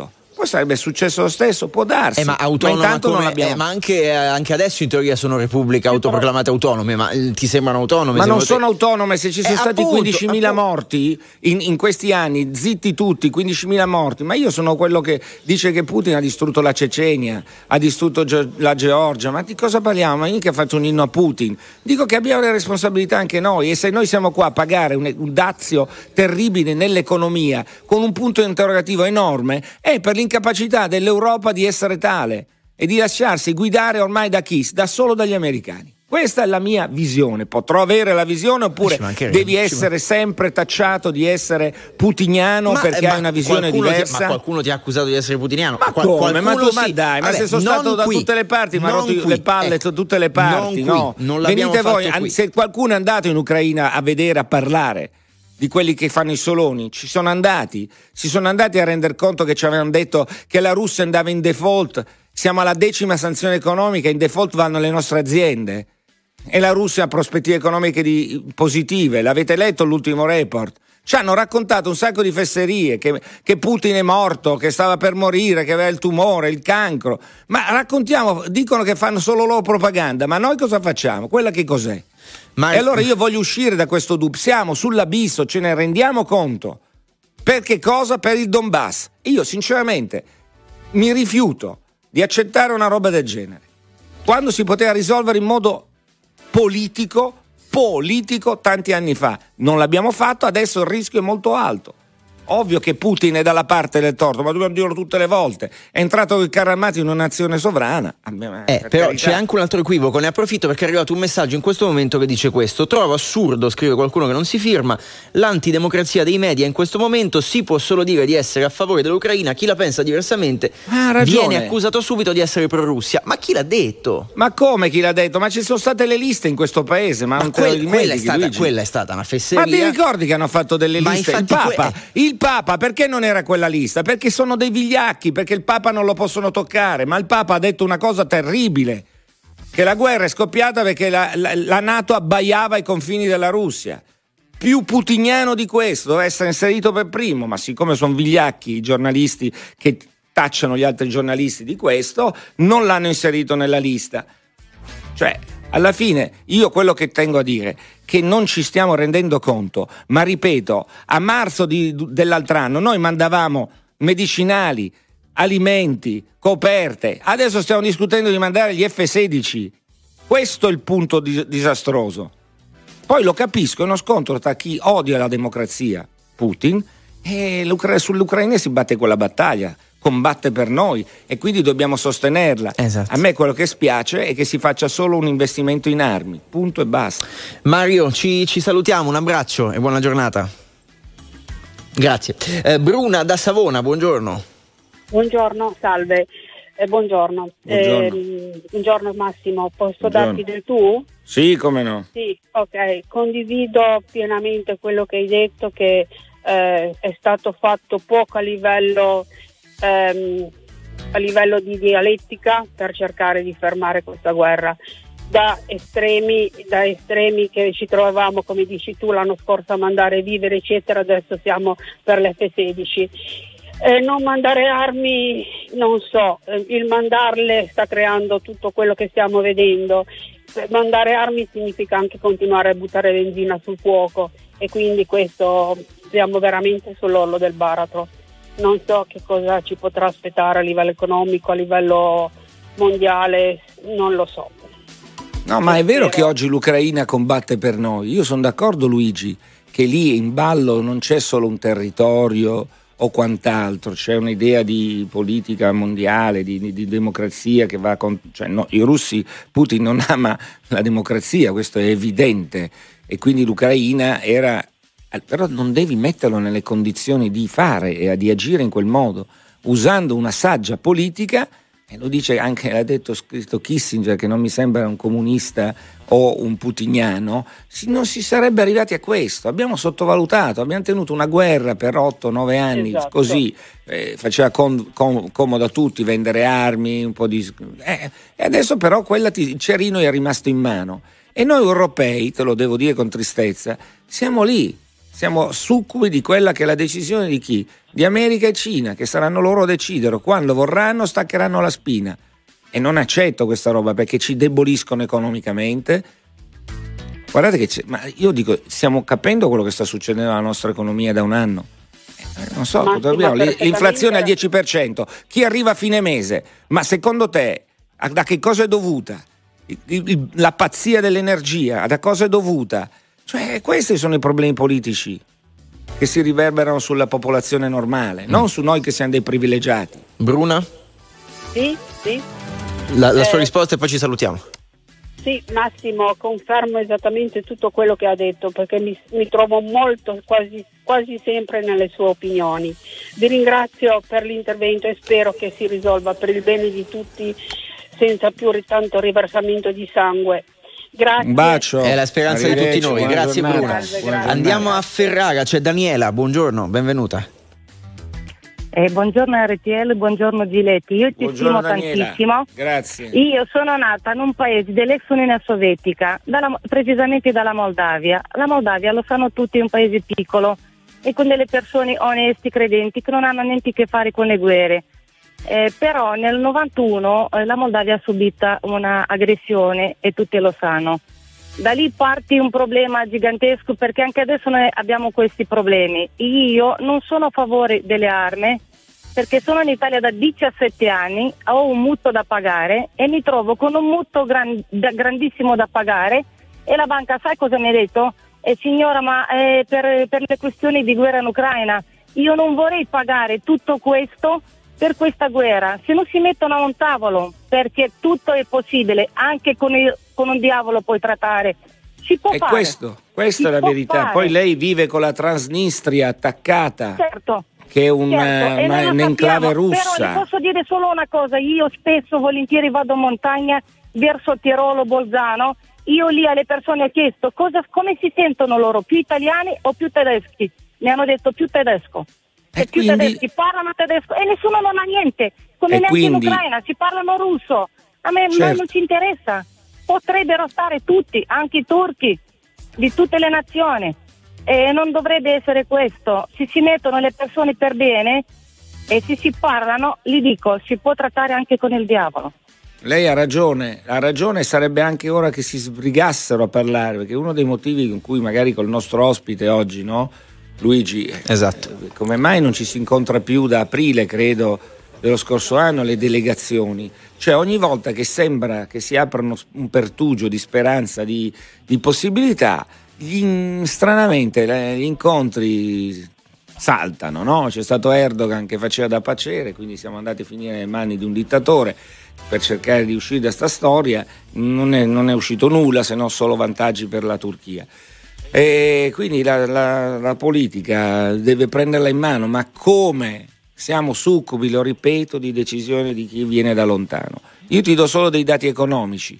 poi sarebbe successo lo stesso, può darsi. Eh, ma autonoma ma intanto come, non abbiamo. eh, ma anche, anche adesso in teoria sono repubbliche autoproclamate autonome, ma eh, ti sembrano autonome? Ma non te... sono autonome, se ci sono eh, stati appunto, quindicimila appunto. morti in, in questi anni, zitti tutti, quindicimila morti, ma io sono quello che dice che Putin ha distrutto la Cecenia, ha distrutto Ge- la Georgia, ma di cosa parliamo? Ma io che ho fatto un inno a Putin, dico che abbiamo le responsabilità anche noi, e se noi siamo qua a pagare un, un dazio terribile nell'economia con un punto interrogativo enorme, è per l'incapacità dell'Europa di essere tale e di lasciarsi guidare ormai da chi? Da solo dagli americani. Questa è la mia visione. Potrò avere la visione oppure devi essere sempre tacciato di essere putiniano ma, perché eh, hai una visione diversa. Ti, ma qualcuno ti ha accusato di essere putiniano? Ma Qual- come? Ma tu sì. ma dai, ma Vabbè, se sono stato da qui, tutte le parti, mi ha rotto qui, le palle ecco, da tutte le parti, non no? Qui, non l'abbiamo Venite voi, fatto qui. se qualcuno è andato in Ucraina a vedere, a parlare di quelli che fanno i soloni, ci sono andati, si sono andati a rendere conto che ci avevano detto che la Russia andava in default, siamo alla decima sanzione economica, in default vanno le nostre aziende e la Russia ha prospettive economiche di, positive, l'avete letto l'ultimo report? Ci hanno raccontato un sacco di fesserie, che, che Putin è morto, che stava per morire, che aveva il tumore, il cancro, ma raccontiamo, dicono che fanno solo loro propaganda, ma noi cosa facciamo? Quella che cos'è? Ma... E allora io voglio uscire da questo dubbio, siamo sull'abisso, ce ne rendiamo conto. Per che cosa? Per il Donbass. Io sinceramente mi rifiuto di accettare una roba del genere, quando si poteva risolvere in modo politico, politico tanti anni fa. Non l'abbiamo fatto, adesso il rischio è molto alto. Ovvio che Putin è dalla parte del torto, ma dobbiamo dirlo tutte le volte. È entrato con i carri armati in una nazione sovrana. Eh, per però carità. C'è anche un altro equivoco, ne approfitto perché è arrivato un messaggio in questo momento che dice questo: trovo assurdo, scrive qualcuno che non si firma, l'antidemocrazia dei media in questo momento, si può solo dire di essere a favore dell'Ucraina, chi la pensa diversamente viene accusato subito di essere pro-Russia. Ma chi l'ha detto? Ma come chi l'ha detto? Ma ci sono state le liste in questo paese, ma, ma non quel, te lo quella, è dimentichi, stata, quella è stata una fesseria. Ma ti ricordi che hanno fatto delle ma liste? Il Papa, que- il Papa perché non era quella lista? Perché sono dei vigliacchi, perché il Papa non lo possono toccare, ma il Papa ha detto una cosa terribile, che la guerra è scoppiata perché la, la, la NATO abbaiava ai confini della Russia. Più putiniano di questo, doveva essere inserito per primo, ma siccome sono vigliacchi i giornalisti che tacciano gli altri giornalisti di questo, non l'hanno inserito nella lista. Cioè, alla fine, io quello che tengo a dire che non ci stiamo rendendo conto, ma ripeto, a marzo di, dell'altro anno noi mandavamo medicinali, alimenti, coperte, adesso stiamo discutendo di mandare gli F sedici. Questo è il punto dis- disastroso. Poi lo capisco, è uno scontro tra chi odia la democrazia, Putin, e l'Ucra- sull'Ucraina si batte quella battaglia, combatte per noi e quindi dobbiamo sostenerla. Esatto. A me quello che spiace è che si faccia solo un investimento in armi, punto e basta. Mario, ci, ci salutiamo, un abbraccio e buona giornata. Grazie. Eh, Bruna da Savona, buongiorno. Buongiorno, salve. Eh, buongiorno. Buongiorno. Eh, buongiorno Massimo, posso Buongiorno. darti del tu? Sì, come no. Sì, ok, condivido pienamente quello che hai detto, che eh, è stato fatto poco a livello ehm, a livello di dialettica per cercare di fermare questa guerra. Da estremi, da estremi che ci trovavamo, come dici tu, l'anno scorso a mandare vivere eccetera, adesso siamo per l'F sedici. Eh, non mandare armi, non so, eh, il mandarle sta creando tutto quello che stiamo vedendo. Eh, mandare armi significa anche continuare a buttare benzina sul fuoco e quindi questo siamo veramente sull'orlo del baratro. Non so che cosa ci potrà aspettare a livello economico, a livello mondiale, non lo so. No, ma è vero che oggi l'Ucraina combatte per noi. Io sono d'accordo, Luigi, che lì in ballo non c'è solo un territorio o quant'altro, c'è un'idea di politica mondiale, di, di, di democrazia che va con... Cioè, no, i russi, Putin non ama la democrazia, questo è evidente, e quindi l'Ucraina era... Però non devi metterlo nelle condizioni di fare e di agire in quel modo, usando una saggia politica, e lo dice anche, l'ha detto scritto Kissinger, che non mi sembra un comunista o un putiniano, non si sarebbe arrivati a questo. Abbiamo sottovalutato, abbiamo tenuto una guerra per otto nove anni, esatto. Così eh, faceva com- com- comodo a tutti vendere armi, un po' di... Eh, e adesso però quella ti- il cerino è rimasto in mano. E noi europei, te lo devo dire con tristezza, siamo lì. Siamo succubi di quella che è la decisione di chi? Di America e Cina, che saranno loro a decidere. Quando vorranno staccheranno la spina. E non accetto questa roba perché ci deboliscono economicamente. Guardate che c'è, ma io dico, stiamo capendo quello che sta succedendo alla nostra economia da un anno. Eh, non so, dobbiamo, l'inflazione al dieci per cento. Chi arriva a fine mese? Ma secondo te a, da che cosa è dovuta? Il, il, la pazzia dell'energia, da cosa è dovuta? Cioè, questi sono i problemi politici che si riverberano sulla popolazione normale, mm. non su noi che siamo dei privilegiati. Bruna? Sì, sì. La, la sua Eh, risposta e poi ci salutiamo. Sì, Massimo, confermo esattamente tutto quello che ha detto, perché mi, mi trovo molto, quasi, quasi sempre nelle sue opinioni. Vi ringrazio per l'intervento e spero che si risolva per il bene di tutti senza più tanto riversamento di sangue. Grazie. Un bacio. È la speranza di tutti noi. Grazie giornata. Bruna. Grazie, grazie. Andiamo a Ferrara, c'è Daniela, buongiorno, benvenuta. Eh, buongiorno R T L, buongiorno Giletti, io ti Buongiorno, stimo Daniela. tantissimo. Grazie. Io sono nata in un paese dell'ex Unione Sovietica, dalla, precisamente dalla Moldavia. La Moldavia, lo sanno tutti, è un paese piccolo e con delle persone onesti, credenti, che non hanno niente a che fare con le guerre. Eh, però nel novantuno eh, la Moldavia ha subito una aggressione e tutti lo sanno. Da lì parte un problema gigantesco, perché anche adesso noi abbiamo questi problemi. Io non sono a favore delle armi perché sono in Italia da diciassette anni, ho un mutuo da pagare e mi trovo con un mutuo gran, da, grandissimo da pagare e la banca, sai cosa mi ha detto? Eh, signora, ma eh, per, per le questioni di guerra in Ucraina io non vorrei pagare tutto questo per questa guerra, se non si mettono a un tavolo, perché tutto è possibile, anche con, il, con un diavolo puoi trattare, si può E fare. questo, questa Si è la può verità. fare. Poi lei vive con la Transnistria attaccata, Certo. che è un, Certo, e una, noi lo un'enclave sappiamo, russa. Però le posso dire solo una cosa, io spesso volentieri vado in montagna verso Tirolo, Bolzano, io lì alle persone ho chiesto cosa, come si sentono loro, più italiani o più tedeschi? Mi hanno detto più tedesco. E più quindi- tedeschi parlano tedesco e nessuno non ha niente, come E neanche quindi- in Ucraina, si parlano russo. A me Certo. noi non ci interessa. Potrebbero stare tutti, anche i turchi, di tutte le nazioni. E non dovrebbe essere questo. Se si mettono le persone per bene e se si parlano, gli dico, si può trattare anche con il diavolo. Lei ha ragione, ha ragione, sarebbe anche ora che si sbrigassero a parlare, perché uno dei motivi con cui magari col nostro ospite oggi, no? Luigi, esatto. eh, come mai non ci si incontra più da aprile, credo, dello scorso anno, le delegazioni? Cioè ogni volta che sembra che si apra uno- un pertugio di speranza, di, di possibilità, gli- stranamente le- gli incontri saltano, no? C'è stato Erdogan che faceva da pacere, quindi siamo andati a finire nelle mani di un dittatore per cercare di uscire da sta storia, non è, non è uscito nulla se non solo vantaggi per la Turchia. E quindi la, la, la politica deve prenderla in mano, ma come? Siamo succubi, lo ripeto, di decisioni di chi viene da lontano. Io ti do solo dei dati economici.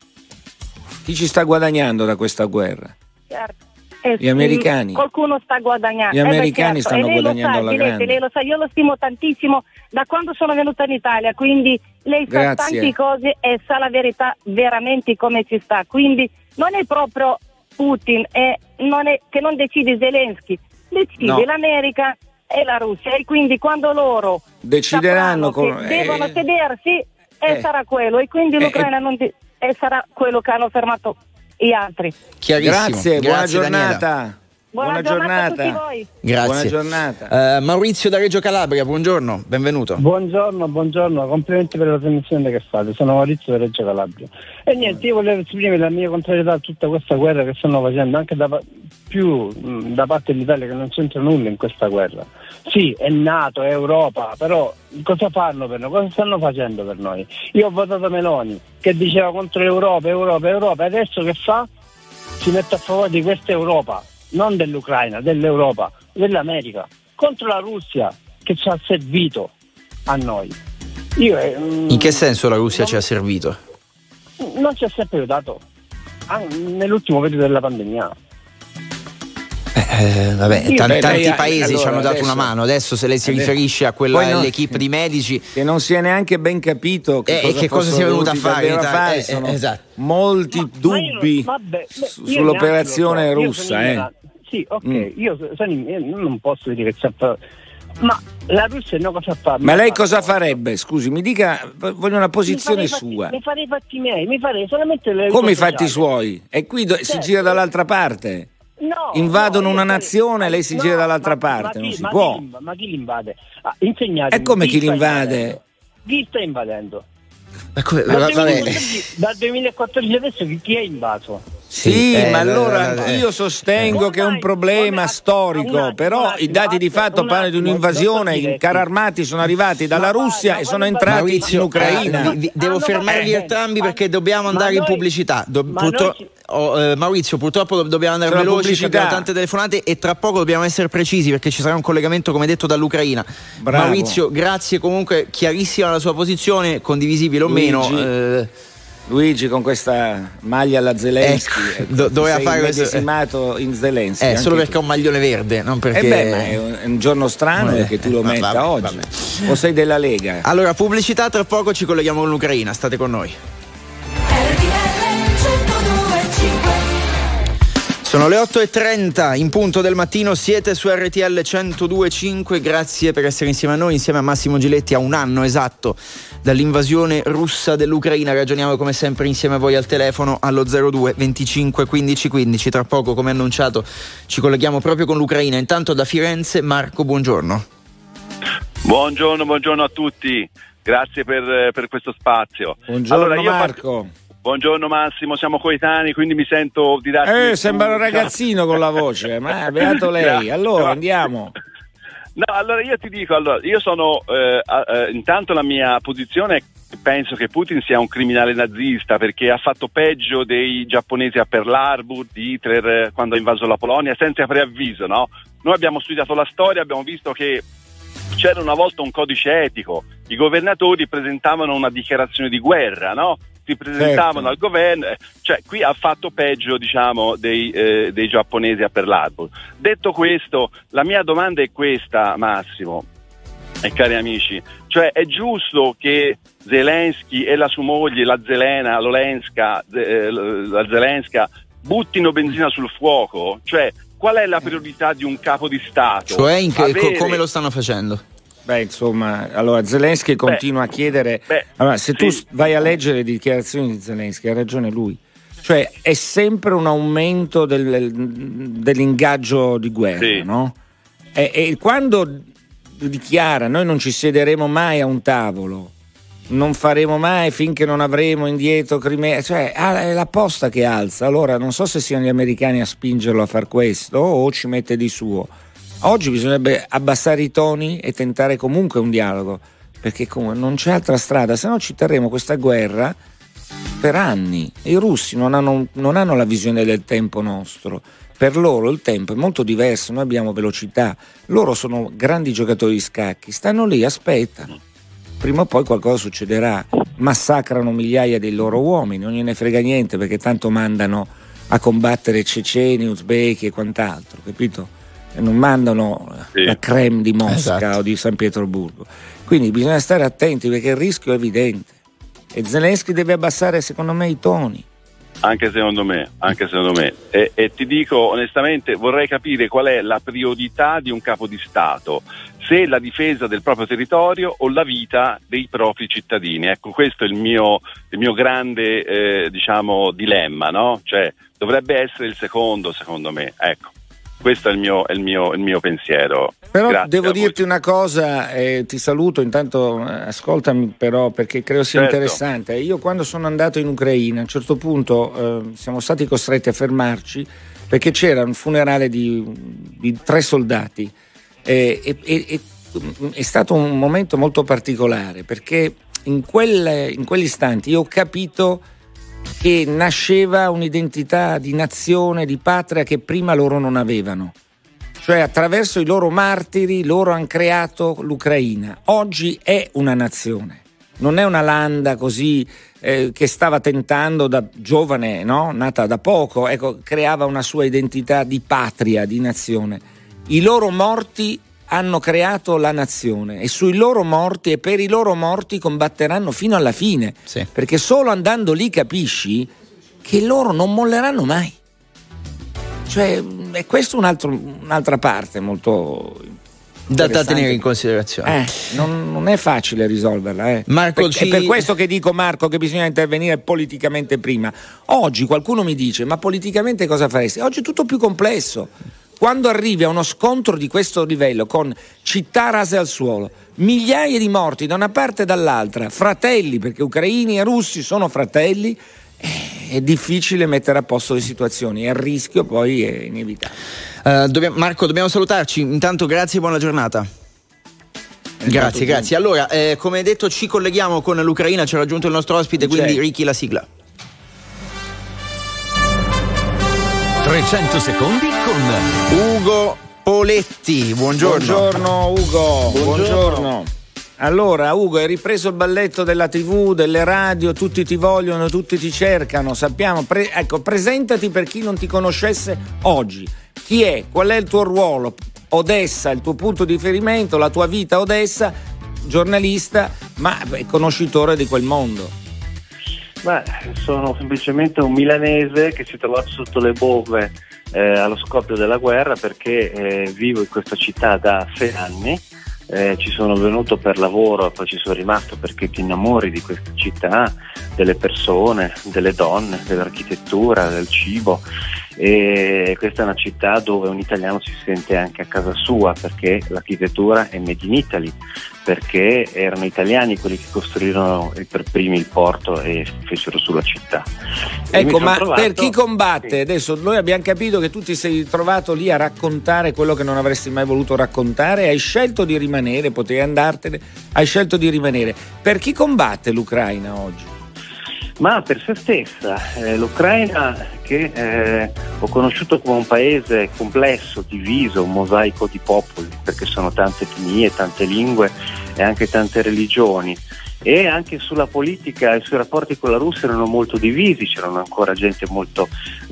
Chi ci sta guadagnando da questa guerra? Certo. Eh, Gli americani. Qualcuno sta guadagnando. Gli Eh, beh, americani certo. stanno E lei lo guadagnando sa, alla Giletti, grande. lei lo sa, io lo stimo tantissimo da quando sono venuta in Italia, quindi lei sa Grazie. tante cose e sa la verità veramente come ci sta. Quindi non è proprio Putin, è, non è, che non decide Zelensky, decide No. l'America e la Russia, e quindi quando loro Decideranno sapranno con- che devono eh, sedersi e eh. sarà quello, e quindi Eh, l'Ucraina non de- e sarà quello che hanno fermato gli altri. Chiarissimo. Grazie, buona Grazie, Daniela. giornata. Buona, giornata, a tutti voi. Grazie. Buona giornata. Eh, Maurizio da Reggio Calabria, buongiorno, benvenuto. Buongiorno, buongiorno, complimenti per la trasmissione che fate, sono Maurizio da Reggio Calabria. E niente, io volevo esprimere la mia contrarietà a tutta questa guerra che stanno facendo, anche da, più mh, da parte dell'Italia, che non c'entra nulla in questa guerra. Sì, è NATO, è Europa, però cosa fanno per noi? Cosa stanno facendo per noi? Io ho votato Meloni, che diceva contro l'Europa, Europa, Europa, e adesso che fa? Si mette a favore di questa Europa, non dell'Ucraina, dell'Europa, dell'America, contro la Russia che ci ha servito a noi. Io, eh, mh, In che senso la Russia ci ha servito? non ci ha sempre aiutato, anche nell'ultimo periodo della pandemia. Eh, vabbè, Io- tan- Beh, tanti lei ha- paesi allora, ci hanno dato adesso- una mano. Adesso, se lei si adesso- riferisce a quella Poi no- dell'equipe di medici, che non si è neanche ben capito che Eh, cosa, e che cosa fossero sia venuta a venuti fare in davvero Italia. Eh, sono eh, esatto. molti Ma io- dubbi vabbè, beh, su- io sull'operazione neanche lo so. Io russa. sono Eh. ignorante. Sì, sì, ok, Mm. io, sono in- io non posso dire che c'è. Ma la Russia no cosa fa? Ma lei cosa farebbe? Scusi, mi dica, voglio una posizione mi farei sua. Fatti, mi farei i fatti miei, mi farei solamente le Come i sociali. fatti suoi? E qui do- si Certo. gira dall'altra parte. No, Invadono no, io una farei- nazione, lei si no, gira dall'altra ma- parte, ma non chi- si ma può. Chi, ma chi li invade? Ah, insegnatemi. E come chi li sta invade? invadendo? Chi sta invadendo? Ecco, Dal va- vabbè. duemilaquattordici, dal duemilaquattordici adesso chi, chi è invaso? Sì, eh, ma eh, allora eh, io sostengo che è un problema storico, però i dati di fatto parlano di un'invasione, i carri armati sono arrivati dalla Russia e sono entrati Maurizio, in Ucraina. eh, vi- vi- devo fermarvi entrambi perché dobbiamo andare noi- in pubblicità. Do- ma purtro- noi oh, eh, Maurizio, purtroppo do- dobbiamo andare C'è la veloci, pubblicità. abbiamo tante telefonate e tra poco dobbiamo essere precisi perché ci sarà un collegamento, come detto, dall'Ucraina. Bravo. Maurizio, grazie comunque, chiarissima la sua posizione, condivisibile o meno. Luigi. eh, Luigi con questa maglia alla Zelensky, Ecco, do- doveva sei fare questo- immedesimato in Zelensky. eh, anche solo tu. perché ho un maglione verde, non perché. Eh beh, ma è un, è un giorno strano Eh, che tu lo va- metta vabbè, oggi. vabbè. O sei della Lega? Allora, pubblicità, tra poco ci colleghiamo con l'Ucraina, state con noi. Sono le otto e trenta in punto del mattino, siete su R T L centodue e cinque, grazie per essere insieme a noi, insieme a Massimo Giletti, a un anno esatto dall'invasione russa dell'Ucraina. Ragioniamo come sempre insieme a voi al telefono allo zero due venticinque quindici quindici. Tra poco, come annunciato, ci colleghiamo proprio con l'Ucraina. Intanto da Firenze, Marco, buongiorno. Buongiorno, buongiorno a tutti, grazie per, per questo spazio. Buongiorno Allora, io Marco. part- Buongiorno Massimo, siamo coetanei, quindi mi sento di darti... Eh, sembra un ragazzino con la voce, ma beato lei. Grazie. Allora andiamo. No, allora io ti dico, allora, io sono, eh, eh, intanto la mia posizione è che penso che Putin sia un criminale nazista perché ha fatto peggio dei giapponesi a Pearl Harbor, di Hitler eh, quando ha invaso la Polonia, senza preavviso, no? Noi abbiamo studiato la storia, abbiamo visto che c'era una volta un codice etico, i governatori presentavano una dichiarazione di guerra, no? Si presentavano Certo. al governo, eh, cioè qui ha fatto peggio, diciamo, dei, eh, dei giapponesi a Pearl Harbor. Detto questo, la mia domanda è questa, Massimo e cari amici, cioè è giusto che Zelensky e la sua moglie, la Zelena, l'Olenska, eh, la Zelenska, buttino benzina sul fuoco? Cioè, qual è la priorità di un capo di Stato? Cioè, in che, Avere- co- come lo stanno facendo? Beh, insomma, allora Zelensky continua a chiedere. beh, allora, se tu sì. vai a leggere le dichiarazioni di Zelensky, ha ragione lui. Cioè, è sempre un aumento del- dell'ingaggio di guerra, Sì. no? E, e quando dichiara noi non ci siederemo mai a un tavolo, non faremo mai finché non avremo indietro Crimea, cioè ah, è la posta che alza. Allora non so se siano gli americani a spingerlo a far questo o ci mette di suo. Oggi bisognerebbe abbassare i toni e tentare comunque un dialogo, perché comunque non c'è altra strada, se no ci terremo questa guerra per anni. I russi non hanno, non hanno la visione del tempo nostro. Per loro il tempo è molto diverso, noi abbiamo velocità, loro sono grandi giocatori di scacchi, stanno lì, aspettano, prima o poi qualcosa succederà, massacrano migliaia dei loro uomini, non gliene frega niente perché tanto mandano a combattere ceceni, uzbeki e quant'altro, capito? E non mandano Sì. la creme di Mosca Esatto. o di San Pietroburgo, quindi bisogna stare attenti perché il rischio è evidente e Zelensky deve abbassare secondo me i toni. Anche secondo me, anche secondo me. E, e ti dico onestamente, vorrei capire qual è la priorità di un capo di Stato, se la difesa del proprio territorio o la vita dei propri cittadini. Ecco, questo è il mio, il mio grande, eh, diciamo, dilemma, no? Cioè, dovrebbe essere il secondo, secondo me. Ecco, questo è il mio, è il mio, il mio pensiero. Però Grazie devo a voi. dirti una cosa, eh, ti saluto, intanto eh, ascoltami però perché credo sia Certo. interessante. Io quando sono andato in Ucraina a un certo punto eh, siamo stati costretti a fermarci perché c'era un funerale di, di tre soldati eh, e, e, e è stato un momento molto particolare perché in, quel, in quegli istanti io ho capito che nasceva un'identità di nazione, di patria che prima loro non avevano. Cioè attraverso i loro martiri loro hanno creato l'Ucraina. Oggi è una nazione, non è una landa così eh, che stava tentando da giovane, no? Nata da poco, ecco, creava una sua identità di patria, di nazione. I loro morti hanno creato la nazione e sui loro morti e per i loro morti combatteranno fino alla fine, Sì. perché solo andando lì capisci che loro non molleranno mai. Cioè e questo è un altro, un'altra parte molto da, da tenere in considerazione. Eh, non, non è facile risolverla. Eh. Marco, per, ci... È per questo che dico, Marco, che bisogna intervenire politicamente prima. Oggi qualcuno mi dice, ma politicamente cosa faresti? Oggi è tutto più complesso. Quando arrivi a uno scontro di questo livello, con città rase al suolo, migliaia di morti da una parte e dall'altra, fratelli, perché ucraini e russi sono fratelli, è difficile mettere a posto le situazioni, e il rischio poi è inevitabile. Uh, dobbiamo, Marco, dobbiamo salutarci. Intanto grazie e buona giornata. È grazie, grazie. Allora, eh, come detto, ci colleghiamo con l'Ucraina, ci ha raggiunto il nostro ospite, quindi C'è. Ricky, la sigla. trecento secondi con Ugo Poletti. Buongiorno. Buongiorno Ugo. Buongiorno. Buongiorno. Allora Ugo, hai ripreso il balletto della tivù, delle radio, tutti ti vogliono, tutti ti cercano, sappiamo, pre- ecco, presentati per chi non ti conoscesse oggi. Chi è? Qual è il tuo ruolo? Odessa, il tuo punto di riferimento, la tua vita a Odessa, giornalista, ma conoscitore di quel mondo. Beh, sono semplicemente un milanese che si è trovato sotto le bombe eh, allo scoppio della guerra, perché eh, vivo in questa città da sei anni. Eh, ci sono venuto per lavoro e poi ci sono rimasto perché ti innamori di questa città, delle persone, delle donne, dell'architettura, del cibo, e questa è una città dove un italiano si sente anche a casa sua, perché l'architettura è made in Italy, perché erano italiani quelli che costruirono per primi il porto e fecero sulla città. E Ecco, ma trovato... per chi combatte, sì. Adesso noi abbiamo capito che tu ti sei trovato lì a raccontare quello che non avresti mai voluto raccontare, hai scelto di rimanere, potevi andartene, hai scelto di rimanere. Per chi combatte l'Ucraina oggi? Ma per se stessa, eh, l'Ucraina che eh, ho conosciuto come un paese complesso, diviso, un mosaico di popoli, perché sono tante etnie, tante lingue e anche tante religioni, e anche sulla politica e sui rapporti con la Russia erano molto divisi, c'erano ancora gente molto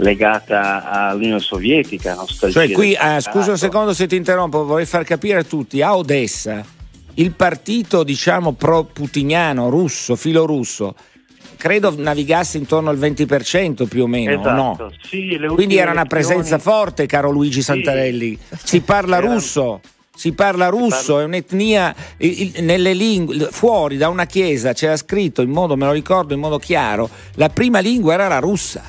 legata all'Unione Sovietica. Cioè qui, ah, scusa un secondo se ti interrompo, vorrei far capire a tutti, a Odessa il partito diciamo pro-putiniano, russo, filorusso, credo navigasse intorno al venti per cento più o meno, esatto, no? Sì, le Quindi era una elezioni... presenza forte, caro Luigi Santarelli. Sì. Si parla era... russo, si parla russo, si parla... è un'etnia il, il, nelle lingue, fuori da una chiesa c'era scritto in modo, me lo ricordo in modo chiaro, la prima lingua era la russa.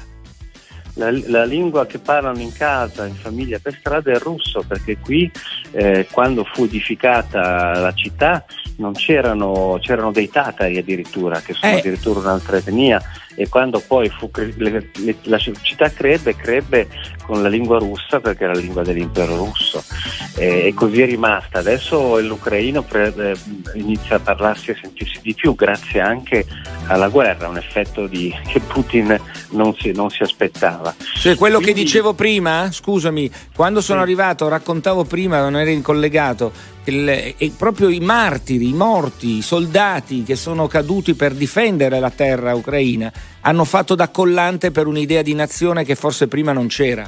La, la lingua che parlano in casa, in famiglia, per strada è il russo, perché qui eh, quando fu edificata la città non c'erano, c'erano dei tatari addirittura, che sono eh. addirittura un'altra etnia, e quando poi fu le, le, la città crebbe, crebbe con la lingua russa, perché era la lingua dell'impero russo, e, e così è rimasta. Adesso l'ucraino pre, eh, inizia a parlarsi e a sentirsi di più, grazie anche alla guerra, un effetto di, che Putin non si, non si aspettava. Cioè quello Quindi... che dicevo prima, scusami, quando sono sì. arrivato, raccontavo prima, non ero incollegato, il, e proprio i martiri, i morti, i soldati che sono caduti per difendere la terra ucraina hanno fatto da collante per un'idea di nazione che forse prima non c'era.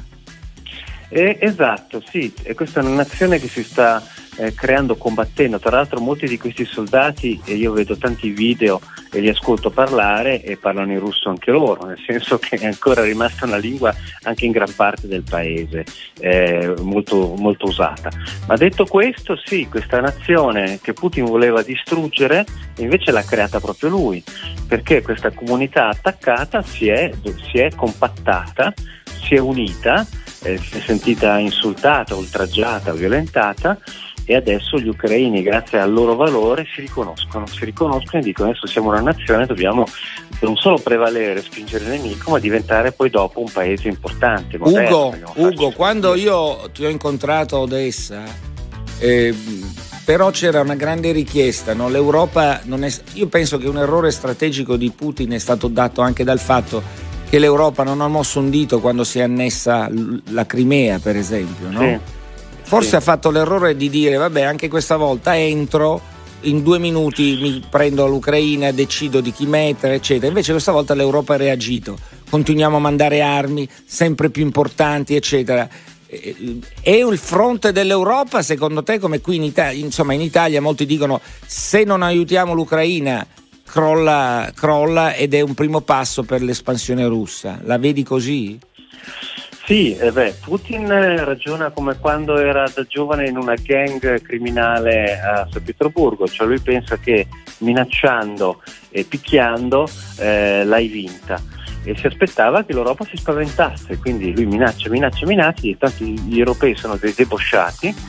Eh, esatto, sì, e questa è una nazione che si sta eh, creando, combattendo. Tra l'altro molti di questi soldati, e io vedo tanti video e li ascolto parlare, e parlano in russo anche loro, nel senso che è ancora rimasta una lingua anche in gran parte del paese eh, molto, molto usata. Ma detto questo, sì, questa nazione che Putin voleva distruggere invece l'ha creata proprio lui, perché questa comunità attaccata si è, si è compattata, si è unita, eh, si è sentita insultata, oltraggiata, violentata, e adesso gli ucraini, grazie al loro valore, si riconoscono, si riconoscono e dicono: adesso siamo una nazione, dobbiamo non solo prevalere, spingere il nemico, ma diventare poi dopo un paese importante, moderno. Ugo, Ugo quando io ti ho incontrato a Odessa, eh, però c'era una grande richiesta, no? L'Europa non è, io penso che un errore strategico di Putin è stato dato anche dal fatto che l'Europa non ha mosso un dito quando si è annessa la Crimea, per esempio, no? Sì. Forse sì. ha fatto l'errore di dire: vabbè, anche questa volta entro, in due minuti mi prendo l'Ucraina, decido di chi mettere, eccetera. Invece questa volta l'Europa ha reagito, continuiamo a mandare armi sempre più importanti, eccetera. È il fronte dell'Europa, secondo te, come qui in Italia? Insomma, in Italia molti dicono: se non aiutiamo l'Ucraina crolla, crolla ed è un primo passo per l'espansione russa. La vedi così? Sì, eh beh, Putin ragiona come quando era da giovane in una gang criminale a San Pietroburgo, cioè lui pensa che minacciando e picchiando eh, l'hai vinta, e si aspettava che l'Europa si spaventasse, quindi lui minaccia, minaccia, minaccia, e tanto gli europei sono dei debosciati,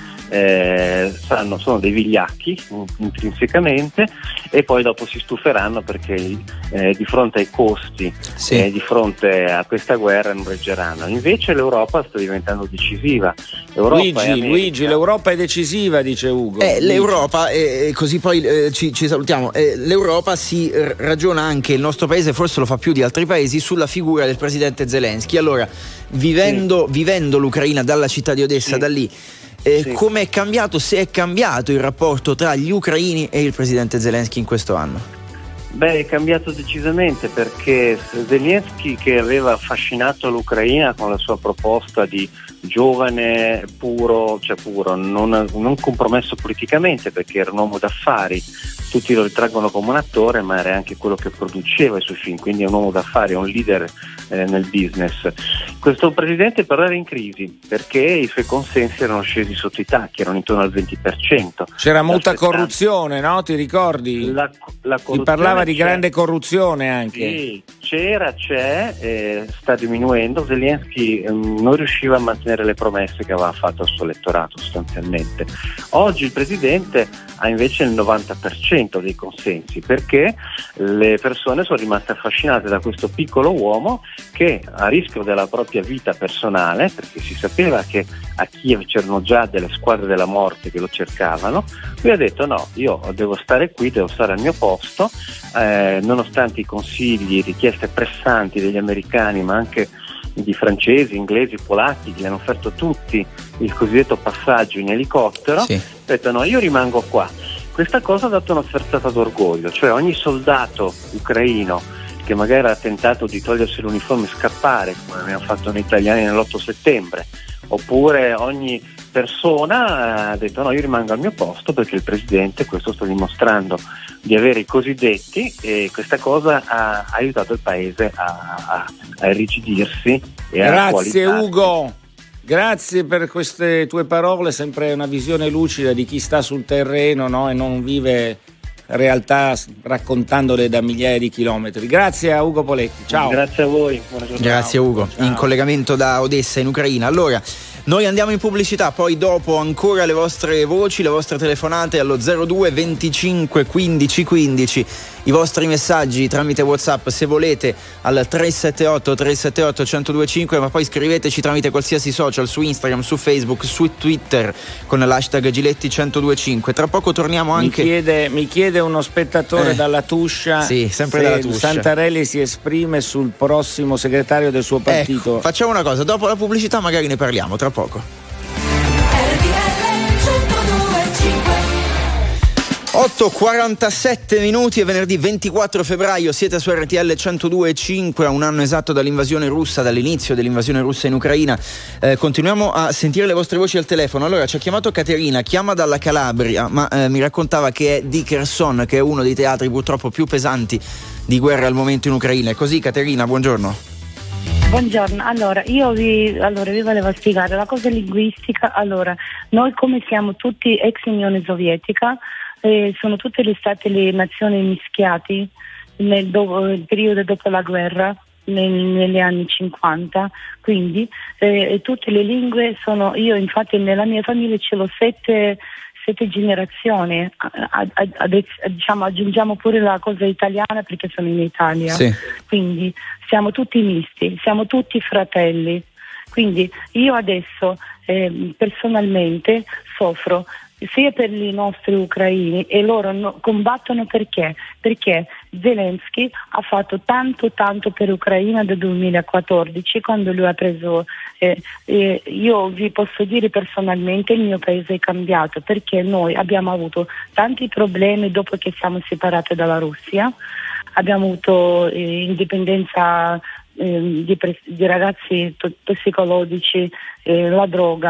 eh, sanno, sono dei vigliacchi intrinsecamente, e poi dopo si stuferanno perché eh, di fronte ai costi sì. eh, di fronte a questa guerra non reggeranno. Invece l'Europa sta diventando decisiva. L'Europa Luigi, Luigi, l'Europa è decisiva, dice Ugo. Eh, l'Europa, e eh, così poi eh, ci, ci salutiamo, eh, l'Europa si r- ragiona anche, il nostro paese forse lo fa più di altri paesi, sulla figura del presidente Zelensky. Allora, vivendo, sì. vivendo l'Ucraina dalla città di Odessa, sì. da lì, Eh, sì. come è cambiato, se è cambiato il rapporto tra gli ucraini e il presidente Zelensky in questo anno? Beh, è cambiato decisamente, perché Zelensky, che aveva affascinato l'Ucraina con la sua proposta di giovane puro, cioè puro, non, non compromesso politicamente, perché era un uomo d'affari, tutti lo ritraggono come un attore, ma era anche quello che produceva i suoi film, quindi è un uomo d'affari, è un leader eh, nel business. Questo presidente però era in crisi, perché i suoi consensi erano scesi sotto i tacchi, erano intorno al venti per cento. C'era molta corruzione, no? Ti ricordi? La, la si parlava di c'è. grande corruzione anche. Sì, c'era, c'è, eh, sta diminuendo. Zelensky eh, non riusciva a mantenere le promesse che aveva fatto al suo elettorato sostanzialmente. Oggi il presidente ha invece il novanta per cento dei consensi, perché le persone sono rimaste affascinate da questo piccolo uomo che, a rischio della propria vita personale, perché si sapeva che a Kiev c'erano già delle squadre della morte che lo cercavano, lui ha detto no, io devo stare qui, devo stare al mio posto, eh, nonostante i consigli, richieste pressanti degli americani, ma anche di francesi, inglesi, polacchi, che gli hanno offerto tutti il cosiddetto passaggio in elicottero, sì. ha detto no, io rimango qua. Questa cosa ha dato una sferzata d'orgoglio, cioè ogni soldato ucraino che magari ha tentato di togliersi l'uniforme e scappare, come abbiamo fatto noi italiani nell'otto settembre, oppure ogni persona ha detto no, io rimango al mio posto, perché il presidente questo sta dimostrando di avere i cosiddetti, e questa cosa ha aiutato il paese a, a, a irrigidirsi e a Grazie Ugo, grazie per queste tue parole, sempre una visione lucida di chi sta sul terreno, no? E non vive realtà raccontandole da migliaia di chilometri. Grazie a Ugo Poletti, ciao. Grazie a voi, buona giornata. Grazie Ugo, ciao. In collegamento da Odessa in Ucraina. Allora, noi andiamo in pubblicità, poi dopo ancora le vostre voci, le vostre telefonate allo zero due venticinque quindici quindici, i vostri messaggi tramite WhatsApp se volete al tre sette otto tre sette otto uno zero due cinque, ma poi scriveteci tramite qualsiasi social, su Instagram, su Facebook, su Twitter con l'hashtag Giletti centodue e cinque. Tra poco torniamo anche. Mi chiede, mi chiede uno spettatore eh, dalla Tuscia, sì, sempre se dalla Tuscia, Santarelli si esprime sul prossimo segretario del suo partito. Ecco, facciamo una cosa, dopo la pubblicità magari ne parliamo, tra poco. otto e quarantasette minuti, è venerdì ventiquattro febbraio, siete su R T L centodue e cinque, a un anno esatto dall'invasione russa, dall'inizio dell'invasione russa in Ucraina. Eh, continuiamo a sentire le vostre voci al telefono. Allora, ci ha chiamato Caterina, chiama dalla Calabria, ma eh, mi raccontava che è di Kherson, che è uno dei teatri purtroppo più pesanti di guerra al momento in Ucraina. È così, Caterina, buongiorno. Buongiorno, allora io vi, allora, vi volevo spiegare la cosa linguistica. Allora, noi come siamo tutti ex Unione Sovietica, eh, sono tutte le state le nazioni mischiate nel, do, nel periodo dopo la guerra, nel, negli anni cinquanta, quindi eh, tutte le lingue sono, io infatti nella mia famiglia ce l'ho sette sette generazioni, a, a, a, diciamo aggiungiamo pure la cosa italiana perché sono in Italia, sì. Quindi siamo tutti misti, siamo tutti fratelli, quindi io adesso eh, personalmente soffro sia per i nostri ucraini, e loro no, combattono perché? Perché Zelensky ha fatto tanto tanto per l'Ucraina dal duemilaquattordici, quando lui ha preso eh, eh, io vi posso dire personalmente il mio paese è cambiato, perché noi abbiamo avuto tanti problemi dopo che siamo separati dalla Russia, abbiamo avuto eh, indipendenza eh, di, pre- di ragazzi to- tossicologici, eh, la droga,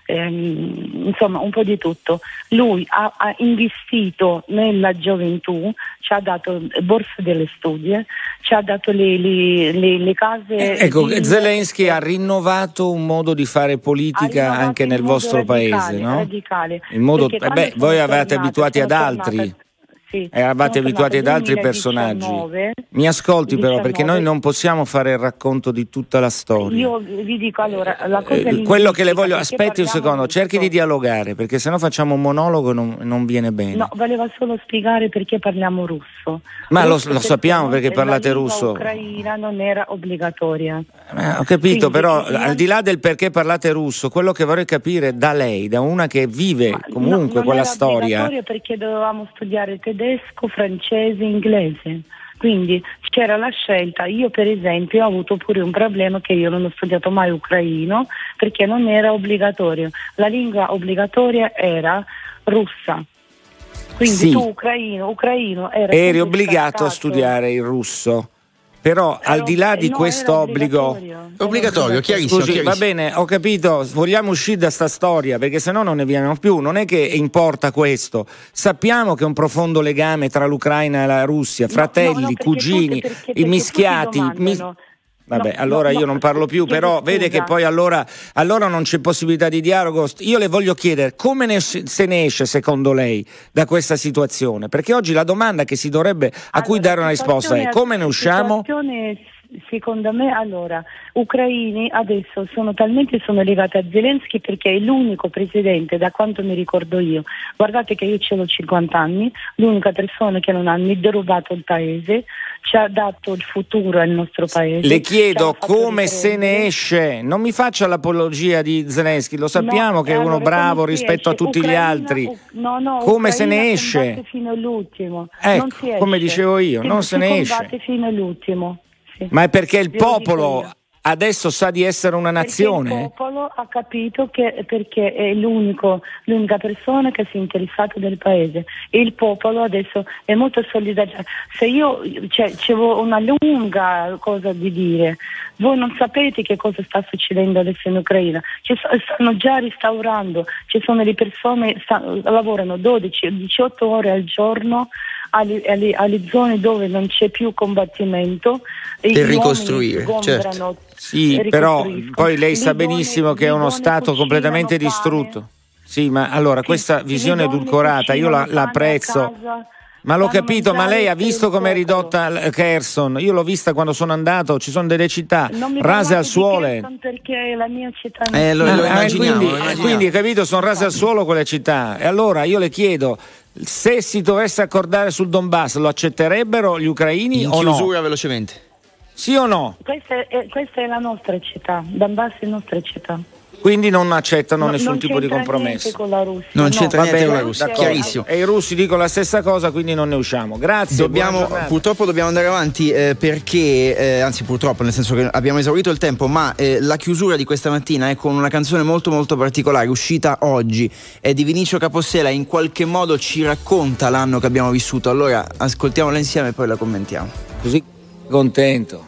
ehm, insomma un po' di tutto. Lui ha, ha investito nella gioventù, ci ha dato borse delle studie, ci ha dato le, le, le, le case. Eh, ecco, di... Zelensky ha rinnovato un modo di fare politica anche nel vostro radicale, paese, no? Radicale. Il modo, Perché eh beh, quando voi sono eravate tornata- abituati ad sono altri. tornata- sì, Eravate sono abituati ad tornata altri nel personaggi. duemiladiciannove. Mi ascolti però, perché diciannove. noi non possiamo fare il racconto di tutta la storia. Io vi dico allora, la cosa Eh, quello che le linguistica, voglio, perché aspetti un parliamo secondo, russo. cerchi di dialogare, perché sennò facciamo un monologo e non, non viene bene. No, voleva solo spiegare perché parliamo russo. Ma lo, Russo lo sappiamo perché la parlate lingua russo. ucraina non era obbligatoria. Eh, ho capito, Quindi, però io- al di là del perché parlate russo, quello che vorrei capire da lei, da una che vive comunque non quella era storia. obbligatorio perché dovevamo studiare tedesco, francese, inglese. Quindi c'era la scelta. Io per esempio ho avuto pure un problema che io non ho studiato mai ucraino perché non era obbligatorio. La lingua obbligatoria era russa. Quindi Sì. tu ucraino, ucraino era Eri sempre obbligato a scartato. studiare il russo. Però al di là di no, questo era obbligo obbligatorio. Obbligatorio, chiarissimo, Scusi, chiarissimo. va bene, ho capito, vogliamo uscire da sta storia perché sennò non ne viene più, non è che importa questo. Sappiamo che è un profondo legame tra l'Ucraina e la Russia, fratelli, no, no, perché cugini, tutti- perché- i perché mischiati. tutti mis- domandano. Vabbè, No, allora no, io no, non parlo più, chiedo però scusa. vede che poi allora, allora non c'è possibilità di dialogo. Io le voglio chiedere come ne, se ne esce secondo lei da questa situazione? Perché oggi la domanda che si dovrebbe a cui dare una risposta è come ne usciamo? Situazione, secondo me, allora, ucraini adesso sono talmente sono legati a Zelensky perché è l'unico presidente, da quanto mi ricordo io. Guardate che io ce l'ho cinquanta anni, l'unica persona che non ha né derubato il paese, ci ha dato il futuro al nostro paese. Le ci chiedo ha fatto come se ne riprendere. esce, non mi faccia l'apologia di Zelensky, lo sappiamo No, che è uno allora, bravo come si rispetto a esce? tutti gli Ucraina- altri. U- no, no, Come se ne Ucraina esce? combatte fino all'ultimo. Ecco, non si esce. come dicevo io, Si- non si se ne esce. combatte fino all'ultimo. Sì. Ma è perché il Ve lo dico popolo io. adesso sa di essere una Perché il nazione? popolo ha capito che perché è l'unico, l'unica persona che si è interessata del paese e il popolo adesso è molto solidario. Se io cioè, c'è una lunga cosa di dire, voi non sapete che cosa sta succedendo adesso in Ucraina, ci so- stanno già restaurando, ci sono le persone sta- lavorano dodici diciotto ore al giorno alle, alle, alle zone dove non c'è più combattimento e Per gli ricostruire, uomini certo. sgombrano. Sì, e però ricostruiscono. poi lei sa Le donne- benissimo che è le uno donne stato cucinano completamente pane. distrutto. Sì, ma allora questa visione Le donne edulcorata io la, cucinano la pane a apprezzo. casa, Ma l'ho fanno capito, ma mangiare lei ha per visto il com'è popolo. ridotta l- Kherson? Io l'ho vista quando sono andato, ci sono delle città Non mi rase parlate al di suolo. Kherson perché è la mia città Eh, lo- natale. lo Ah, immaginiamo, quindi, lo immaginiamo. quindi, capito, sono rase al suolo quelle città. E allora io le chiedo, se si dovesse accordare sul Donbass, lo accetterebbero gli ucraini In o no? chiusura velocemente. Sì o no? Questa è, questa è la nostra città, Donbass è la nostra città. Quindi non accettano No, nessun non tipo di c'entra compromesso. niente con la Russia. Non no. c'entra Va niente bene, con la Russia, d'accordo. chiarissimo. E i russi dicono la stessa cosa, quindi non ne usciamo. Grazie. Dobbiamo, buona giornata. purtroppo dobbiamo andare avanti eh, perché, eh, anzi purtroppo nel senso che abbiamo esaurito il tempo, ma eh, la chiusura di questa mattina è con una canzone molto molto particolare, uscita oggi, è di Vinicio Capossela, in qualche modo ci racconta l'anno che abbiamo vissuto, allora ascoltiamola insieme e poi la commentiamo. Così contento.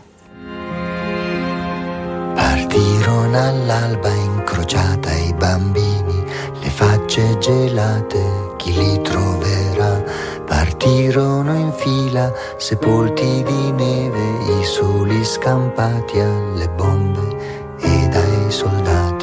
Partirono all'alba incrociata i bambini, le facce gelate, chi li troverà? Partirono in fila, sepolti di neve, i soli scampati alle bombe ed ai soldati.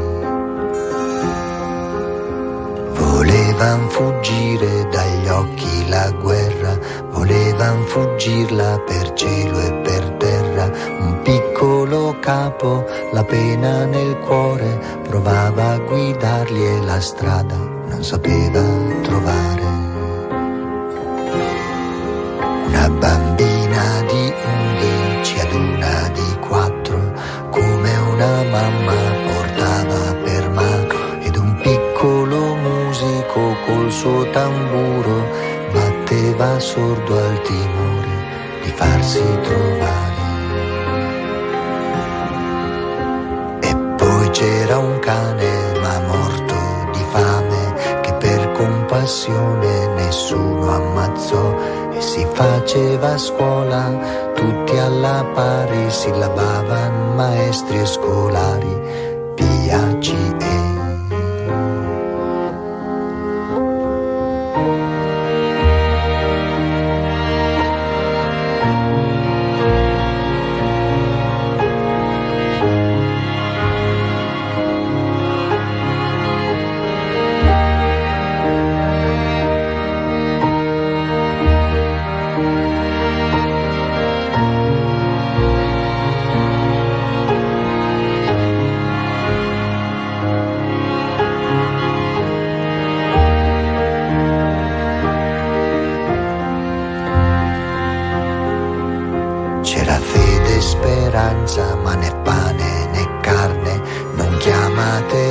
Volevan fuggire dagli occhi la guerra, volevan fuggirla per cielo e per terra. Un piccolo capo, la pena nel cuore, provava a guidarli e la strada non sapeva trovare. Una bambina di undici ad una di quattro, come una mamma portava per mano, ed un piccolo musico col suo tamburo batteva sordo al timore di farsi trovare. E poi c'era un cane ma morto di fame, che per compassione nessuno ammazzò, e si faceva a scuola tutti alla pari, sillabavano maestri e scolari, P A C E.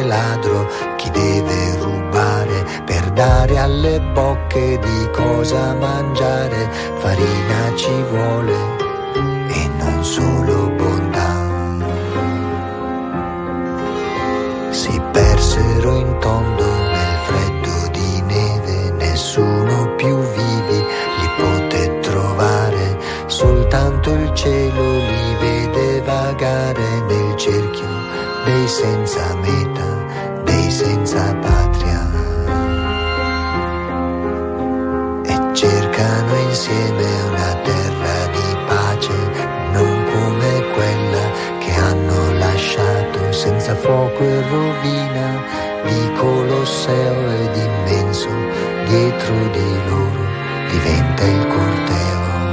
ladro, chi deve rubare per dare alle bocche di cosa mangiare. Farina ci vuole e non solo bontà. Si persero in tondo nel freddo di neve, nessuno più vivi li poté trovare, soltanto il cielo li vede vagare nel cerchio dei senza meta, dei senza patria, e cercano insieme una terra di pace, non come quella che hanno lasciato, senza fuoco e rovina, di Colosseo ed immenso, dietro di loro diventa il corteo.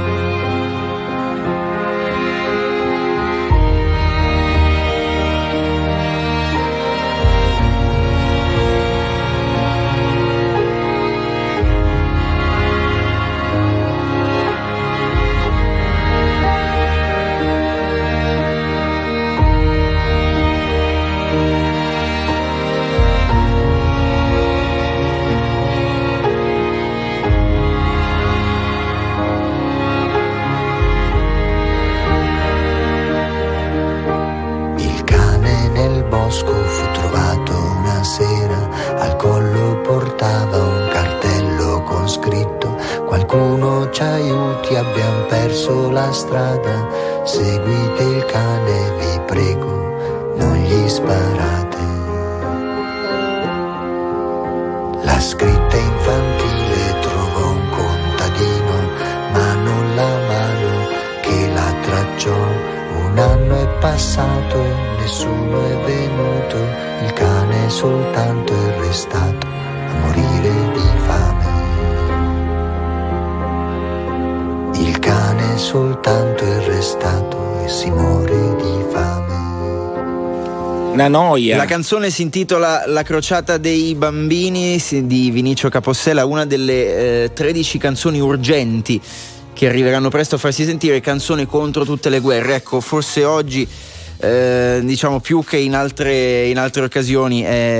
La strada, seguite il cane, vi prego, non gli sparate. La scritta infantile trovò un contadino, ma non la mano che la tracciò. Un anno è passato e nessuno è venuto, il cane soltanto è restato a morire di fame. Il cane soltanto è restato e si muore di fame. Una noia. La canzone si intitola La crociata dei bambini di Vinicio Capossela, una delle eh, tredici canzoni urgenti che arriveranno presto a farsi sentire, canzone contro tutte le guerre. Ecco, forse oggi eh, diciamo più che in altre, in altre occasioni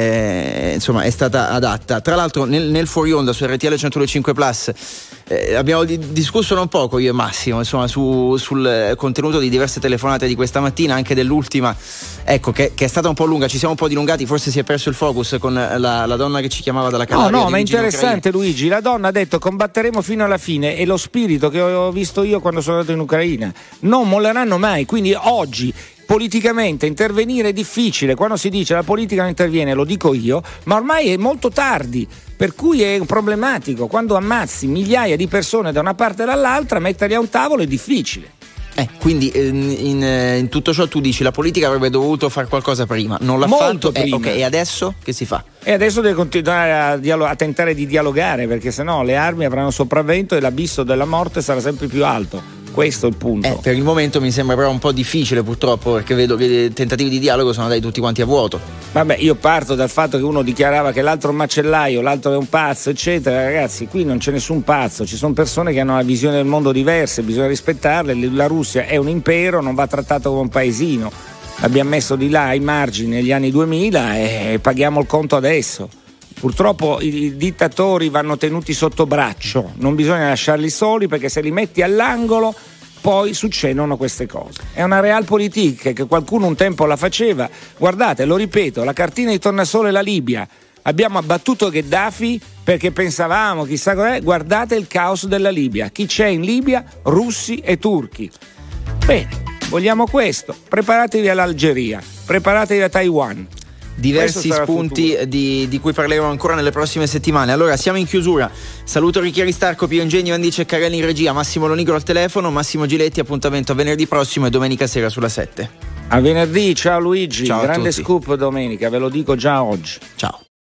è, insomma, è stata adatta. Tra l'altro nel, nel fuori onda su R T L centodue e cinque Plus Eh, abbiamo di- discusso non poco io e Massimo, insomma, su, sul contenuto di diverse telefonate di questa mattina, anche dell'ultima, ecco, che, che è stata un po' lunga, ci siamo un po' dilungati, forse si è perso il focus con la, la donna che ci chiamava dalla Calabria. No, no, ma è Vigili interessante, Luigi, la donna ha detto combatteremo fino alla fine, e lo spirito che ho visto io quando sono andato in Ucraina, non molleranno mai, quindi oggi politicamente intervenire è difficile. Quando si dice la politica non interviene, lo dico io, ma ormai è molto tardi, per cui è problematico. Quando ammazzi migliaia di persone da una parte e dall'altra, metterli a un tavolo è difficile. Eh, quindi in, in, in tutto ciò tu dici la politica avrebbe dovuto fare qualcosa prima, non l'ha Molto fatto, prima. Eh, okay, e adesso che si fa? E adesso deve continuare a, dialo- a tentare di dialogare, perché sennò le armi avranno sopravvento e l'abisso della morte sarà sempre più alto. Questo è il punto. Eh, per il momento mi sembra però un po' difficile, purtroppo, perché vedo che i tentativi di dialogo sono andati tutti quanti a vuoto. Vabbè, io parto dal fatto che uno dichiarava che l'altro è un macellaio, l'altro è un pazzo, eccetera. Ragazzi, qui non c'è nessun pazzo, ci sono persone che hanno una visione del mondo diversa, bisogna rispettarle. La Russia è un impero, non va trattato come un paesino. L'abbiamo messo di là ai margini negli anni duemila e paghiamo il conto adesso. Purtroppo i dittatori vanno tenuti sotto braccio, non bisogna lasciarli soli, perché se li metti all'angolo poi succedono queste cose. È una realpolitik che qualcuno un tempo la faceva. Guardate, lo ripeto, la cartina di tornasole è la Libia. Abbiamo abbattuto Gheddafi perché pensavamo chissà cos'è. Guardate il caos della Libia. Chi c'è in Libia? Russi e turchi. Bene, vogliamo questo. Preparatevi all'Algeria, preparatevi a Taiwan. Diversi spunti di, di cui parleremo ancora nelle prossime settimane. Allora, siamo in chiusura. Saluto Ricchieri Starco, Piero Ingegni, Vandice e Carelli in regia, Massimo Lonigro al telefono, Massimo Giletti. Appuntamento a venerdì prossimo e domenica sera sulla sette. A venerdì, ciao Luigi. Ciao a grande tutti. Scoop domenica, ve lo dico già oggi. Ciao.